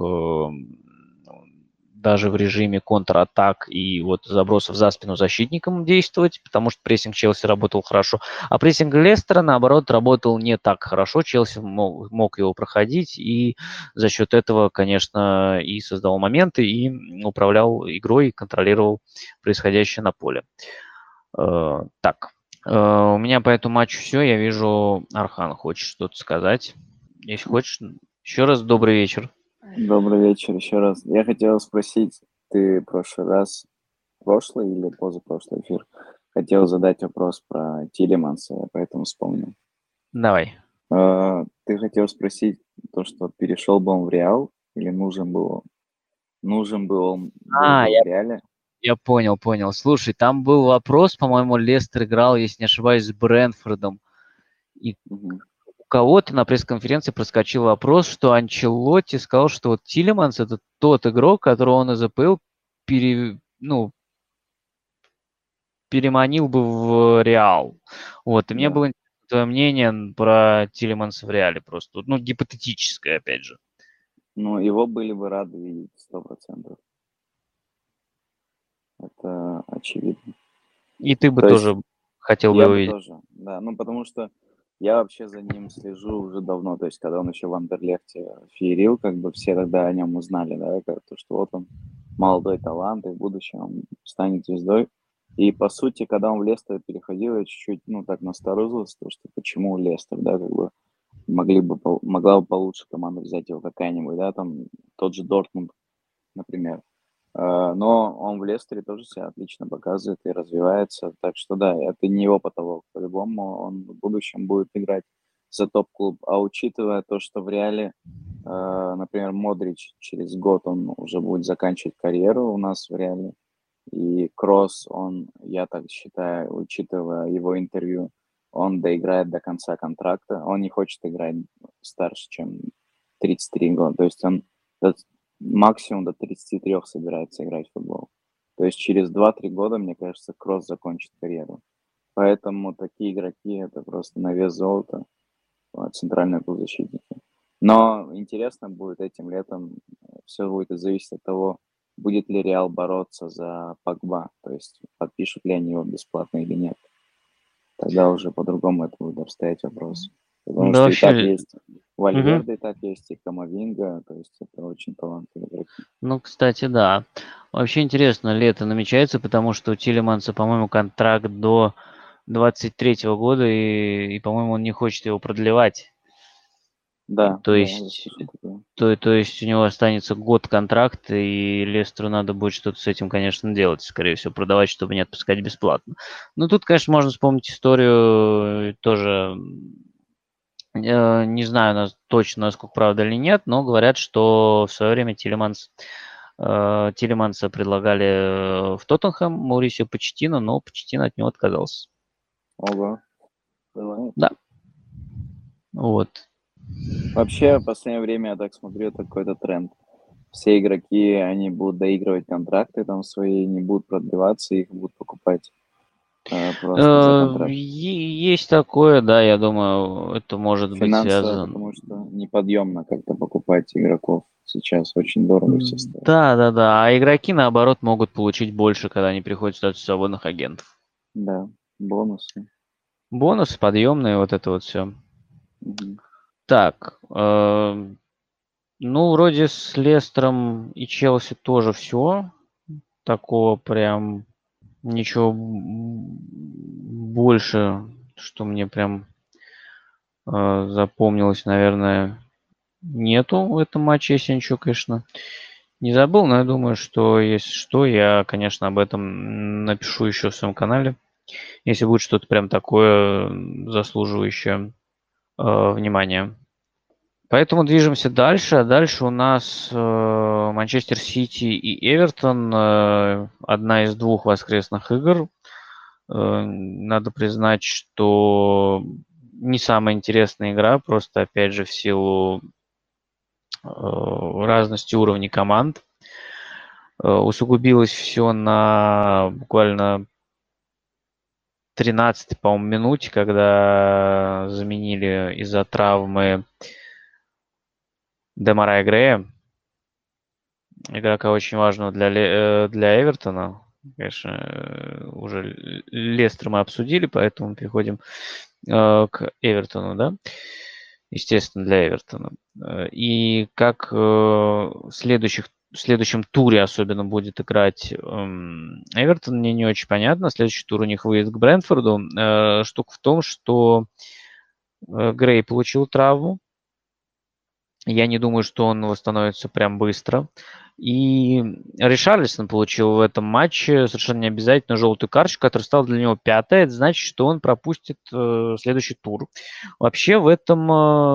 даже в режиме контратак и вот забросов за спину защитникам действовать, потому что прессинг Челси работал хорошо. А прессинг Лестера, наоборот, работал не так хорошо. Челси мог, мог его проходить, и за счет этого, конечно, и создавал моменты, и управлял игрой, и контролировал происходящее на поле. Э, так, э, у меня по этому матчу все. Я вижу, Архан хочет что-то сказать. Если хочешь, еще раз добрый вечер. Добрый вечер еще раз. Я хотел спросить, ты в прошлый раз, прошлый или позапрошлый эфир, хотел задать вопрос про Тилеманса, я поэтому вспомнил. Давай. А, ты хотел спросить то, что перешел бы он в Реал или нужен был, нужен был он А, был я, в Реале? Я понял, понял. Слушай, там был вопрос, по-моему, Лестер играл, если не ошибаюсь, с Брентфордом. И Угу. у кого-то на пресс-конференции проскочил вопрос, что Анчелотти сказал, что вот Тилеманс – это тот игрок, которого он из АПЛ пере, ну, переманил бы в Реал. Вот, и мне Да. было интересно, твое мнение про Тилеманса в Реале просто? Ну, гипотетическое, опять же. Ну, его были бы рады видеть сто процентов. Это очевидно. И ты бы То есть тоже хотел бы я его бы видеть. тоже, да. Ну, потому что я вообще за ним слежу уже давно. То есть, когда он еще в Андерлехте феерил, как бы все тогда о нем узнали, да, как то, что вот он молодой талант, и в будущем он станет звездой. И, по сути, когда он в Лестер переходил, я чуть-чуть, ну, так насторожился, то, что почему Лестер, да, как бы могли бы, пол- могла бы получше команда взять его какая-нибудь, да, там тот же Дортмунд, например. Э, Но он в Лестере тоже себя отлично показывает и развивается. Так что да, это не его потолок. По-любому он в будущем будет играть за топ-клуб. А учитывая то, что в Реале, э, например, Модрич через год он уже будет заканчивать карьеру у нас в Реале, и Кросс, он, я так считаю, учитывая его интервью, он доиграет до конца контракта. Он не хочет играть старше, чем тридцать три года. То есть он до- максимум до тридцати трёх собирается играть в футбол. То есть через два-три года, мне кажется, Кросс закончит карьеру. Поэтому такие игроки — это просто на вес золота, а, центральные полузащитники. Но интересно будет этим летом, все будет зависеть от того, будет ли Реал бороться за Погба, то есть подпишут ли они его бесплатно или нет. Тогда уже по-другому это будет обстоять вопрос. Потому Да, что и так вообще, есть мгм. Вальверде, и так есть и Камавинга, то есть это очень талантливые игроки. Ну, кстати, да. Вообще интересно, лето намечается, потому что у Тилеманса, по-моему, контракт до двадцать третьего года, и, и, по-моему, он не хочет его продлевать. Да, То да, я есть, слышал такое. то, то есть у него останется год контракта, и Лестеру надо будет что-то с этим, конечно, делать, скорее всего, продавать, чтобы не отпускать бесплатно. Ну, тут, конечно, можно вспомнить историю э, тоже, э, не знаю нас, точно, насколько правда или нет, но говорят, что в свое время Тилеманс, э, Тилеманса предлагали э, в Тоттенхэм Маурисио Почеттино, но Почеттино от него отказался. Ого, бывает. Да, вот. Вообще, в последнее время, я так смотрю, это какой-то тренд. Все игроки, они будут доигрывать контракты там свои, не будут продлеваться, их будут покупать э, просто за Э, контракт. е- Есть такое, да, я думаю, это может быть Финансово, связано. потому что неподъемно как-то покупать игроков сейчас, очень дорого все стоит. Да, да, да. А игроки, наоборот, могут получить больше, когда они приходят в статус свободных агентов. Да, бонусы. Бонусы, подъемные, вот это вот все. Мгм. Так, э, ну, вроде с Лестером и Челси тоже все. Такого прям ничего м, больше, что мне прям э, запомнилось, наверное, нету в этом матче, если я ничего, конечно, не забыл, но я думаю, что если что, я, конечно, об этом напишу еще в своем канале, если будет что-то прям такое м, заслуживающее э, внимания. Поэтому движемся дальше. А дальше у нас э, Манчестер Сити и Эвертон. Э, одна из двух воскресных игр. Э, надо признать, что не самая интересная игра, просто опять же в силу э, разности уровней команд. Э, усугубилось все на буквально тринадцатой, по-моему, минуте, когда заменили из-за травмы Демара Грея, игрока очень важного для, Ле- э, для Эвертона. Конечно, э, уже Л- Лестер мы обсудили, поэтому переходим э, к Эвертону, да? Естественно, для Эвертона. Э, И как э, в следующих в следующем туре особенно будет играть эм, Эвертон, мне не очень понятно. Следующий тур у них выезд к Брентфорду. Э, штука в том, что э, Грей получил травму. Я не думаю, что он восстановится прям быстро. И Ришарлисон получил в этом матче совершенно не обязательно желтую карточку, которая стала для него пятой. Это значит, что он пропустит э, следующий тур. Вообще в этом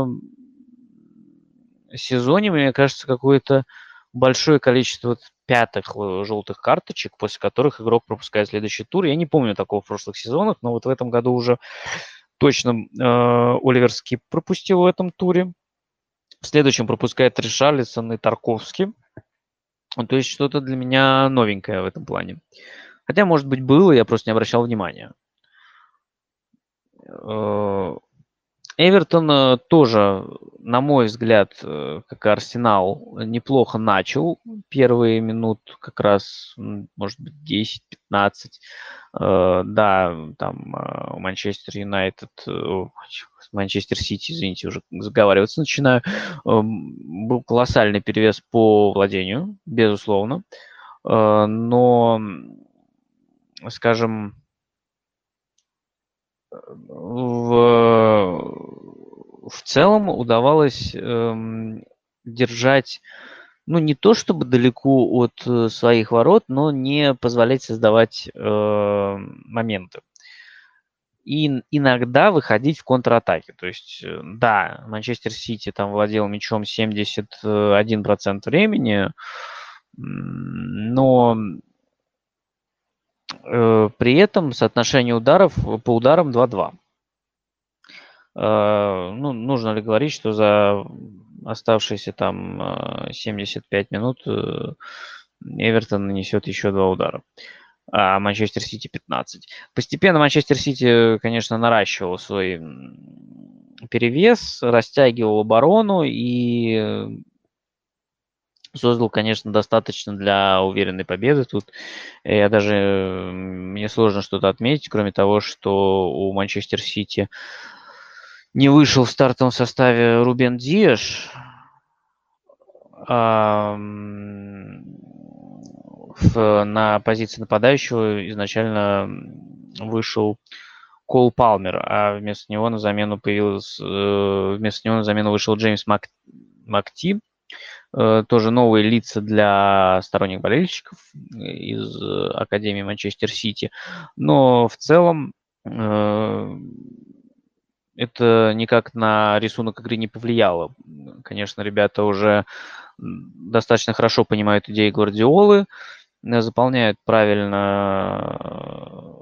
э, сезоне, мне кажется, какое-то большое количество вот пятых э, желтых карточек, после которых игрок пропускает следующий тур. Я не помню такого в прошлых сезонах, но вот в этом году уже точно э, Оливер Скип пропустил в этом туре. В следующем пропускает Ришарлисон и Тарковский. Ну, то есть что-то для меня новенькое в этом плане. Хотя, может быть, было, я просто не обращал внимания. Эвертон тоже, на мой взгляд, как и Арсенал, неплохо начал. Первые минут как раз, может быть, десять-пятнадцать. Да, там Манчестер Юнайтед, Манчестер Сити, извините, уже заговариваться начинаю. Был колоссальный перевес по владению, безусловно. Но, скажем, в, в целом удавалось эм, держать, ну, не то чтобы далеко от своих ворот, но не позволять создавать э, моменты. И иногда выходить в контратаке. То есть, да, Манчестер Сити там владел мячом семьдесят один процент времени, но э, при этом соотношение ударов по ударам два-два. Ну, нужно ли говорить, что за оставшиеся там семьдесят пять минут Эвертон нанесет еще два удара, а Манчестер Сити пятнадцать. Постепенно Манчестер Сити, конечно, наращивал свой перевес, растягивал оборону и создал, конечно, достаточно для уверенной победы. Тут я даже, мне сложно что-то отметить, кроме того, что у Манчестер Сити не вышел в стартовом составе Рубен Диаш. А, в, на позиции нападающего изначально вышел Кол Палмер, а вместо него на замену появился, вместо него на замену вышел Джеймс Мак, Макти. Тоже новые лица для сторонних болельщиков из Академии Манчестер Сити. Но в целом это никак на рисунок игры не повлияло. Конечно, ребята уже достаточно хорошо понимают идеи Гвардиолы, заполняют правильно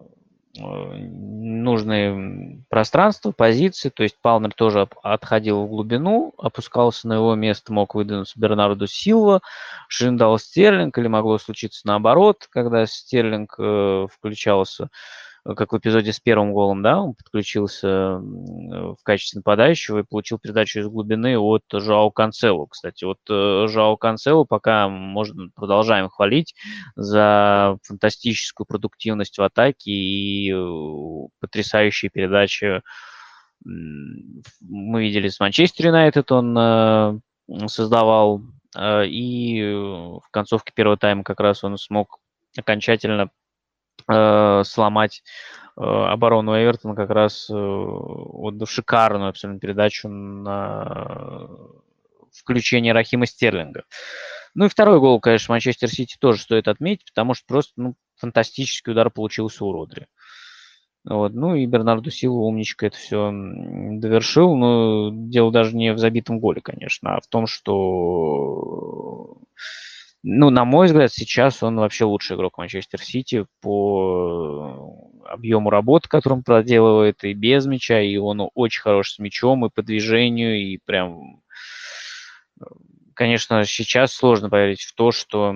нужные пространства, позиции. То есть Палмер тоже отходил в глубину, опускался на его место, мог выдвинуться Бернарду Силва, Шиндал Стерлинг, или могло случиться наоборот, когда Стерлинг э, включался, как в эпизоде с первым голом, да, он подключился в качестве нападающего и получил передачу из глубины от Жоао Канцело. Кстати, вот Жоао Канцело пока можно продолжаем хвалить за фантастическую продуктивность в атаке и потрясающие передачи. Мы видели с Манчестер Юнайтед, он создавал, и в концовке первого тайма как раз он смог окончательно сломать оборону Эвертона, как раз отдав шикарную абсолютно передачу на включение Рахима Стерлинга. Ну и второй гол, конечно, Манчестер Сити тоже стоит отметить, потому что просто ну, фантастический удар получился у Родри. Вот. Ну и Бернарду Силва, умничка, это все довершил. Но дело даже не в забитом голе, конечно, а в том, что... Ну, на мой взгляд, сейчас он вообще лучший игрок Манчестер Сити по объему работы, который он проделывает, и без мяча, и он очень хорош с мячом, и по движению, и прям... Конечно, сейчас сложно поверить в то, что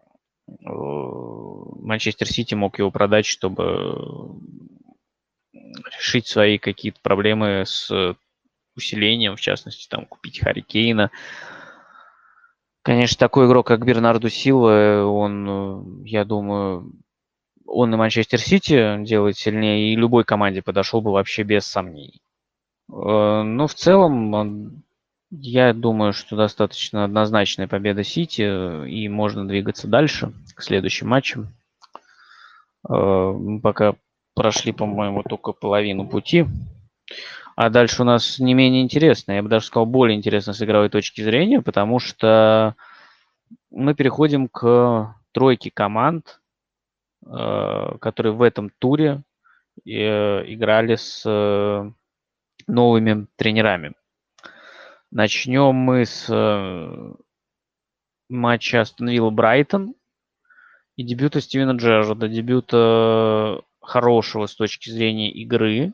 Манчестер Сити мог его продать, чтобы решить свои какие-то проблемы с усилением, в частности, там, купить Харри Кейна. Конечно, такой игрок, как Бернарду Силва, он, я думаю, он и Манчестер Сити делает сильнее, и любой команде подошел бы вообще без сомнений. Но в целом, я думаю, что достаточно однозначная победа Сити, и можно двигаться дальше, к следующим матчам. Мы пока прошли, по-моему, только половину пути. А дальше у нас не менее интересно, я бы даже сказал, более интересно с игровой точки зрения, потому что мы переходим к тройке команд, которые в этом туре играли с новыми тренерами. Начнем мы с матча Астон Вилла-Брайтон и дебюта Стивена Джерарда, дебюта хорошего с точки зрения игры.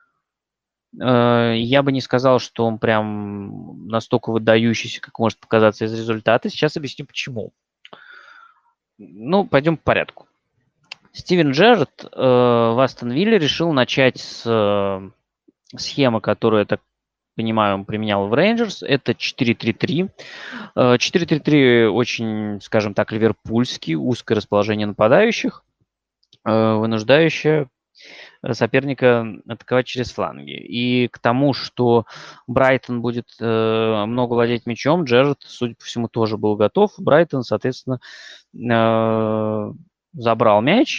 Я бы не сказал, что он прям настолько выдающийся, как может показаться из результата. Сейчас объясню, почему. Ну, пойдем по порядку. Стивен Джерард э, в Астон Вилле решил начать с схема, которую, я так понимаю, он применял в Рейнджерс, это четыре три три. четыре три три очень, скажем так, ливерпульский, узкое расположение нападающих, вынуждающее соперника атаковать через фланги. И к тому, что Брайтон будет э, много владеть мячом, Джерард, судя по всему, тоже был готов. Брайтон, соответственно, э, забрал мяч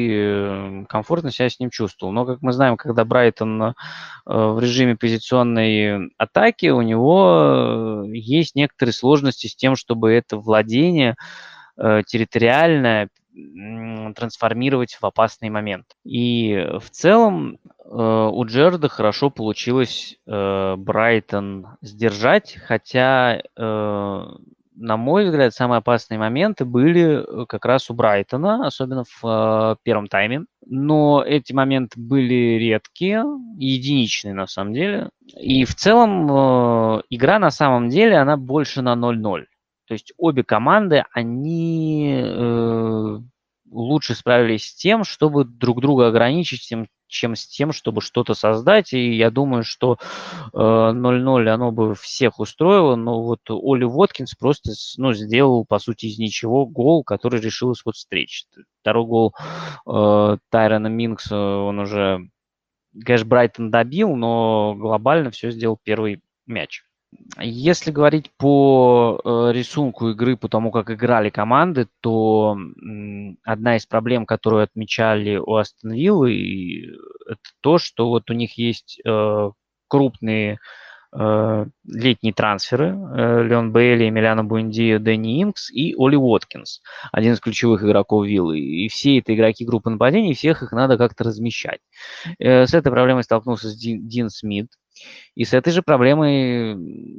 и комфортно себя с ним чувствовал. Но, как мы знаем, когда Брайтон э, в режиме позиционной атаки, у него есть некоторые сложности с тем, чтобы это владение э, территориальное трансформировать в опасный момент. И в целом э, у Джерарда хорошо получилось э, Брайтон сдержать, хотя, э, на мой взгляд, самые опасные моменты были как раз у Брайтона, особенно в э, первом тайме. Но эти моменты были редкие, единичные на самом деле. И в целом э, игра на самом деле, она больше на ноль ноль. То есть обе команды, они э, лучше справились с тем, чтобы друг друга ограничить, чем, чем с тем, чтобы что-то создать. И я думаю, что э, ноль ноль оно бы всех устроило, но вот Оли Уоткинс просто ну, сделал, по сути, из ничего гол, который решил исход встречи. Второй гол э, Тайрона Минкса, он уже, конечно, Брайтон добил, но глобально все сделал первый мяч. Если говорить по э, рисунку игры, по тому, как играли команды, то м, одна из проблем, которую отмечали у Астон Виллы, и это то, что вот у них есть э, крупные э, летние трансферы. Э, Леон Бейли, Эмилиано Буэндиа, Дэнни Инкс и Оли Уоткинс, один из ключевых игроков Виллы. И все это игроки группы нападений, всех их надо как-то размещать. Э, с этой проблемой столкнулся Дин, Дин Смит. И с этой же проблемой,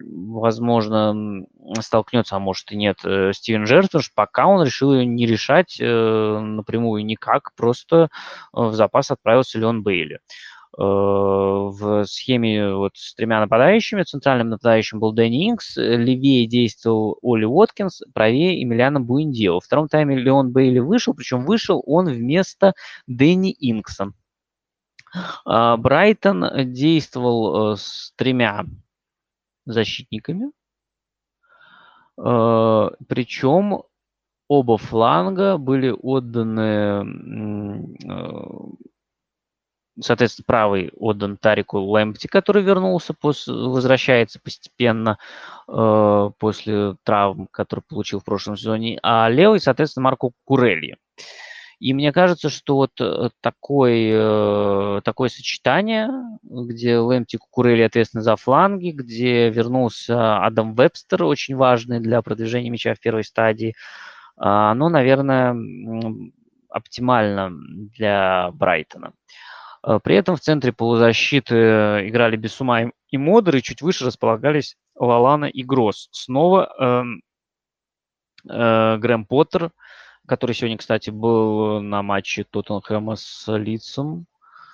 возможно, столкнется, а может и нет, Стивен Джерард, потому что пока он решил ее не решать э, напрямую никак, просто в запас отправился Леон Бейли. Э, в схеме вот с тремя нападающими, центральным нападающим был Дэнни Инкс, левее действовал Оли Уоткинс, правее Эмилиано Буэндиа. Во втором тайме Леон Бейли вышел, причем вышел он вместо Дэнни Инкса. Брайтон действовал с тремя защитниками, причем оба фланга были отданы, соответственно, правый отдан Тарику Лэмпти, который вернулся, после, возвращается постепенно после травм, который получил в прошлом сезоне, а левый, соответственно, Марко Курельи. И мне кажется, что вот такое, такое сочетание, где Лэмпти и Кукурелли ответственны за фланги, где вернулся Адам Вебстер, очень важный для продвижения мяча в первой стадии, оно, наверное, оптимально для Брайтона. При этом в центре полузащиты играли Бисума и Модер, и чуть выше располагались Лалана и Гросс. Снова э, э, Грэм Поттер, который сегодня, кстати, был на матче Тоттенхэма с Лидсом.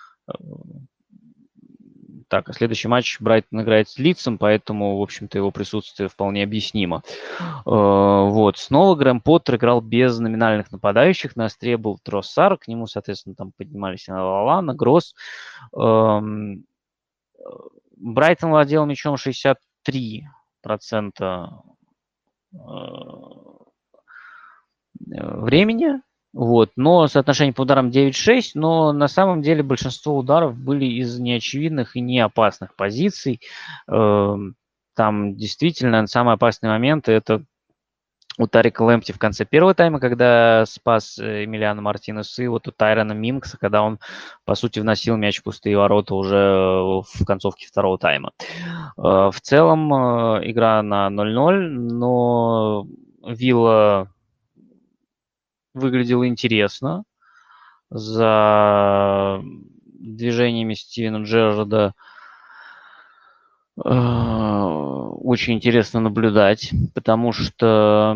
Так, а следующий матч Брайтон играет с Лидсом, поэтому, в общем-то, его присутствие вполне объяснимо. Вот. Снова Грэм Поттер играл без номинальных нападающих. На острие был Троссар, к нему, соответственно, там поднимались Лалана, Гросс. Брайтон владел мячом шестьдесят три процента времени, вот, но соотношение по ударам девять шесть, но на самом деле большинство ударов были из неочевидных и неопасных позиций. Там действительно самые опасные моменты – это у Тарика Лэмпти в конце первого тайма, когда спас Эмилиано Мартинес, и вот у Тайрона Минкса, когда он, по сути, вносил мяч в пустые ворота уже в концовке второго тайма. В целом игра на ноль ноль, но Вилла выглядело интересно. За движениями Стивена Джерарда э, очень интересно наблюдать, потому что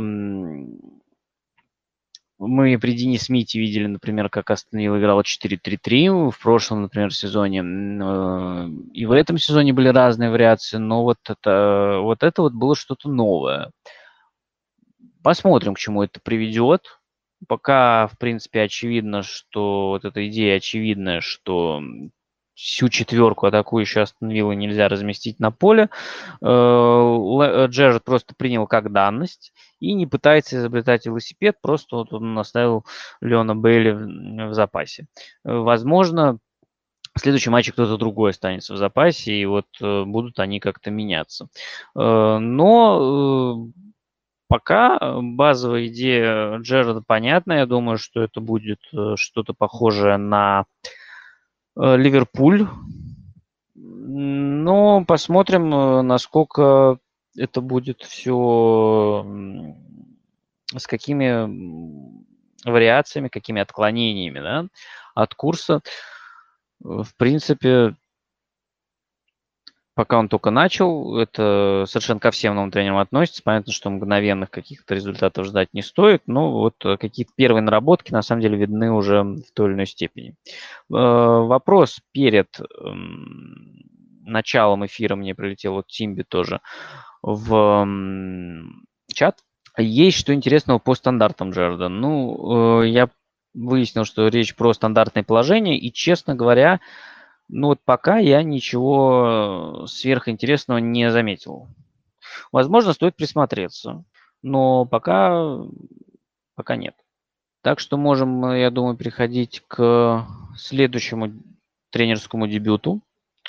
мы при Дине Смите видели, например, как Астон Вилла играла четыре три три в прошлом, например, сезоне. И в этом сезоне были разные вариации, но вот это вот, это вот было что-то новое. Посмотрим, к чему это приведет. Пока, в принципе, очевидно, что вот эта идея очевидная, что всю четверку атакующую Астон Виллы нельзя разместить на поле. Джерард просто принял как данность и не пытается изобретать велосипед, просто вот он оставил Леона Бейли в, в запасе. Возможно, в следующем матче кто-то другой останется в запасе, и вот э, будут они как-то меняться. Э, но э, пока базовая идея Джерарда понятна. Я думаю, что это будет э, что-то похожее на э, Ливерпуль. Но посмотрим, э, насколько это будет все, с какими вариациями, какими отклонениями, да, от курса. В принципе, пока он только начал, это совершенно ко всем новым тренерам относится. Понятно, что мгновенных каких-то результатов ждать не стоит, но вот какие-то первые наработки на самом деле видны уже в той или иной степени. Вопрос перед началом эфира мне прилетел от Тимби тоже в чат. Есть что интересного по стандартам Джерарда? Ну, я выяснил, что речь про стандартное положение, и, честно говоря, ну вот пока я ничего сверхинтересного не заметил. Возможно, стоит присмотреться, но пока, пока нет. Так что можем, я думаю, переходить к следующему тренерскому дебюту.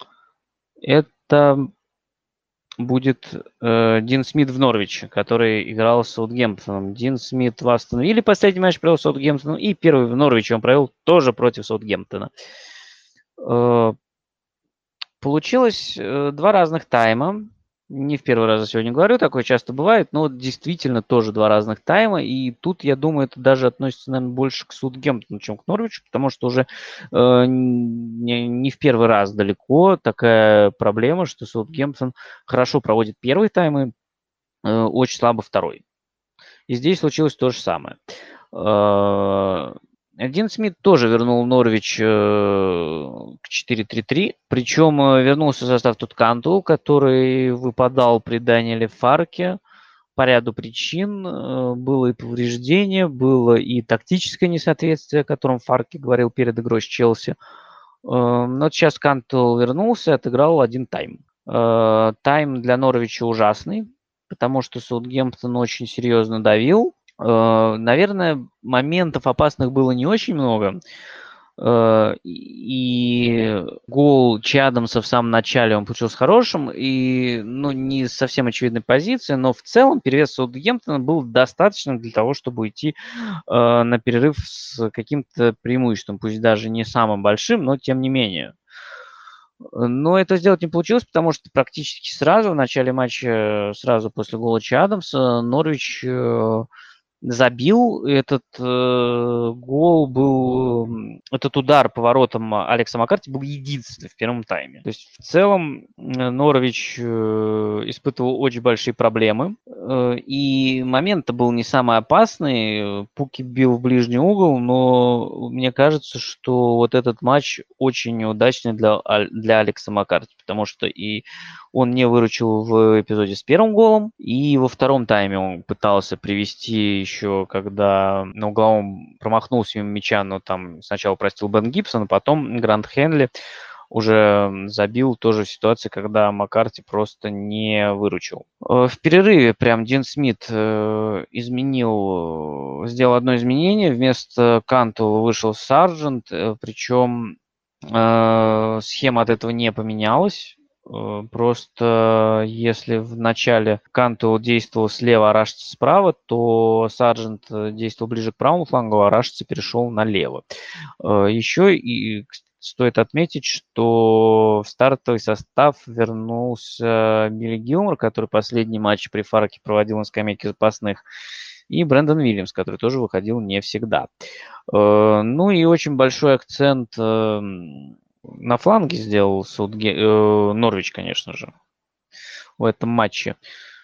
Это будет э, Дин Смит в Норвиче, который играл с Саутгемптоном. Дин Смит в Астон Вилле последний матч провел с Саутгемптоном, и первый в Норвиче он провел тоже против Саутгемптона. Э, получилось э, два разных тайма. Не в первый раз за сегодня говорю, такое часто бывает, но действительно тоже два разных тайма. И тут, я думаю, это даже относится, наверное, больше к Саутгемптону, чем к Норвичу, потому что уже э, не, не в первый раз далеко такая проблема, что Саутгемптон хорошо проводит первый тайм и э, очень слабо второй. И здесь случилось то же самое. Э, Дин Смит тоже вернул Норвич э, к четыре три три. Причем э, вернулся в состав тут Кантул, который выпадал при Даниэле Фарке по ряду причин. Э, было и повреждение, было и тактическое несоответствие, о котором Фарке говорил перед игрой с Челси. Э, но сейчас Кантул вернулся, отыграл один тайм. Э, тайм для Норвича ужасный, потому что Саутгемптон очень серьезно давил. Наверное, моментов опасных было не очень много. И гол Чадамса в самом начале он получился хорошим. И, ну, не совсем очевидной позиции, но в целом перевес Саутгемптона был достаточным для того, чтобы уйти на перерыв с каким-то преимуществом. Пусть даже не самым большим, но тем не менее. Но это сделать не получилось, потому что практически сразу, в начале матча, сразу после гола Чадамса, Норвич забил. Этот э, гол был, этот удар поворотом Алекса Маккарти был единственный в первом тайме. То есть в целом Норвич э, испытывал очень большие проблемы. Э, и момент-то был не самый опасный. Пуки бил в ближний угол, но мне кажется, что вот этот матч очень неудачный для, для Алекса Маккарти, потому что и он не выручил в эпизоде с первым голом, и во втором тайме он пытался привести еще, когда на угловом промахнулся мимо мяча, но там сначала простил Бен Гибсон, а потом Грант Хенли уже забил тоже в ситуации, когда Маккарти просто не выручил. В перерыве прям Дин Смит изменил, сделал одно изменение. Вместо Кантула вышел Сарджент, причем схема от этого не поменялась. Просто если в начале Кантул действовал слева, а Рашица справа, то Сарджент действовал ближе к правому флангу, а Рашица перешел налево. Еще и стоит отметить, что в стартовый состав вернулся Билли Гилмор, который последний матч при Фарке проводил на скамейке запасных, и Брэндон Уильямс, который тоже выходил не всегда. Ну и очень большой акцент на фланге сделал Саутге... э, Норвич, конечно же, в этом матче.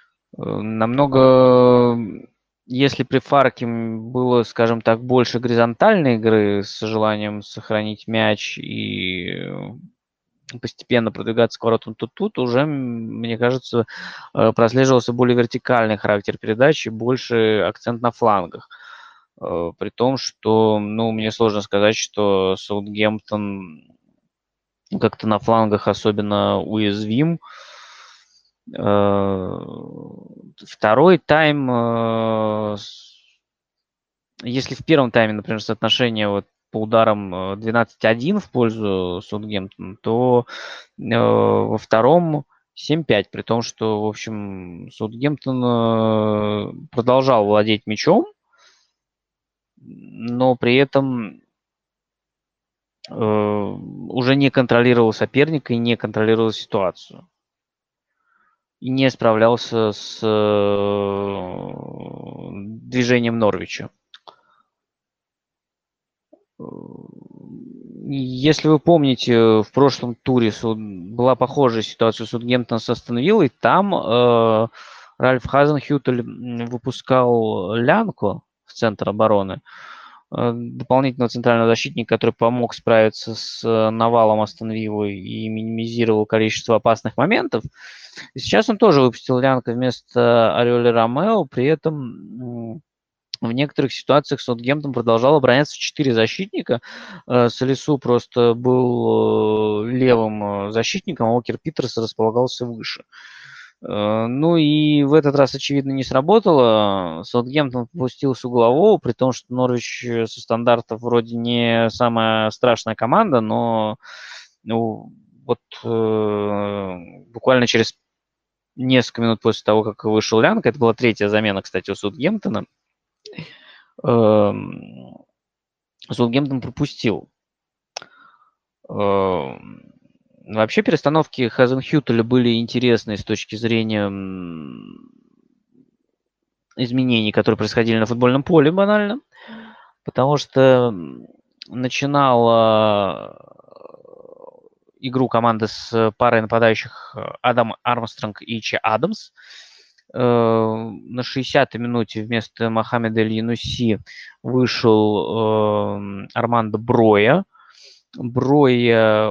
Намного, если при Фарке было, скажем так, больше горизонтальной игры с желанием сохранить мяч и постепенно продвигаться к воротам, то тут уже, мне кажется, прослеживался более вертикальный характер передачи, больше акцент на флангах. При том, что, ну, мне сложно сказать, что Саутгемптон как-то на флангах особенно уязвим. Второй тайм, если в первом тайме, например, соотношение вот по ударам двенадцать один в пользу Саутгемптона, то во втором семь пять, при том, что, в общем, Саутгемптон продолжал владеть мячом, но при этом уже не контролировал соперника и не контролировал ситуацию. И не справлялся с движением Норвича. Если вы помните, в прошлом туре была похожая ситуация с Саутгемптон с Астон Виллой. Там э, Ральф Хазенхютель выпускал Лянку в центр обороны, э, дополнительного центрального защитника, который помог справиться с навалом Астон Виллы и минимизировал количество опасных моментов. И сейчас он тоже выпустил Лянка вместо Ариоли Ромео, при этом в некоторых ситуациях Саутгемптон продолжал обороняться в четыре защитника. Салису просто был левым защитником, а Уокер Питерс располагался выше. Ну и в этот раз, очевидно, не сработало. Саутгемптон попустил с углового, при том, что Норвич со стандартов вроде не самая страшная команда, но ну, вот э, буквально через несколько минут после того, как вышел Лянг, это была третья замена, кстати, у Саутгемптона, Саутгемптон пропустил. Вообще перестановки Хазенхютеля были интересные с точки зрения изменений, которые происходили на футбольном поле банально, потому что начинала игру команда с парой нападающих Адам Армстронг и Че Адамс. На шестидесятой минуте вместо Мохаммеда Эль-Юнуси вышел э, Армандо Броя. Броя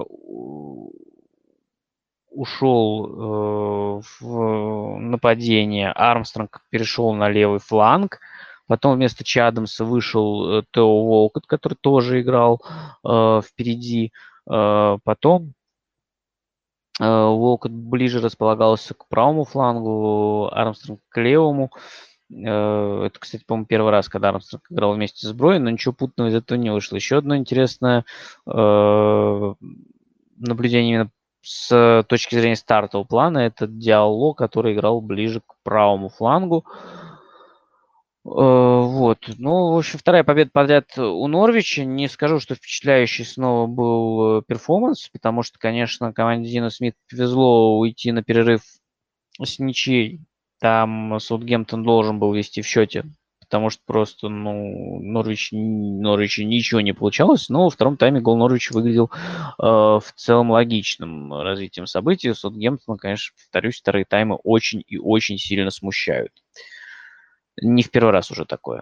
ушел э, в нападение, Армстронг перешел на левый фланг. Потом вместо Чадамса вышел Тео Уолкотт, который тоже играл э, впереди. Э, потом Уолкотт ближе располагался к правому флангу, Армстронг к левому. Это, кстати, по-моему, первый раз, когда Армстронг играл вместе с Броем, но ничего путного из этого не вышло. Еще одно интересное э, наблюдение именно с точки зрения стартового плана – это Диалло, который играл ближе к правому флангу. Вот. Ну, в общем, вторая победа подряд у Норвича. Не скажу, что впечатляющий снова был перформанс, потому что, конечно, команде Дина Смит повезло уйти на перерыв с ничьей. Там Саутгемптон должен был вести в счете, потому что просто, ну, Норвич, Норвичу ничего не получалось. Но во втором тайме гол Норвича выглядел э, в целом логичным развитием событий. Саутгемптон, конечно, повторюсь, вторые таймы очень и очень сильно смущают. Не в первый раз уже такое.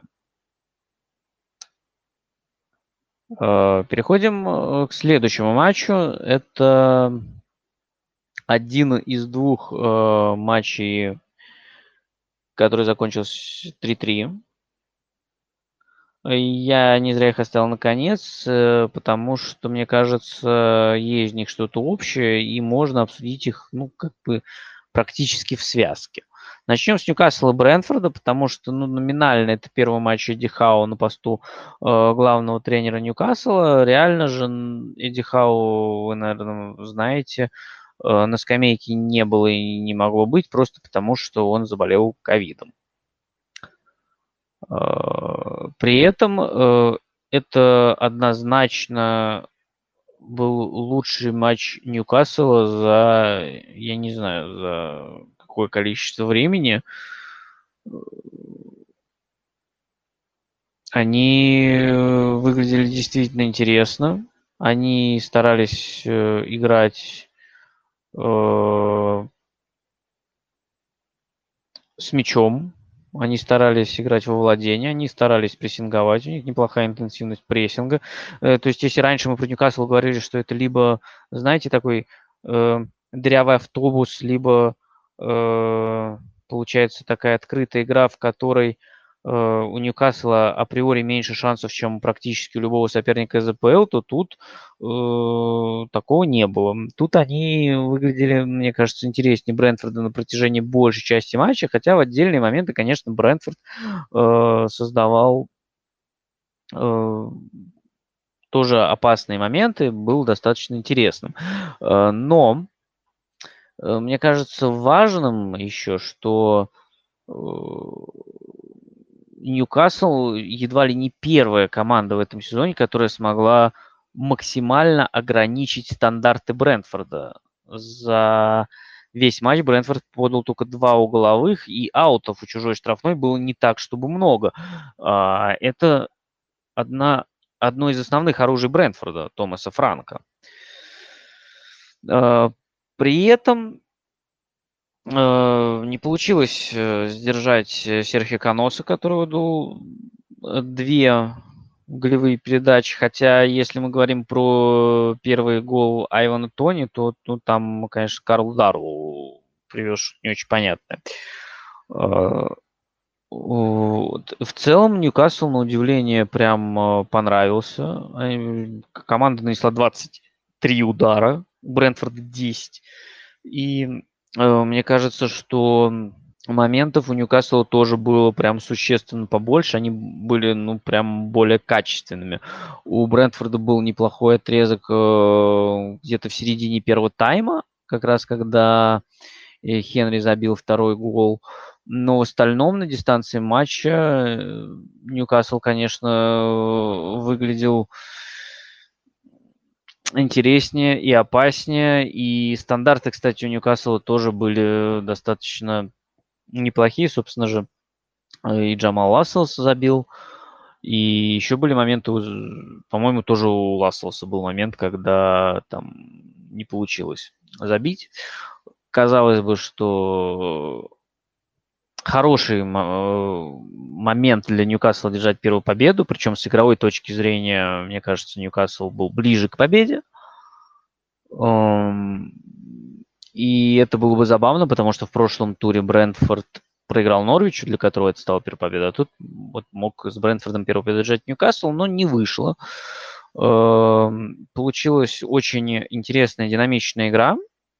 Переходим к следующему матчу. Это один из двух матчей, который закончился три три. Я не зря их оставил на конец, потому что, мне кажется, есть в них что-то общее, и можно обсудить их, ну, как бы практически в связке. Начнем с Ньюкасла и Брентфорда, потому что, ну, номинально это первый матч Эдди Хау на посту э, главного тренера Ньюкасла. Реально же Эдди Хау, вы, наверное, знаете, э, на скамейке не было и не могло быть, просто потому что он заболел ковидом. Э, при этом э, это однозначно был лучший матч Ньюкасла за, я не знаю, за какое количество времени. Они выглядели действительно интересно. Они старались э, играть э, с мячом. Они старались играть во владение, они старались прессинговать. У них неплохая интенсивность прессинга. Э, то есть, если раньше мы про Ньюкасл говорили, что это либо, знаете, такой э, дырявый автобус, либо э, получается такая открытая игра, в которой у Ньюкасла априори меньше шансов, чем практически у любого соперника из АПЛ, то тут э, такого не было. Тут они выглядели, мне кажется, интереснее Брентфорда на протяжении большей части матча, хотя в отдельные моменты, конечно, Брентфорд э, создавал э, тоже опасные моменты, был достаточно интересным. Э, но э, мне кажется важным еще, что э, Ньюкасл едва ли не первая команда в этом сезоне, которая смогла максимально ограничить стандарты Брентфорда. За весь матч Брентфорд подал только два угловых, и аутов у чужой штрафной было не так, чтобы много. Это одна, одно из основных оружий Брентфорда, Томаса Франка. При этом не получилось сдержать Серхио Каноса, который выдал две голевые передачи. Хотя, если мы говорим про первый гол Айвана Тони, то ну, там, конечно, Карл Дару привез не очень понятно. В целом Ньюкасл, на удивление, прям понравился. Команда нанесла двадцать три удара, у Брентфорда десять. И мне кажется, что моментов у Ньюкасла тоже было прям существенно побольше. Они были, ну, прям более качественными. У Брентфорда был неплохой отрезок где-то в середине первого тайма, как раз когда Хенри забил второй гол. Но в остальном на дистанции матча Ньюкасл, конечно, выглядел интереснее и опаснее. И стандарты, кстати, у Ньюкасла тоже были достаточно неплохие. Собственно же, и Джамал Ласселс забил. И еще были моменты, по-моему, тоже у Ласселса был момент, когда там не получилось забить. Казалось бы, что хороший момент для Ньюкасла держать первую победу, причем с игровой точки зрения, мне кажется, Ньюкасл был ближе к победе. И это было бы забавно, потому что в прошлом туре Брентфорд проиграл Норвичу, для которого это стала первая победа. А тут вот мог с Брентфордом первую победу держать Ньюкасл, но не вышло. Получилась очень интересная, динамичная игра.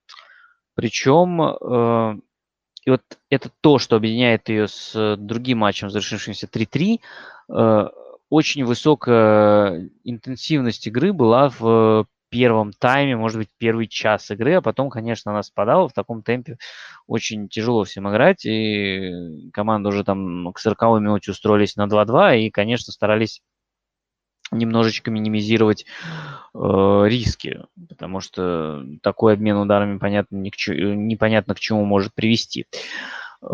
Причем и вот это то, что объединяет ее с другим матчем, завершившимся три-три. Очень высокая интенсивность игры была в первом тайме, может быть, первый час игры, а потом, конечно, она спадала. В таком темпе очень тяжело всем играть, и команда уже там к сороковой минуте устроились на два-два, и, конечно, старались немножечко минимизировать э, риски, потому что такой обмен ударами, понятно, ни к чему, непонятно к чему может привести. Э,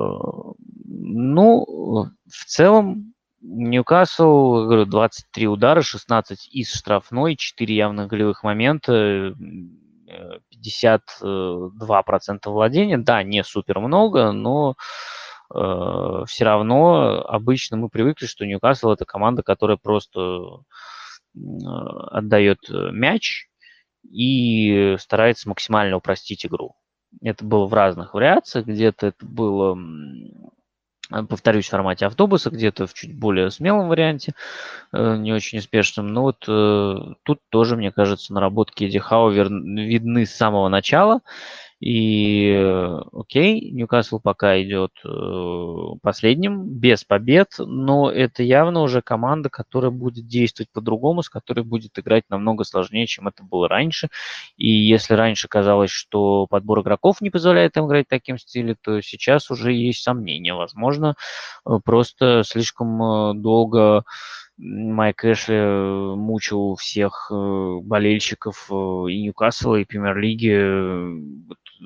ну, в целом, Ньюкасл, говорю, двадцать три удара, шестнадцать из штрафной, четыре явных голевых момента, пятьдесят два процента владения. Да, не супер много, но э, все равно обычно мы привыкли, что Ньюкасл – это команда, которая просто отдает мяч и старается максимально упростить игру. Это было в разных вариациях. Где-то это было, повторюсь, в формате автобуса, где-то в чуть более смелом варианте, не очень успешном. Но вот тут тоже, мне кажется, наработки Эдди Хау видны с самого начала. И окей, Ньюкасл пока идет последним, без побед, но это явно уже команда, которая будет действовать по-другому, с которой будет играть намного сложнее, чем это было раньше. И если раньше казалось, что подбор игроков не позволяет им играть в таким стиле, то сейчас уже есть сомнения. Возможно, просто слишком долго Майк Эшли мучил всех болельщиков и Ньюкасла, и Премьер-лиги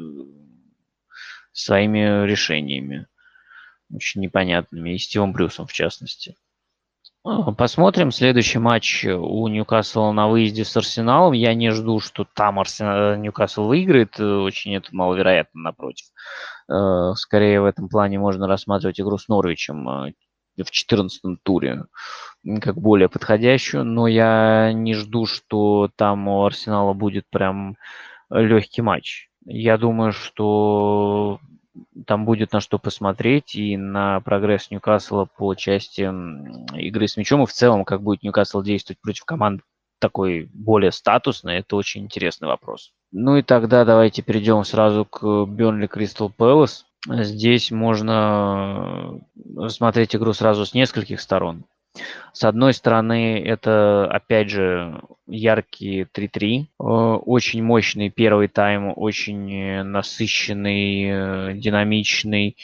своими решениями очень непонятными, и Стивом Брюсом в частности. Посмотрим. Следующий матч у Ньюкасла на выезде с Арсеналом. Я не жду, что там Арсенал, Ньюкасл выиграет. Очень это маловероятно, напротив. Скорее в этом плане можно рассматривать игру с Норвичем в четырнадцатом туре как более подходящую, но я не жду, что там у Арсенала будет прям легкий матч. Я думаю, что там будет на что посмотреть и на прогресс Ньюкасла по части игры с мячом, и в целом, как будет Ньюкасл действовать против команд такой более статусной, это очень интересный вопрос. Ну и тогда давайте перейдем сразу к Бернли Кристал Пэлас. Здесь можно рассмотреть игру сразу с нескольких сторон. С одной стороны, это, опять же, яркие три-три. Очень мощный первый тайм, очень насыщенный, динамичный,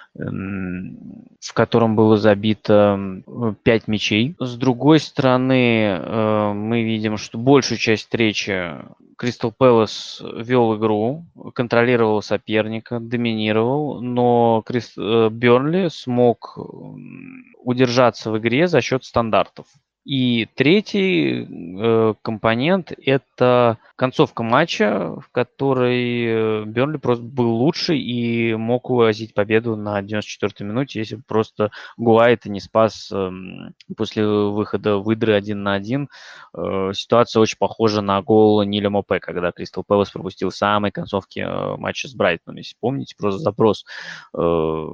в котором было забито пять мячей. С другой стороны, мы видим, что большую часть встречи Кристал Пэлас вел игру, контролировал соперника, доминировал, но Крис... Бернли смог удержаться в игре за счет стандартов. И третий э, компонент – это концовка матча, в которой Бернли просто был лучше и мог увозить победу на девяносто четвёртой минуте, если бы просто Гуайта не спас э, после выхода выдры один на один. Э, ситуация очень похожа на гол Ниля Мопе, когда Кристал Пэлас пропустил в самой концовке э, матча с Брайтоном. Если помните, просто запрос... Э,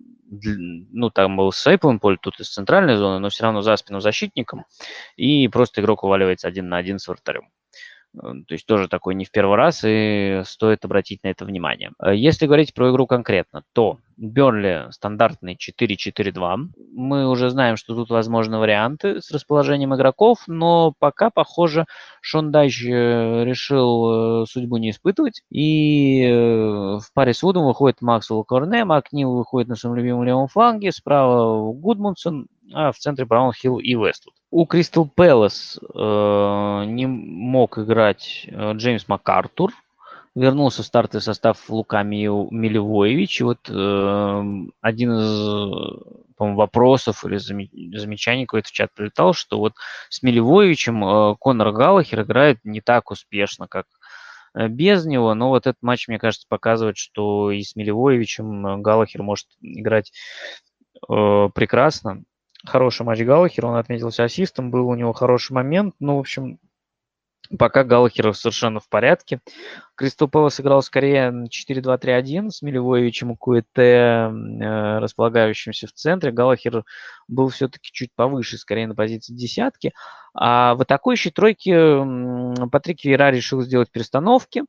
ну, там был Сейплен поле, тут из центральной зоны, но все равно за спину защитником, и просто игрок уваливается один на один с вратарем. То есть тоже такой не в первый раз, и стоит обратить на это внимание. Если говорить про игру конкретно, то Бернли стандартный четыре четыре два. Мы уже знаем, что тут возможны варианты с расположением игроков, но пока, похоже, Шон Дайч решил судьбу не испытывать. И в паре с Вудом выходит Максвелл Корне, Макнил выходит на своем любимом левом фланге, справа Гудмунсон, а в центре Браунхилл и Вествуд. У Кристал Пэлас э, не мог играть э, Джеймс МакАртур. Вернулся в стартовый состав Лука Милевоевич. И вот э, один из, по-моему, вопросов или замечаний какой-то в чат прилетал, что вот с Милевоевичем э, Конор Галлахер играет не так успешно, как без него. Но вот этот матч, мне кажется, показывает, что и с Милевоевичем Галлахер может играть э, прекрасно. Хороший матч Галлахера, он отметился ассистом, был у него хороший момент. Ну, в общем, пока Галлахер совершенно в порядке. Кристал Пэлас играл скорее четыре два три один с Милевоевичем и Куэте, э, располагающимся в центре. Галлахер был все-таки чуть повыше, скорее на позиции десятки. А в атакующей тройке э, Патрик Вейра решил сделать перестановки.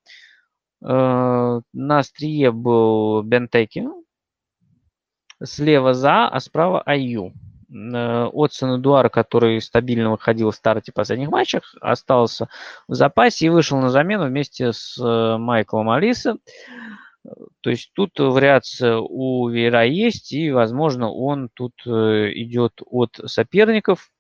Э, на острие был Бентеки. Слева За, а справа Аю. Отсон Эдуар, который стабильно выходил в старте последних матчах, остался в запасе и вышел на замену вместе с Майклом Алиса. То есть тут вариация у Вейра есть, и, возможно, он тут идет от соперников.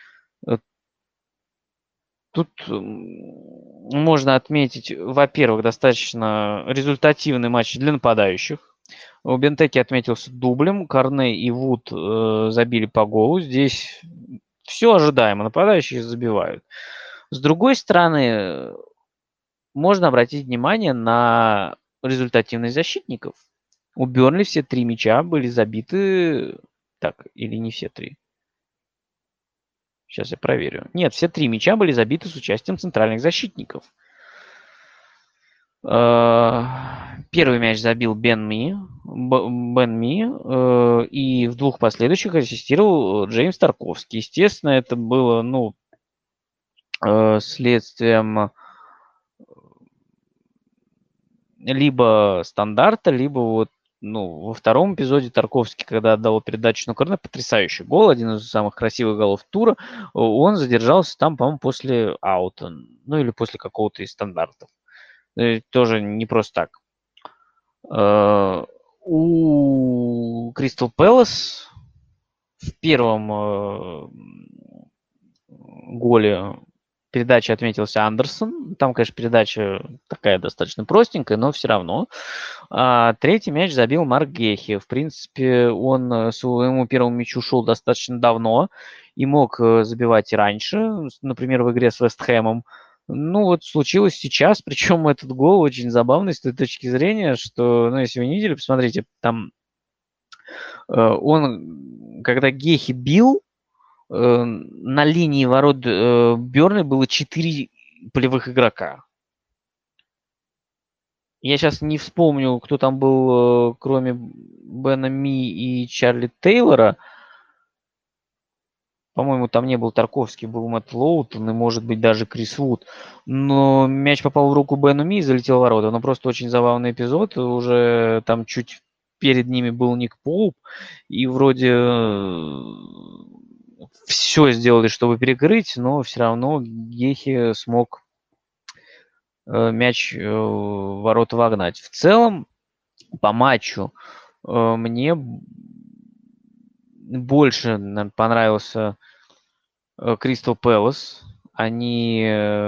Тут можно отметить, во-первых, достаточно результативный матч для нападающих. У Бентеки отметился дублем, Корне и Вуд э, забили по голу. Здесь все ожидаемо, нападающие забивают. С другой стороны, можно обратить внимание на результативность защитников. У Бернли все три мяча были забиты... Так, или не все три? Сейчас я проверю. Нет, все три мяча были забиты с участием центральных защитников. Первый мяч забил Бен Ми, Бен Ми, и в двух последующих ассистировал Джеймс Тарковский. Естественно, это было, ну, следствием либо стандарта, либо вот, ну, во втором эпизоде Тарковский, когда отдал передачу на Корне, потрясающий гол, один из самых красивых голов тура, он задержался там, по-моему, после аута, ну, или после какого-то из стандартов. Тоже не просто так. У Кристал Пэлас в первом голе передаче отметился Андерсон. Там, конечно, передача такая достаточно простенькая, но все равно. А третий мяч забил Марк Гехи. В принципе, он своему первому мячу шел достаточно давно и мог забивать и раньше, например, в игре с Вест Хэмом. Ну, вот случилось сейчас, причем этот гол очень забавный с той точки зрения, что, ну, если вы не видели, посмотрите, там э, он, когда Гехи бил, э, на линии ворот э, Бернли было четыре полевых игрока. Я сейчас не вспомню, кто там был, кроме Бена Ми и Чарли Тейлора. По-моему, там не был Тарковский, был Мэтт Лоутон и, может быть, даже Крис Вуд. Но мяч попал в руку Бену Ми и залетел в ворота. Ну, просто очень забавный эпизод. Уже там чуть перед ними был Ник Поуп. И вроде все сделали, чтобы перекрыть, но все равно Гехи смог мяч в ворота вогнать. В целом, по матчу мне больше, наверное, понравился Кристал Пэлас. Они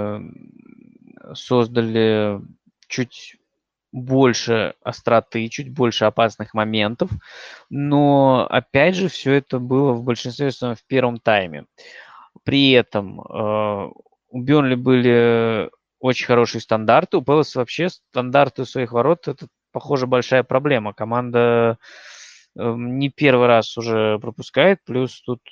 создали чуть больше остроты, чуть больше опасных моментов, но опять же все это было в большинстве своем в первом тайме. При этом у Бёрнли были очень хорошие стандарты, у Пэлас вообще стандарты у своих ворот — это, похоже, большая проблема. Команда не первый раз уже пропускает, плюс тут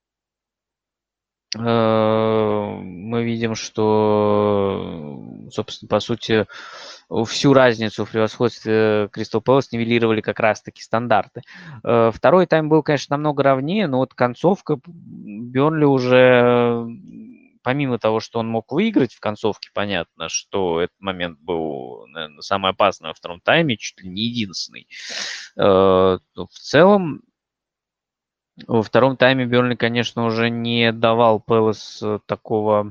мы видим, что, собственно, по сути, всю разницу в превосходстве Кристал Пэлас нивелировали как раз-таки стандарты. Второй тайм был, конечно, намного ровнее, но вот концовка Бёрнли уже, помимо того, что он мог выиграть в концовке, понятно, что этот момент был, наверное, самый опасный во втором тайме, чуть ли не единственный. В целом, во втором тайме Бёрнли, конечно, уже не давал Пэлас такого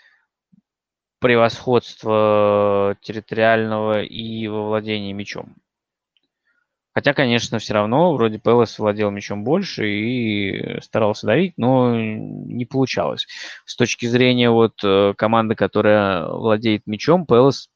превосходства территориального и во владении мячом. Хотя, конечно, все равно вроде Пэлас владел мячом больше и старался давить, но не получалось. С точки зрения вот команды, которая владеет мячом, Пэлас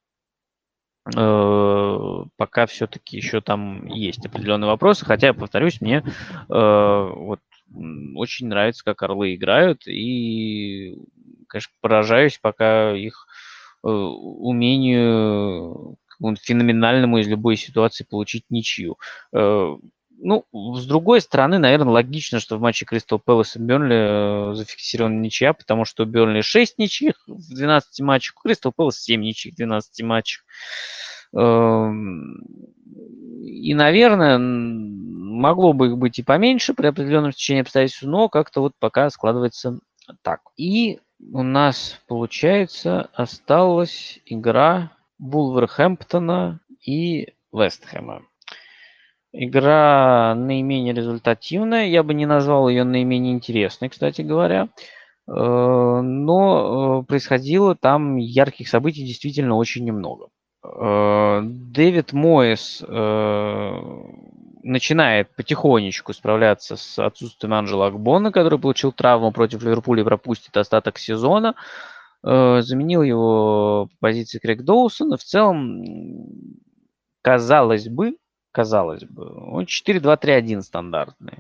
пока все-таки еще там есть определенные вопросы. Хотя, повторюсь, мне вот очень нравится, как орлы играют, и, конечно, поражаюсь пока их умению феноменальному из любой ситуации получить ничью. Ну, с другой стороны, наверное, логично, что в матче Кристал Пэлас и Бёрнли зафиксирована ничья, потому что у Бёрнли шесть ничьих в двенадцати матчах, у Кристал Пэлас семь ничьих в двенадцати матчах. И, наверное, могло бы их быть и поменьше при определенном течении обстоятельств, но как-то вот пока складывается так. И у нас, получается, осталась игра Вулверхэмптона и Вестхэма. Игра наименее результативная, я бы не назвал ее наименее интересной, кстати говоря, но происходило там ярких событий действительно очень немного. Дэвид Моэс начинает потихонечку справляться с отсутствием Анджела Акбона, который получил травму против Ливерпуля и пропустит остаток сезона. Заменил его по позиции Крейг Доусон. И в целом, казалось бы, казалось бы, он четыре два три один стандартный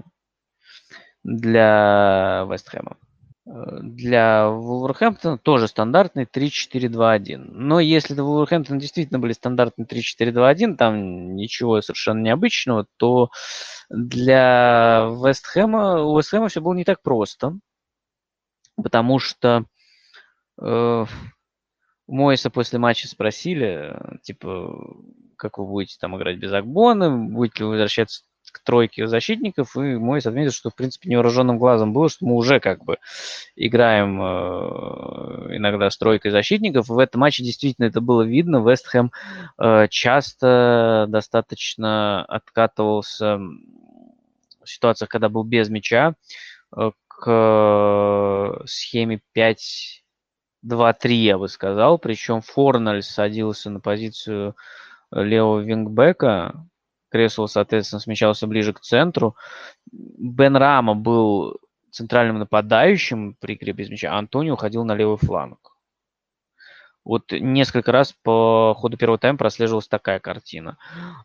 для Вест Хэма. Для Вулверхэмптона тоже стандартный три четыре два один. Но если для Вулверхэмптона действительно были стандартные три четыре два один, там ничего совершенно необычного, то для Вест Хэма, у Вест Хэма все было не так просто. Потому что э, Моэса после матча спросили, типа, как вы будете там играть без Акбона, будете ли вы возвращаться к тройке защитников, и Моэс отметил, что, в принципе, невооруженным глазом было, что мы уже как бы играем э, иногда с тройкой защитников. В этом матче действительно это было видно. Вест Хэм э, часто достаточно откатывался в ситуациях, когда был без мяча, э, к схеме пять два три, я бы сказал. Причем Форнель садился на позицию левого вингбека. Кресло, соответственно, смещался ближе к центру. Бен Рама был центральным нападающим при игре без мяча, а Антонио уходил на левый фланг. Вот несколько раз по ходу первого тайма прослеживалась такая картина.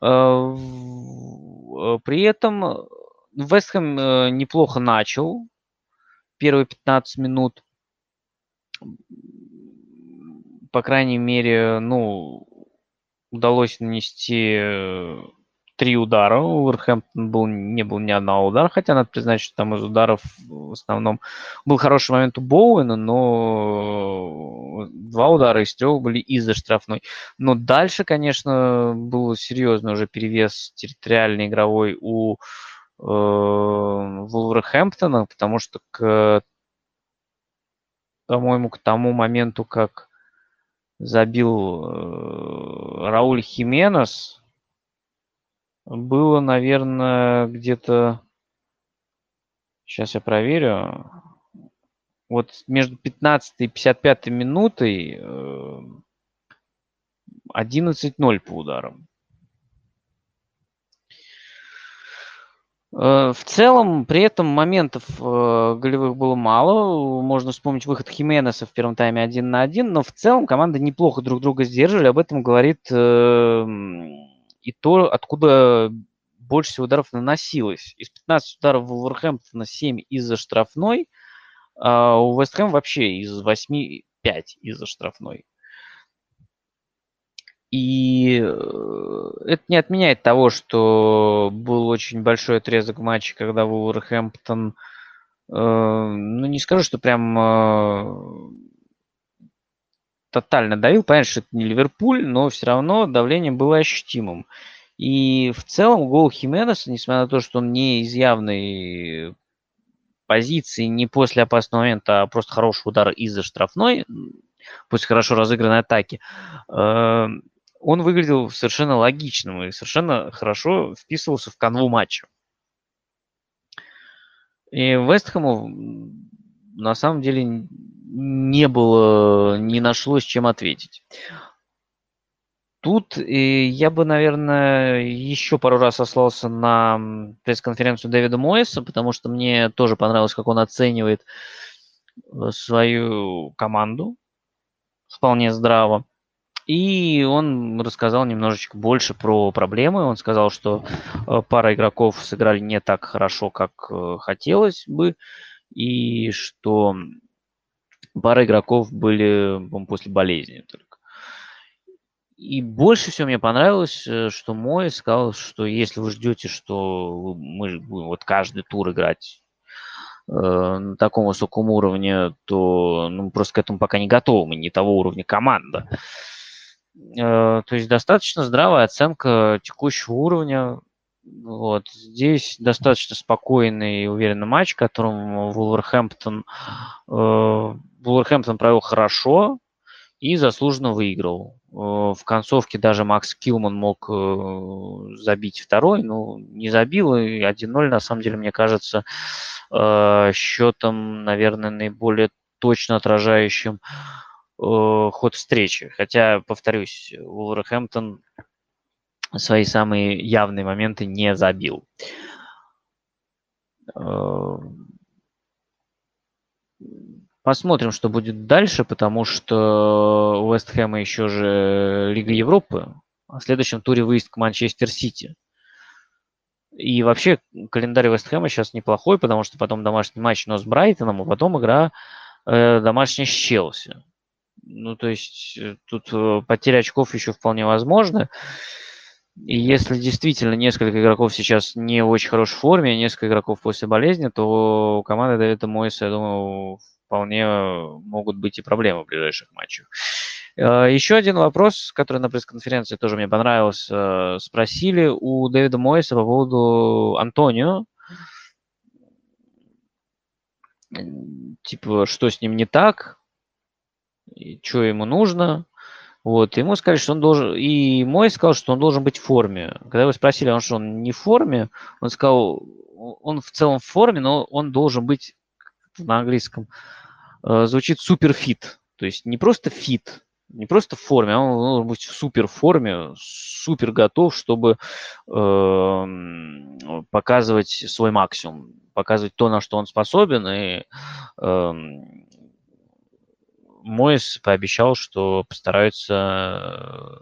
При этом Вест Хэм неплохо начал первые пятнадцать минут. По крайней мере, ну, удалось нанести три удара. У Вулверхэмптон был, не было ни одного удара, хотя надо признать, что там из ударов в основном был хороший момент у Боуэна, но два удара из трех были из-за штрафной. Но дальше, конечно, был серьезный уже перевес территориальный игровой у э, Вулверхэмптона, потому что, к, по-моему, к тому моменту, как забил э, Рауль Хименес, было, наверное, где-то... Сейчас я проверю. Вот между пятнадцатой и пятьдесят пятой минутой э, одиннадцать ноль по ударам. Э, в целом, при этом моментов э, голевых было мало. Можно вспомнить выход Хименеса в первом тайме один на один, но в целом команды неплохо друг друга сдерживали. Об этом говорит э, и то, откуда больше всего ударов наносилось. Из пятнадцати ударов Вулверхэмптона семь из-за штрафной, а у Вест Хэм вообще из восьми пять из-за штрафной. И это не отменяет того, что был очень большой отрезок матча, когда Вулверхэмптон, э, ну не скажу, что прям э, тотально давил. Понятно, что это не Ливерпуль, но все равно давление было ощутимым. И в целом гол Хименеса, несмотря на то, что он не из явной позиции, не после опасного момента, а просто хороший удар из-за штрафной, после хорошо разыгранной атаки, э, он выглядел совершенно логичным и совершенно хорошо вписывался в канву матча. И Вест Хэму на самом деле не было, не нашлось чем ответить. Тут и я бы, наверное, еще пару раз сослался на пресс-конференцию Дэвида Моэса, потому что мне тоже понравилось, как он оценивает свою команду вполне здраво. И он рассказал немножечко больше про проблемы. Он сказал, что пара игроков сыграли не так хорошо, как хотелось бы, и что пара игроков были после болезни только. И больше всего мне понравилось, что Мой сказал, что если вы ждете, что мы будем вот каждый тур играть э, на таком высоком уровне, то ну, просто к этому пока не готовы, мы не того уровня команда. Э, то есть достаточно здравая оценка текущего уровня. Вот. Здесь достаточно спокойный и уверенный матч, которым Вулверхэмптон, э, Вулверхэмптон провел хорошо и заслуженно выиграл. В концовке даже Макс Килман мог забить второй, но не забил. И один ноль, на самом деле, мне кажется, счетом, наверное, наиболее точно отражающим ход встречи. Хотя, повторюсь, Вулверхэмптон свои самые явные моменты не забил. Посмотрим, что будет дальше, потому что у Вест Хэма еще же Лига Европы, а в следующем туре выезд к Манчестер Сити. И вообще календарь Вест Хэма сейчас неплохой, потому что потом домашний матч, но с Брайтоном, а потом игра э, домашняя с Челси. Ну, то есть тут потеря очков еще вполне возможна. И если действительно несколько игроков сейчас не в очень хорошей форме, несколько игроков после болезни, то у команды Дэвида Мойса, я думаю, вполне могут быть и проблемы в ближайших матчах. Еще один вопрос, который на пресс-конференции тоже мне понравился. Спросили у Дэвида Мойса по поводу Антонио. Типа, что с ним не так, и что ему нужно. Вот, ему сказали, что он должен... И Мой сказал, что он должен быть в форме. Когда его спросили, он что, он не в форме? Он сказал, он в целом в форме, но он должен быть на английском. Звучит суперфит. То есть не просто фит, не просто в форме, а он должен быть в супер форме, супер готов, чтобы э, показывать свой максимум, показывать то, на что он способен. И э, Моэс пообещал, что постараются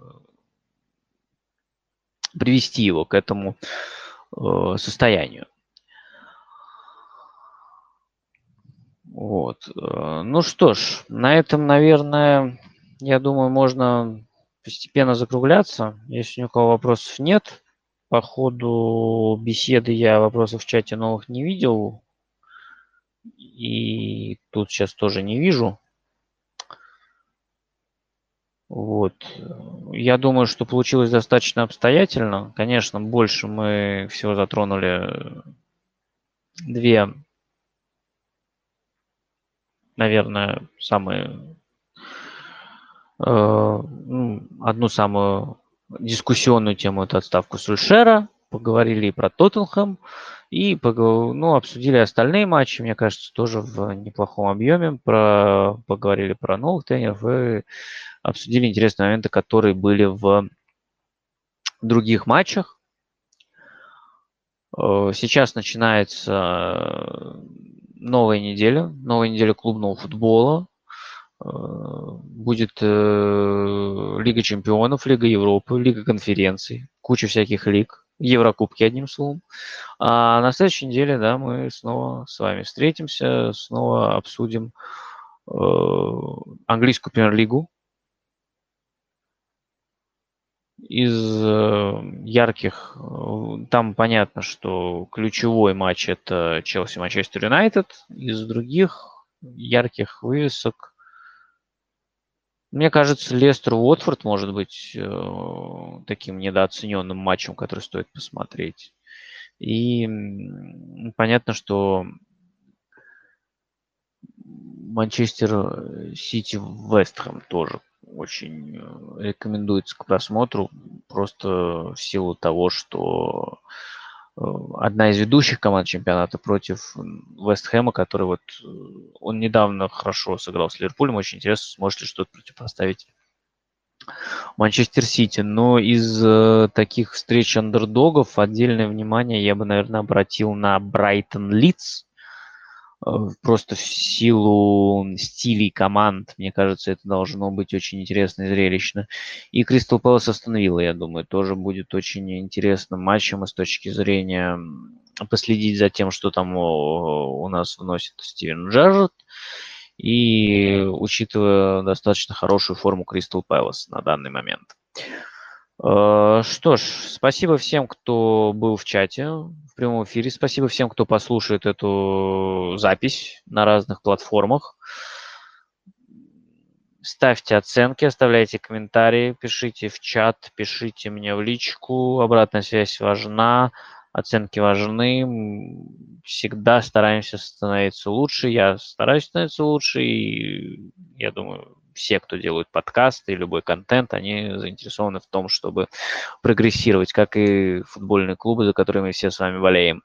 привести его к этому э, состоянию. Вот. Ну что ж, на этом, наверное, я думаю, можно постепенно закругляться. Если ни у кого вопросов нет, по ходу беседы я вопросов в чате новых не видел. И тут сейчас тоже не вижу. Вот. Я думаю, что получилось достаточно обстоятельно. Конечно, больше мы всего затронули две, наверное, самые... Э, ну, одну самую дискуссионную тему – это отставку Сульшера. Поговорили и про Тоттенхэм, и ну, обсудили остальные матчи, мне кажется, тоже в неплохом объеме. Про, поговорили про новых тренеров и обсудили интересные моменты, которые были в других матчах. Сейчас начинается новая неделя, новая неделя клубного футбола. Будет Лига чемпионов, Лига Европы, Лига конференций, куча всяких лиг, Еврокубки, одним словом. А на следующей неделе, да, мы снова с вами встретимся, снова обсудим э, английскую премьер-лигу. Из э, ярких, э, там понятно, что ключевой матч – это Челси-Манчестер Юнайтед. Из других ярких вывесок, мне кажется, Лестер-Уотфорд может быть э, таким недооцененным матчем, который стоит посмотреть. И понятно, что Манчестер Сити Вест Хэм тоже очень рекомендуется к просмотру, просто в силу того, что одна из ведущих команд чемпионата против Вест Хэма, который вот он недавно хорошо сыграл с Ливерпулем, очень интересно, сможет ли что-то противопоставить Манчестер Сити. Но из э, таких встреч андердогов отдельное внимание я бы, наверное, обратил на Брайтон Лидс. Э, просто в силу стилей команд, мне кажется, это должно быть очень интересно и зрелищно. И Кристал Пэлас Астон Вилла, я думаю, тоже будет очень интересным матчем и с точки зрения последить за тем, что там у, у нас вносит Стивен Джерард. И учитывая достаточно хорошую форму Кристал Пэлас на данный момент. Что ж, спасибо всем, кто был в чате в прямом эфире. Спасибо всем, кто послушает эту запись на разных платформах. Ставьте оценки, оставляйте комментарии, пишите в чат, пишите мне в личку. Обратная связь важна. Оценки важны. Всегда стараемся становиться лучше. Я стараюсь становиться лучше. И я думаю, все, кто делают подкасты и любой контент, они заинтересованы в том, чтобы прогрессировать, как и футбольные клубы, за которые мы все с вами болеем.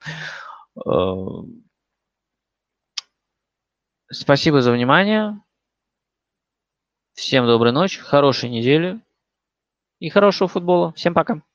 Спасибо за внимание. Всем доброй ночи, хорошей недели и хорошего футбола. Всем пока.